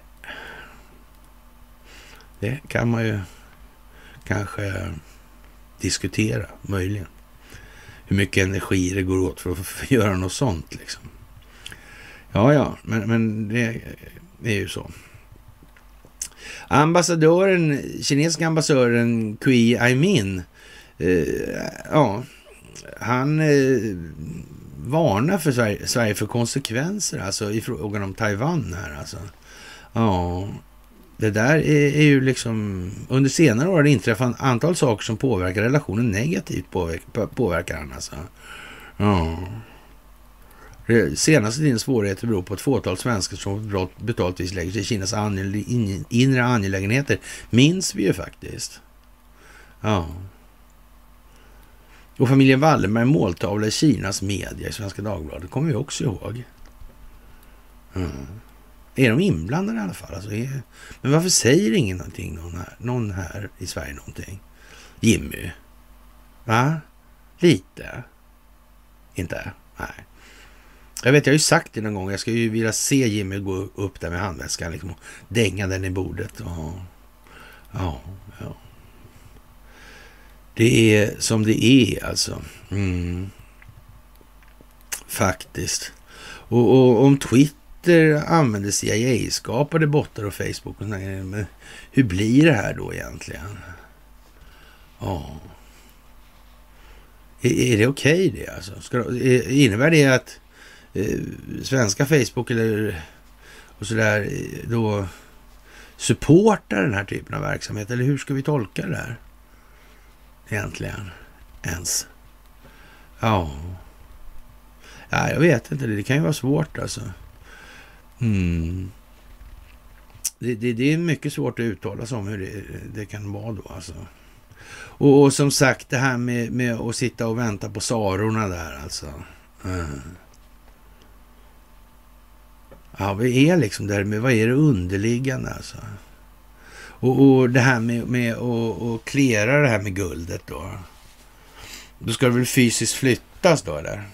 Det kan man ju kanske diskutera, möjligen. Hur mycket energi det går åt för att göra något sånt liksom. Ja, ja, men, men det är ju så. Ambassadören, kinesiska ambassadören Cui Aimin, eh, ja, han eh, varnar för Sverige, Sverige för konsekvenser, alltså i frågan om Taiwan här, alltså. Ja, det där är, är ju liksom, under senare år har det inträffat ett antal saker som påverkar relationen negativt, påverkar, påverkar han alltså. Ja. Senaste tidens svårigheter beror på ett fåtal svenskar som betaltvis lägger sig i Kinas ange- inre angelägenheter. Minns vi ju faktiskt. Ja. Och familjen Wallenberg måltavla i Kinas media i Svenska Dagbladet kommer vi också ihåg. Mm. Är de inblandade i alla fall? Alltså är... Men varför säger ingen någonting, någon här, någon här i Sverige någonting? Jimmy? Va? Lite? Inte? Nej. Jag vet, jag har ju sagt det någon gång. Jag ska ju vilja se Jimmy gå upp där med handväskan liksom, och dänga den i bordet. Ja, ja, ja. Det är som det är alltså. Mm. Faktiskt. Och, och om Twitter använder C I A-skapade bottar och Facebook och sådär, men hur blir det här då egentligen? Ja. Är, är det okej okay det alltså? Ska, är, innebär det att eh, svenska Facebook eller och sådär då supportar den här typen av verksamhet? Eller hur ska vi tolka det här? Egentligen ens. Ja. Ja, jag vet inte. Det kan ju vara svårt alltså. Mm. Det, det, det är mycket svårt att uttala sig om hur det, det kan vara då alltså. Och, och som sagt, det här med, med att sitta och vänta på sarorna där alltså. Mm. Ja, vad är liksom där med, vad är det underliggande alltså? Och, och det här med, med att och klera det här med guldet då. Då ska det väl fysiskt flyttas då eller?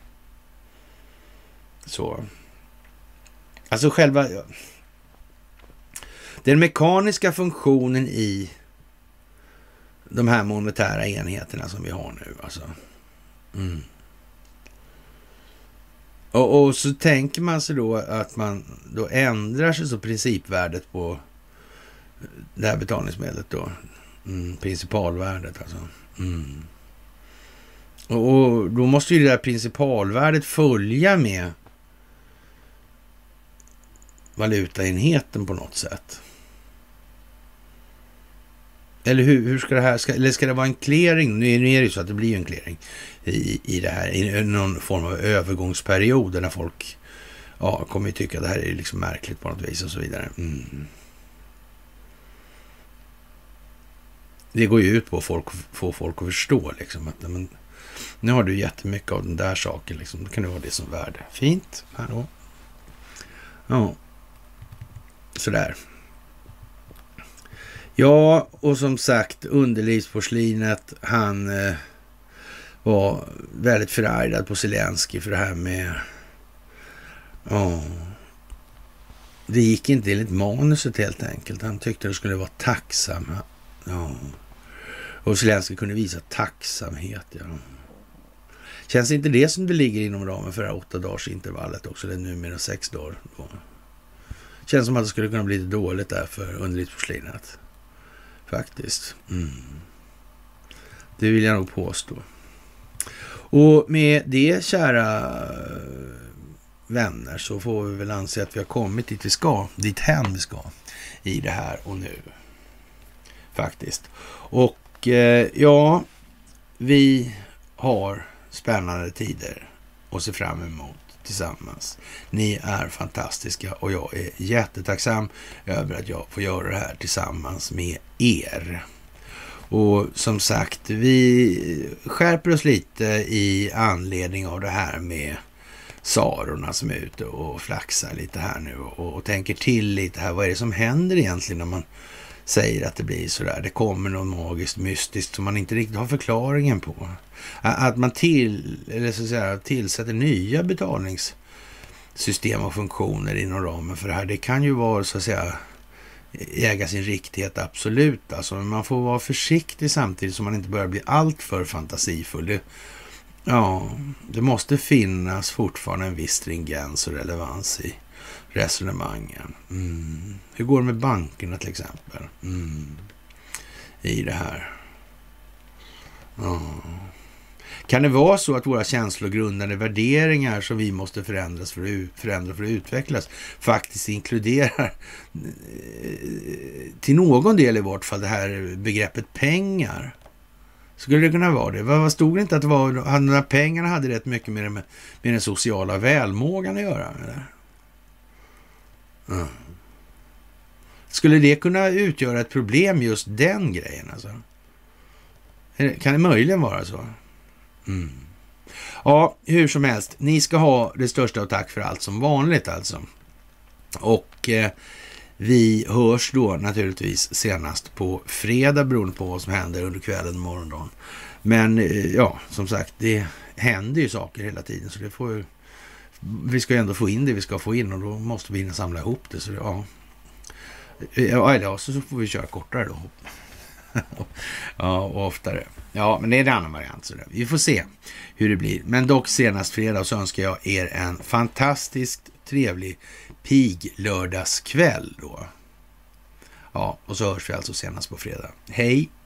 Så. Alltså själva den mekaniska funktionen i de här monetära enheterna som vi har nu alltså. Mm. Och, och så tänker man sig då att man då ändrar sig så principvärdet på det här betalningsmedlet då. Mm, principalvärdet alltså. Mm. Och, och då måste ju det där principalvärdet följa med valutaenheten på något sätt. Eller hur, hur ska det här, ska, eller ska det vara en clearing? Nu är, nu är det ju så att det blir en clearing i, i det här, i någon form av övergångsperiod när folk ja, kommer ju tycka att det här är liksom märkligt på något vis och så vidare. Mm. Det går ju ut på att folk, få folk att förstå liksom att men, nu har du jättemycket av den där saken liksom, då kan det vara det som värde. Fint, här då. Ja, sådär. Ja, och som sagt, underlivsporslinet, han eh, var väldigt förargad på Zelensky för det här med ja, det gick inte enligt manuset helt enkelt. Han tyckte det skulle vara tacksamma. Ja. Och Zelensky kunde visa tacksamhet. Ja. Känns inte det som det ligger inom ramen för det här åtta dagars intervallet också? Det är numera sex dagar. Då. Känns som att det skulle kunna bli lite dåligt där för underlivsporslinet. Faktiskt. Mm. Det vill jag nog påstå. Och med det, kära vänner, så får vi väl anse att vi har kommit dit vi ska, dit hem vi ska i det här och nu. Faktiskt. Och eh, ja, vi har spännande tider att se fram emot tillsammans. Ni är fantastiska och jag är jättetacksam över att jag får göra det här tillsammans med er. Och som sagt, vi skärper oss lite i anledning av det här med sarorna som är ute och flaxar lite här nu och, och tänker till lite här. Vad är det som händer egentligen när man säger att det blir så där? Det kommer något magiskt, mystiskt som man inte riktigt har förklaringen på. Att man till, eller så att säga, tillsätter nya betalningssystem och funktioner inom ramen för det här. Det kan ju vara så att säga äga sin riktighet absolut. Alltså, men man får vara försiktig samtidigt som man inte börjar bli allt för fantasifull. Det, ja, det måste finnas fortfarande en viss stringens och relevans i resonemangen. Mm. Hur går det med bankerna till exempel? Mm. I det här. Ja. Kan det vara så att våra känslogrundande värderingar som vi måste förändras för att, förändra för att utvecklas faktiskt inkluderar till någon del i vart fall det här begreppet pengar? Skulle det kunna vara det? Vad stod det inte att det var, de här pengarna hade rätt mycket med, med, med den sociala välmågan att göra? Eller? Mm. Skulle det kunna utgöra ett problem, just den grejen? Alltså? Kan det möjligen vara så? Mm. Ja, hur som helst. Ni ska ha det största och tack för allt som vanligt alltså. Och eh, vi hörs då naturligtvis senast på fredag beroende på vad som händer under kvällen och morgondagen. Men eh, ja, som sagt, det händer ju saker hela tiden så det får ju, vi ska ju ändå få in det vi ska få in och då måste vi hinna samla ihop det. Så ja, ja eller så får vi köra kortare då. Ja, och oftare. Ja, men det är en annan variant. Så vi får se hur det blir. Men dock senast fredag så önskar jag er en fantastiskt trevlig pig lördagskväll då. Ja, och så hörs vi alltså senast på fredag. Hej!